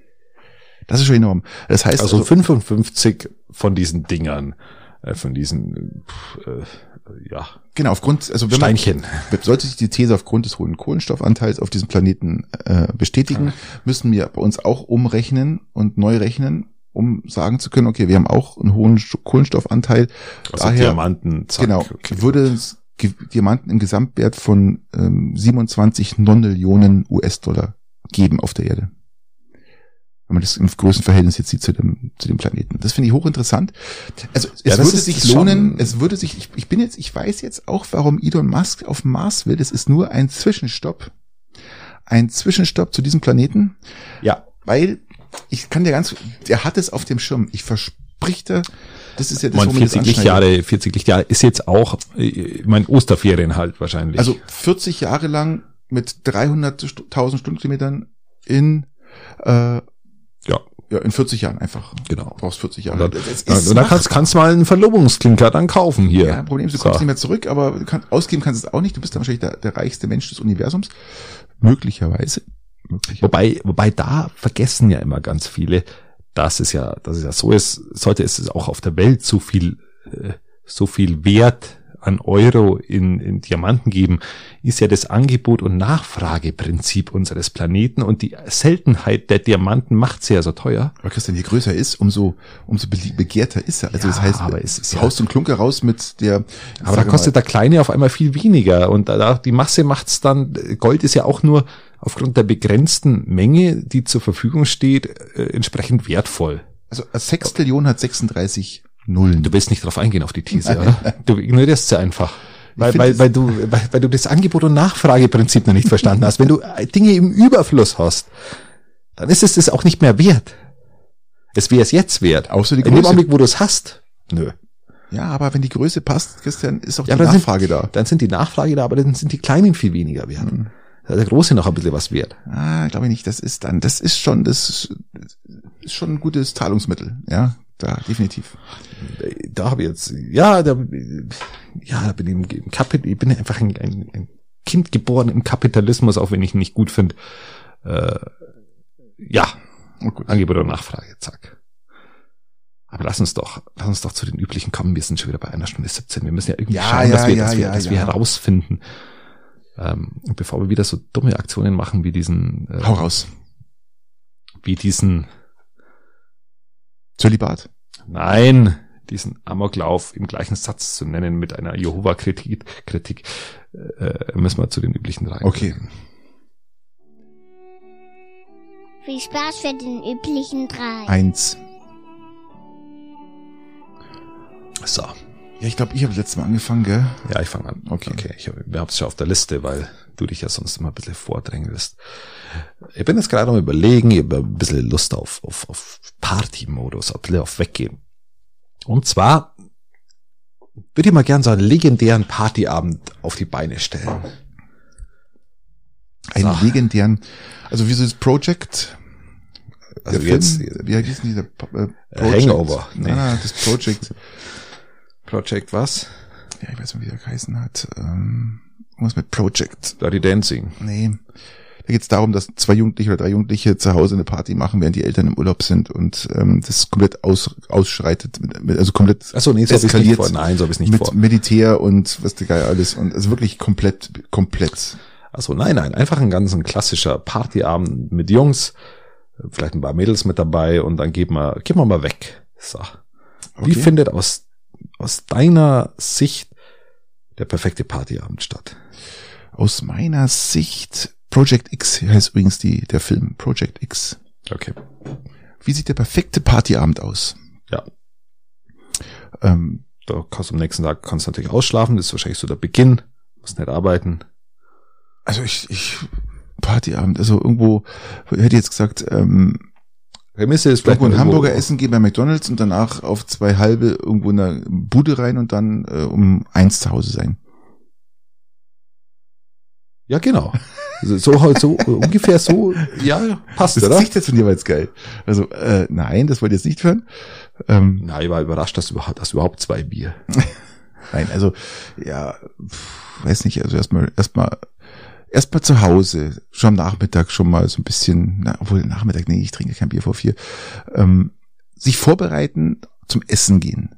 Das ist schon enorm. Das heißt also, also fünfundfünfzig von diesen Dingern, äh, von diesen äh, ja genau aufgrund also wenn Steinchen. Man, sollte sich die These aufgrund des hohen Kohlenstoffanteils auf diesem Planeten äh, bestätigen, müssen wir bei uns auch umrechnen und neu rechnen, um sagen zu können, okay, wir haben auch einen hohen Kohlenstoffanteil. Also daher, Diamanten, zack, genau, okay. würde es Diamanten im Gesamtwert von ähm, siebenundzwanzig Nonillionen U S-Dollar geben auf der Erde. Wenn man das im Größenverhältnis jetzt sieht zu dem, zu dem Planeten. Das finde ich hochinteressant. Also, es ja, würde sich lohnen, es würde sich, ich, ich bin jetzt, ich weiß jetzt auch, warum Elon Musk auf den Mars will. Das ist nur ein Zwischenstopp. Ein Zwischenstopp zu diesem Planeten. Ja. Weil, ich kann dir ganz, der hat es auf dem Schirm. Ich versprich dir, das ist ja das, wo man vierzig Lichtjahre, vierzig Lichtjahre ist jetzt auch, mein Osterferien halt wahrscheinlich. Also, vierzig Jahre lang mit dreihunderttausend Stundenkilometern in, äh, Ja. Ja, in vierzig Jahren einfach. Genau. Du brauchst vierzig Jahre. Und dann, und dann kannst, kannst mal einen Verlobungsklinker dann kaufen hier. Ja, Problem ist, du so. kommst nicht mehr zurück, aber kann, ausgeben kannst du es auch nicht. Du bist dann wahrscheinlich der, der reichste Mensch des Universums. Möglicherweise. Möglicherweise. Wobei, wobei da vergessen ja immer ganz viele, dass es ja, dass es ja so ist, sollte es auch auf der Welt so viel, äh, so viel Wert an Euro in, in Diamanten geben, ist ja das Angebot- und Nachfrageprinzip unseres Planeten und die Seltenheit der Diamanten macht sie ja so teuer. Aber Christian, je größer er ist, umso, umso begehrter ist er. Also ja, das heißt, aber es ist du ja, haust einen Klunker raus mit der... Aber da kostet mal, der Kleine auf einmal viel weniger und da, die Masse macht's dann, Gold ist ja auch nur aufgrund der begrenzten Menge, die zur Verfügung steht, äh, entsprechend wertvoll. Also ein Sextillion hat sechsunddreißig Nullen. Du willst nicht drauf eingehen auf die These, oder? Du ignorierst sie einfach. Weil, weil, weil du, weil, weil du das Angebot- und Nachfrageprinzip noch nicht verstanden hast. Wenn du Dinge im Überfluss hast, dann ist es das auch nicht mehr wert. Es wäre es jetzt wert. Außer die Größe. In dem Augenblick, wo du es hast. Nö. Ja, aber wenn die Größe passt, Christian, ist auch ja, die Nachfrage sind, da. Dann sind die Nachfrage da, aber dann sind die Kleinen viel weniger wert. Mhm. Da ist der Große noch ein bisschen was wert. Ah, glaube ich nicht. Das ist dann, das ist schon, das ist schon ein gutes Zahlungsmittel. Ja. Da, definitiv. Da habe ich jetzt, ja, da, ja, da bin ich im Kapital, ich bin einfach ein, ein, ein Kind geboren im Kapitalismus, auch wenn ich ihn nicht gut finde. Äh, ja, oh, gut. Angebot und Nachfrage, zack. Aber lass uns doch, lass uns doch zu den üblichen kommen. Wir sind schon wieder bei einer Stunde siebzehn. Wir müssen ja irgendwie ja, schauen, ja, dass wir, ja, dass wir, ja, dass ja. wir herausfinden, ähm, bevor wir wieder so dumme Aktionen machen wie diesen, äh, hau raus, wie diesen Zölibat? Nein, diesen Amoklauf im gleichen Satz zu nennen mit einer Jehova-Kritik, Kritik, äh, müssen wir zu den üblichen rein. Okay. Viel Spaß für den üblichen drei. Eins. So. Ja, ich glaube, ich habe das letzte Mal angefangen, gell? Ja, ich fange an. Okay. Okay, ich habe es schon auf der Liste, weil du dich ja sonst immer ein bisschen vordrängelst. Ich bin jetzt gerade am Überlegen, ich habe ein bisschen Lust auf, auf, auf Party-Modus, ein bisschen auf Weggehen. Und zwar würde ich mal gern so einen legendären Partyabend auf die Beine stellen. Einen so. legendären, also wie so das Project, also der jetzt, Film, wie heißt dieser äh, Project? Hangover. Nee. Nein, nein, das Project. Project was? Ja, ich weiß nicht, wie der geheißen hat. Ähm, irgendwas mit Project. Dirty Dancing. Nee. Da geht es darum, dass zwei Jugendliche oder drei Jugendliche zu Hause eine Party machen, während die Eltern im Urlaub sind und ähm, das komplett aus, ausschreitet, mit, mit, also komplett Achso, nee, so hab ich's nicht vor. Nein, so hab ich's nicht mit vor. Mit Militär und was der Geil alles und also wirklich komplett, komplett. Achso, nein, nein, einfach ein ganz ein klassischer Partyabend mit Jungs, vielleicht ein paar Mädels mit dabei und dann geht man, geht man mal weg. So. Wie Okay. findet aus, aus deiner Sicht der perfekte Partyabend statt? Aus meiner Sicht, Project X heißt übrigens die, der Film, Project X. Okay. Wie sieht der perfekte Partyabend aus? Ja. Ähm, Da kannst du am nächsten Tag kannst du natürlich ausschlafen, das ist wahrscheinlich so der Beginn, musst nicht arbeiten. also ich, ich, Partyabend, also irgendwo, hätte ich jetzt gesagt, ähm, Prämisse ist vielleicht irgendwo ein mal Hamburger irgendwo- essen gehen bei McDonald's und danach auf zwei halbe irgendwo in einer Bude rein und dann äh, um eins zu Hause sein. Ja, genau. So, so halt so ungefähr so, ja, passt, Das oder? Gesicht jetzt von dir war jetzt geil. Also, äh, nein, das wollte ich jetzt nicht hören. Ähm, Na, ich war überrascht, dass du überhaupt, dass du überhaupt zwei Bier. Nein, also, ja, pf, weiß nicht, also erstmal, erstmal, erstmal zu Hause, schon am Nachmittag schon mal so ein bisschen, na, obwohl Nachmittag, nee, ich trinke kein Bier vor vier, ähm, sich vorbereiten zum Essen gehen.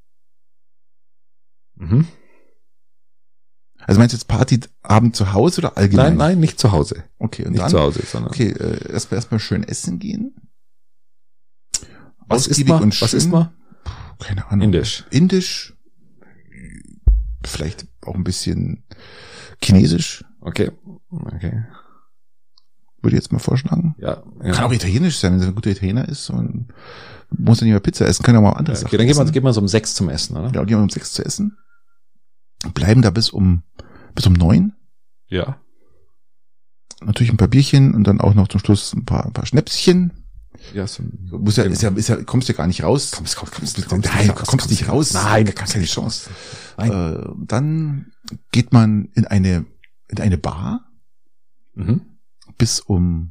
Mhm. Also meinst du jetzt Partyabend zu Hause oder allgemein? Nein, nein, nicht zu Hause. Okay, und Nicht dann, zu Hause, sondern. okay, äh, erstmal, erstmal schön essen gehen. Was isst Ausgiebig man? und Was schön. isst man? Keine Ahnung. Indisch. Indisch. Vielleicht auch ein bisschen Chinesisch, Okay. Okay. würde ich jetzt mal vorschlagen. Ja. ja. Kann auch Italienisch sein, wenn es ein guter Italiener ist und muss dann nicht mehr Pizza essen, kann ja mal andere Ja, Sachen okay, dann gehen wir, essen. gehen wir so um sechs zum Essen, oder? Ja, gehen wir um sechs zu essen. Bleiben da bis um bis um neun. Ja. Natürlich ein paar Bierchen und dann auch noch zum Schluss ein paar, ein paar Schnäpschen. Ja, so, So, muss ja, ist ja, ist ja, kommst ja gar nicht raus. Kommst, kommst, kommst, Nein, kommst, du kommst nicht raus. Nein, Gar kommst keine nicht Chance. Nein. Äh, dann geht man in eine in eine Bar Mhm. bis um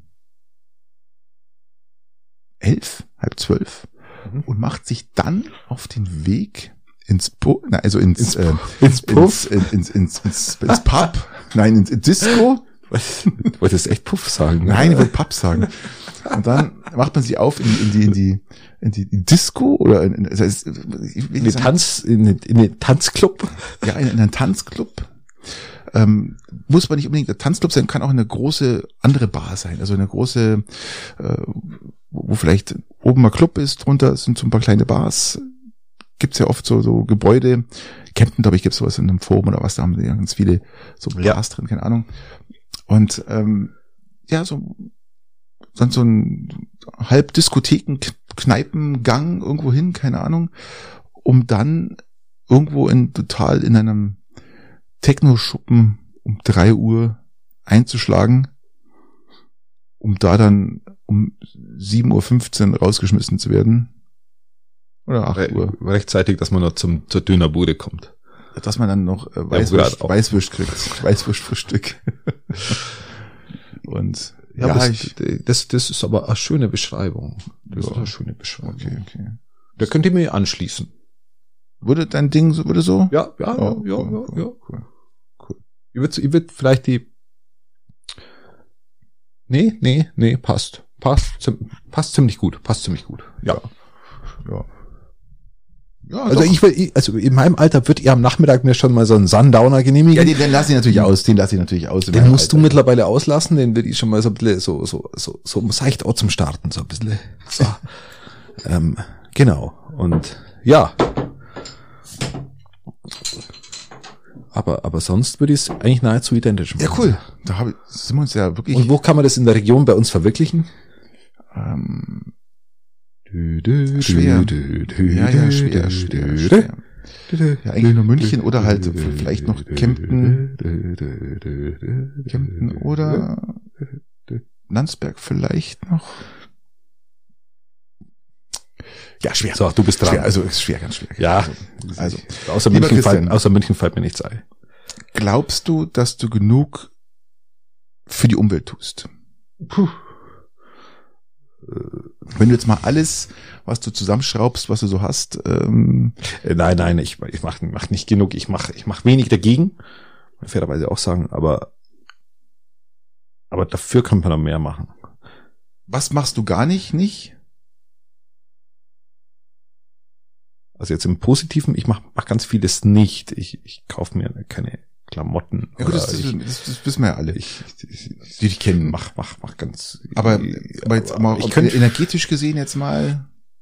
elf, halb zwölf Mhm. und macht sich dann auf den Weg ins Pu na, also ins Ins äh, Ins Puff? ins, ins, ins, ins, ins Pub, nein, ins, ins Disco. Du wolltest echt Puff sagen. ne? Nein, ich wollte Pub sagen. Und dann macht man sie auf in, in die in die in die in Disco oder in, in, das heißt, ich will In nicht den sagen, Tanz, in den, in den Tanzclub. ja, in, in einen Tanzclub. Ähm, muss aber nicht unbedingt der Tanzclub sein, kann auch eine große andere Bar sein. Also eine große, äh, wo vielleicht oben mal Club ist, drunter sind so ein paar kleine Bars. Gibt's ja oft so so Gebäude. Kempten, glaube ich, gibt's sowas in einem Forum oder was, da haben die ganz viele so Bars Ja. drin, keine Ahnung. Und ähm, ja, so dann so ein halb Diskotheken, Kneipengang irgendwo hin, keine Ahnung, um dann irgendwo in total in einem Techno-Schuppen um drei Uhr einzuschlagen, um da dann um sieben Uhr fünfzehn rausgeschmissen zu werden. Oder acht Re Uhr. rechtzeitig, dass man noch zum, zur Dönerbude kommt. Dass man dann noch äh, Weißwurst, gerade auch. Weißwurst kriegt. Weißwurstfrühstück. Und Ja, ja, aber ich, das, das, das ist aber eine schöne Beschreibung. Das Ja. ist eine schöne Beschreibung. okay, okay. Da könnt ihr mir anschließen. Würde dein Ding so, würde so? Ja, ja, Oh, ja, cool, ja, cool, ja. cool. Ich würde, ich würde vielleicht die, nee, nee, nee, passt. Passt, ziem- passt ziemlich gut, passt ziemlich gut. Ja. Ja. Ja, Also doch. ich will, ich- also in meinem Alter würde ihr am Nachmittag mir schon mal so einen Sundowner genehmigen. Ja, den, den lasse ich natürlich aus, den lasse ich natürlich aus. in Den meinem musst du Alter. mittlerweile auslassen, den würde ich schon mal so ein bisschen so, so, so, so seicht auch zum Starten, so ein bisschen. So. ähm, genau. Und ja. Aber, aber sonst würde ich es eigentlich nahezu identisch machen. Ja, cool. Da hab ich, sind wir uns ja wirklich. Und wo kann man das in der Region bei uns verwirklichen? ähm, Dü, dü, Schwer. dü, dü, ja, ja, dü, schwer, dü, schwer, dü, schwer. dü, Ja, eigentlich nur München dü, oder halt dü, vielleicht dü, noch dü, Kempten. dü, dü, dü, dü, Kempten dü, oder Landsberg vielleicht noch. Ja, schwer. So, du bist dran. Schwer, also ist schwer, ganz schwer. Ja. Also, Außer Lieber München, Christian. fällt, außer München fällt mir nichts ein. glaubst du, dass du genug für die Umwelt tust? Puh. Wenn du jetzt mal alles, was du zusammenschraubst, was du so hast, ähm, Äh, Nein, nein, ich, ich mach, mach nicht genug. Ich mach, ich mach wenig dagegen. Fairerweise auch sagen, aber, aber dafür kann man noch mehr machen. was machst du gar nicht, nicht? Also jetzt im Positiven, ich mach, mach ganz vieles nicht. Ich, ich kaufe mir keine Klamotten. Ja gut, das, oder das, ich, das, das wissen wir ja alle. ich, ich, ich, die dich kennen. mach, mach, mach ganz. Aber, aber jetzt aber mal ich ob könnte, energetisch gesehen jetzt mal.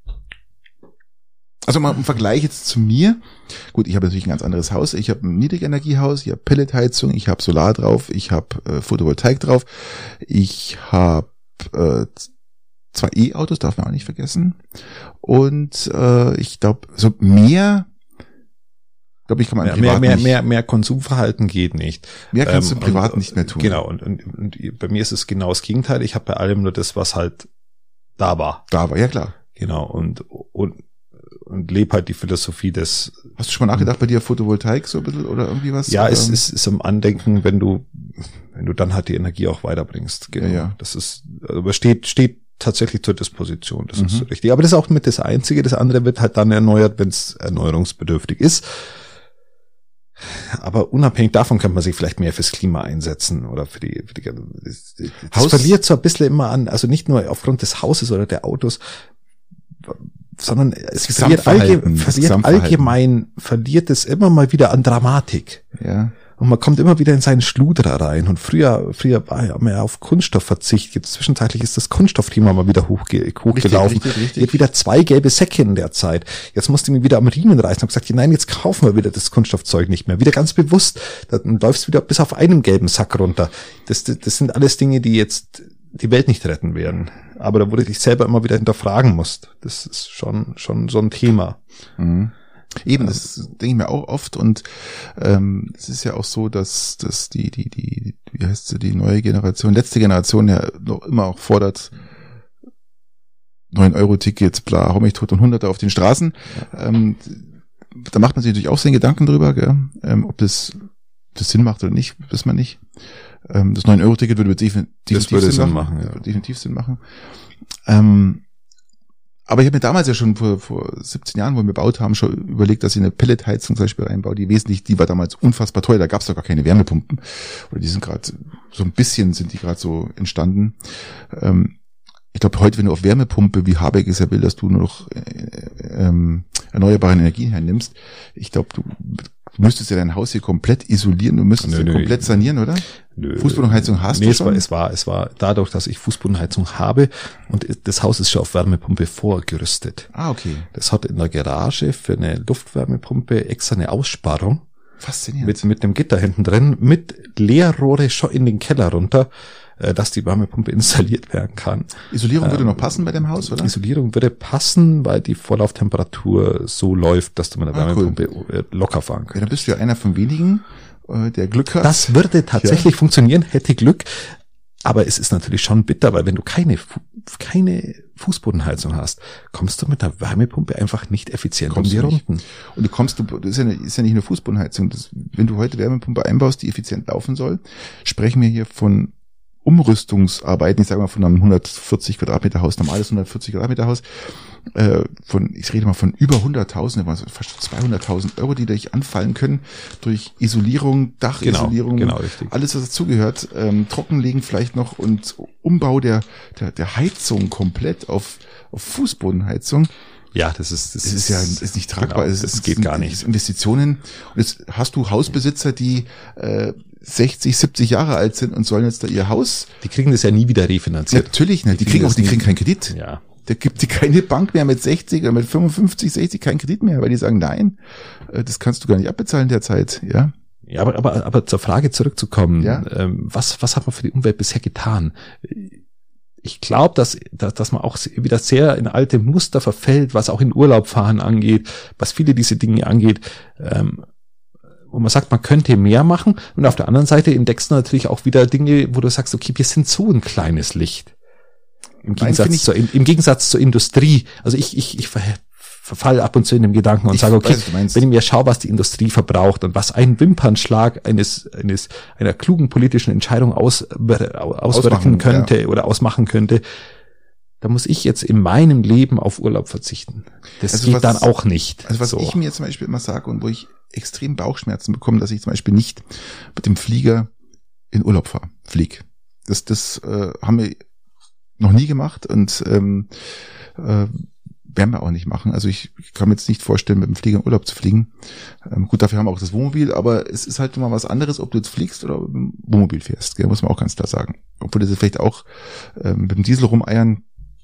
Also mal im Vergleich jetzt zu mir. Gut, ich habe natürlich ein ganz anderes Haus. Ich habe ein Niedrigenergiehaus, ich habe Pelletheizung, ich habe Solar drauf, ich habe äh, Photovoltaik drauf, ich habe äh, zwei E-Autos, darf man auch nicht vergessen. Und äh, ich glaube, so mehr, glaube ich, kann man im mehr, Privat mehr, nicht. mehr, mehr Konsumverhalten geht nicht. Mehr kannst ähm, du im Privat und, nicht mehr tun. Genau, und, und, und bei mir ist es genau das Gegenteil. Ich habe bei allem nur das, was halt da war. Da war, ja klar. Genau, und, und, und lebe halt die Philosophie des... Hast du schon mal nachgedacht bei dir Photovoltaik so ein bisschen oder irgendwie was? Ja, ähm, es ist, ist im Andenken, wenn du, wenn du dann halt die Energie auch weiterbringst. Genau. Ja, ja. Das ist, aber steht, steht tatsächlich zur Disposition. Das Mhm. ist richtig. Aber das ist auch mit das Einzige. Das andere wird halt dann erneuert, wenn es erneuerungsbedürftig ist. Aber unabhängig davon könnte man sich vielleicht mehr fürs Klima einsetzen oder für die, für die, das, das Haus- verliert so ein bisschen immer an, also nicht nur aufgrund des Hauses oder der Autos, sondern es verliert, Gesamtverhalten, allgemein, das verliert Gesamtverhalten. allgemein, verliert es immer mal wieder an Dramatik. Ja. Und man kommt immer wieder in seinen Schluderer rein. Und früher, früher war ja mehr auf Kunststoffverzicht. Jetzt zwischenzeitlich ist das Kunststoffthema mal wieder hochge hochgelaufen. Richtig, richtig, richtig. Jetzt wieder zwei gelbe Säcke in der Zeit. Jetzt musste ich mir wieder am Riemen reißen und gesagt, nein, jetzt kaufen wir wieder das Kunststoffzeug nicht mehr. Wieder ganz bewusst. Dann läufst du wieder bis auf einen gelben Sack runter. Das, das, das sind alles Dinge, die jetzt die Welt nicht retten werden. Aber da, wo du dich selber immer wieder hinterfragen musst. Das ist schon, schon so ein Thema. Mhm. Eben, das denke ich mir auch oft und ähm, es ist ja auch so, dass dass die die die wie heißt sie die neue Generation, letzte Generation ja noch immer auch fordert neun Euro Tickets, bla, hau mich tot und Hunderte auf den Straßen. Ähm, da macht man sich natürlich auch seine Gedanken drüber, gell? Ähm, ob das das Sinn macht oder nicht, wissen wir nicht. Ähm, das neun Euro Ticket würde definitiv, Das würde Sinn Sinn machen, machen, ja. definitiv Sinn machen. Ähm, Aber ich habe mir damals ja schon vor, vor siebzehn Jahren, wo wir gebaut haben, schon überlegt, dass ich eine Pelletheizung zum Beispiel reinbaue. Die wesentlich, die war damals unfassbar teuer. Da gab es doch gar keine Wärmepumpen. Oder die sind gerade so ein bisschen sind die gerade so entstanden. Ähm, ich glaube, heute, wenn du auf Wärmepumpe, wie Habeck es ja will, dass du nur noch äh, ähm, erneuerbare Energien hernimmst, ich glaube, du, du müsstest ja dein Haus hier komplett isolieren. Du müsstest Nö, ja nö. komplett sanieren, oder? Nö. Fußbodenheizung hast nee, du es schon? war, es war, es war dadurch, dass ich Fußbodenheizung habe und das Haus ist schon auf Wärmepumpe vorgerüstet. Ah, okay. Das hat in der Garage für eine Luftwärmepumpe extra eine Aussparung Faszinierend. mit, mit einem Gitter hinten drin, mit Leerrohre schon in den Keller runter, äh, dass die Wärmepumpe installiert werden kann. Isolierung würde ähm, noch passen bei dem Haus, oder? Isolierung würde passen, weil die Vorlauftemperatur so läuft, dass du mit der Ah, cool. Wärmepumpe äh, locker fahren Ja, kannst. dann bist du ja einer von wenigen, äh, der Glück hat. Das würde tatsächlich funktionieren, hätte Glück. Aber es ist natürlich schon bitter, weil wenn du keine, Fu- keine Fußbodenheizung hast, kommst du mit der Wärmepumpe einfach nicht effizient Kommst um die du nicht. Runden. Und du kommst, du, das ist ja, eine, ist ja nicht eine Fußbodenheizung. Das, wenn du heute Wärmepumpe einbaust, die effizient laufen soll, sprechen wir hier von Umrüstungsarbeiten, ich sage mal von einem hundertvierzig Quadratmeter Haus, normales hundertvierzig Quadratmeter Haus, äh, von, ich rede mal von über hunderttausend, fast zweihunderttausend Euro, die durch anfallen können, durch Isolierung, Dachisolierung, Genau, genau, richtig. alles, was dazugehört, ähm, Trockenlegen vielleicht noch und Umbau der, der, der Heizung komplett auf, auf Fußbodenheizung. Ja, das ist, das Es ist ja ist nicht tragbar. Genau, es, das es geht sind, gar es nicht. sind Investitionen. Und jetzt hast du Hausbesitzer, die äh, sechzig, siebzig Jahre alt sind und sollen jetzt da ihr Haus. Die kriegen das ja nie wieder refinanziert. Natürlich nicht. Die, Die kriegen kriegen auch, das die nie. kriegen keinen Kredit. Ja. Da gibt die keine Bank mehr mit sechzig oder mit fünfundfünfzig, sechzig keinen Kredit mehr, weil die sagen, nein, äh, das kannst du gar nicht abbezahlen derzeit. Ja. Ja, aber, aber, aber zur Frage zurückzukommen, Ja. ähm, was, was hat man für die Umwelt bisher getan? Ich glaube, dass, dass, dass man auch wieder sehr in alte Muster verfällt, was auch in Urlaub fahren angeht, was viele diese Dinge angeht, ähm, wo man sagt, man könnte mehr machen. Und auf der anderen Seite entdeckst du natürlich auch wieder Dinge, wo du sagst, okay, wir sind so ein kleines Licht. Im Nein, Gegensatz, finde ich- zur, im, im Gegensatz zur Industrie. Also ich, ich, ich ver, verfall ab und zu in dem Gedanken und Ich sage, okay, weiß, was du meinst. wenn ich mir schaue, was die Industrie verbraucht und was ein Wimpernschlag eines, eines, einer klugen politischen Entscheidung aus, auswirken Ausmachen, könnte oder ausmachen könnte, da muss ich jetzt in meinem Leben auf Urlaub verzichten. Das Also geht was- dann auch nicht. Also was so. ich mir zum Beispiel immer sage und wo ich extrem Bauchschmerzen bekomme, dass ich zum Beispiel nicht mit dem Flieger in Urlaub fahre, flieg. Das, das äh, haben wir noch nie gemacht und ähm, äh, werden wir auch nicht machen. Also ich, ich kann mir jetzt nicht vorstellen, mit dem Flieger in Urlaub zu fliegen. Ähm, gut, dafür haben wir auch das Wohnmobil, aber es ist halt immer was anderes, ob du jetzt fliegst oder mit dem Wohnmobil fährst, gell? Muss man auch ganz klar sagen. Obwohl das vielleicht auch ähm, mit dem Diesel rumeiern.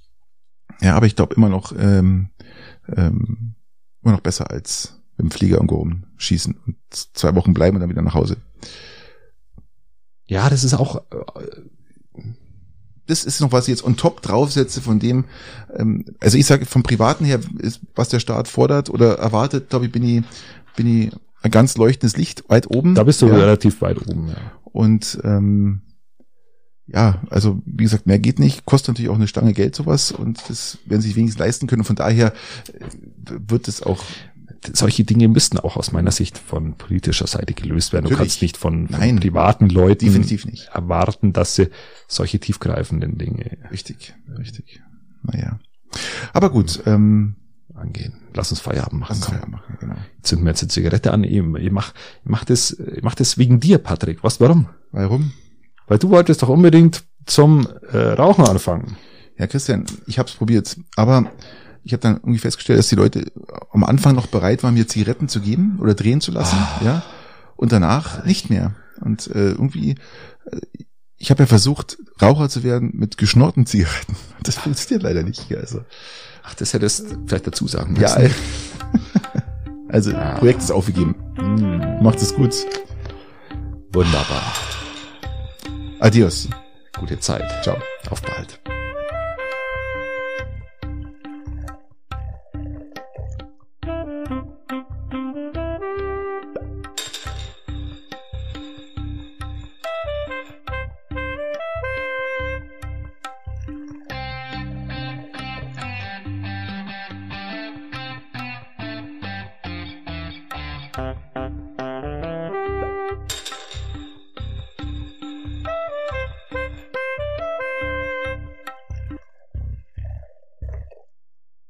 Ja, aber ich glaube immer noch ähm, ähm, immer noch besser als mit dem Flieger irgendwo rumschießen und zwei Wochen bleiben und dann wieder nach Hause. Ja, das ist auch, äh, das ist noch, was ich jetzt on top draufsetze von dem, ähm, also ich sage vom Privaten her, ist, was der Staat fordert oder erwartet, glaube ich, bin ich, bin ich ein ganz leuchtendes Licht weit oben. Da bist du ja. relativ weit oben, ja. Und ähm, ja, also wie gesagt, mehr geht nicht, kostet natürlich auch eine Stange Geld sowas und das werden sie sich wenigstens leisten können. Und von daher wird es auch... Solche Dinge müssten auch aus meiner Sicht von politischer Seite gelöst werden. Du Natürlich. kannst nicht von, von Nein, privaten Leuten definitiv nicht. erwarten, dass sie solche tiefgreifenden Dinge Richtig, richtig. Naja. Aber gut, ähm, angehen. Lass uns Feierabend machen. lass uns komm. Feierabend machen, genau. Zünden wir jetzt eine Zigarette an. Ich, ich mach, ich mach das, ich mach das wegen dir, Patrick. Was, warum? Warum? Weil du wolltest doch unbedingt zum äh, Rauchen anfangen. Ja, Christian, ich habe es probiert, aber ich habe dann irgendwie festgestellt, dass die Leute am Anfang noch bereit waren, mir Zigaretten zu geben oder drehen zu lassen, Ah. ja, und danach nicht mehr. Und äh, irgendwie, äh, ich habe ja versucht, Raucher zu werden mit geschnorrten Zigaretten. Das funktioniert leider nicht. Also, Ach, das hättest du vielleicht dazu sagen ja, müssen. also Ah. Projekt ist aufgegeben. Hm, Macht es gut. wunderbar. Adios. Gute Zeit. Ciao. Auf bald. Thank you.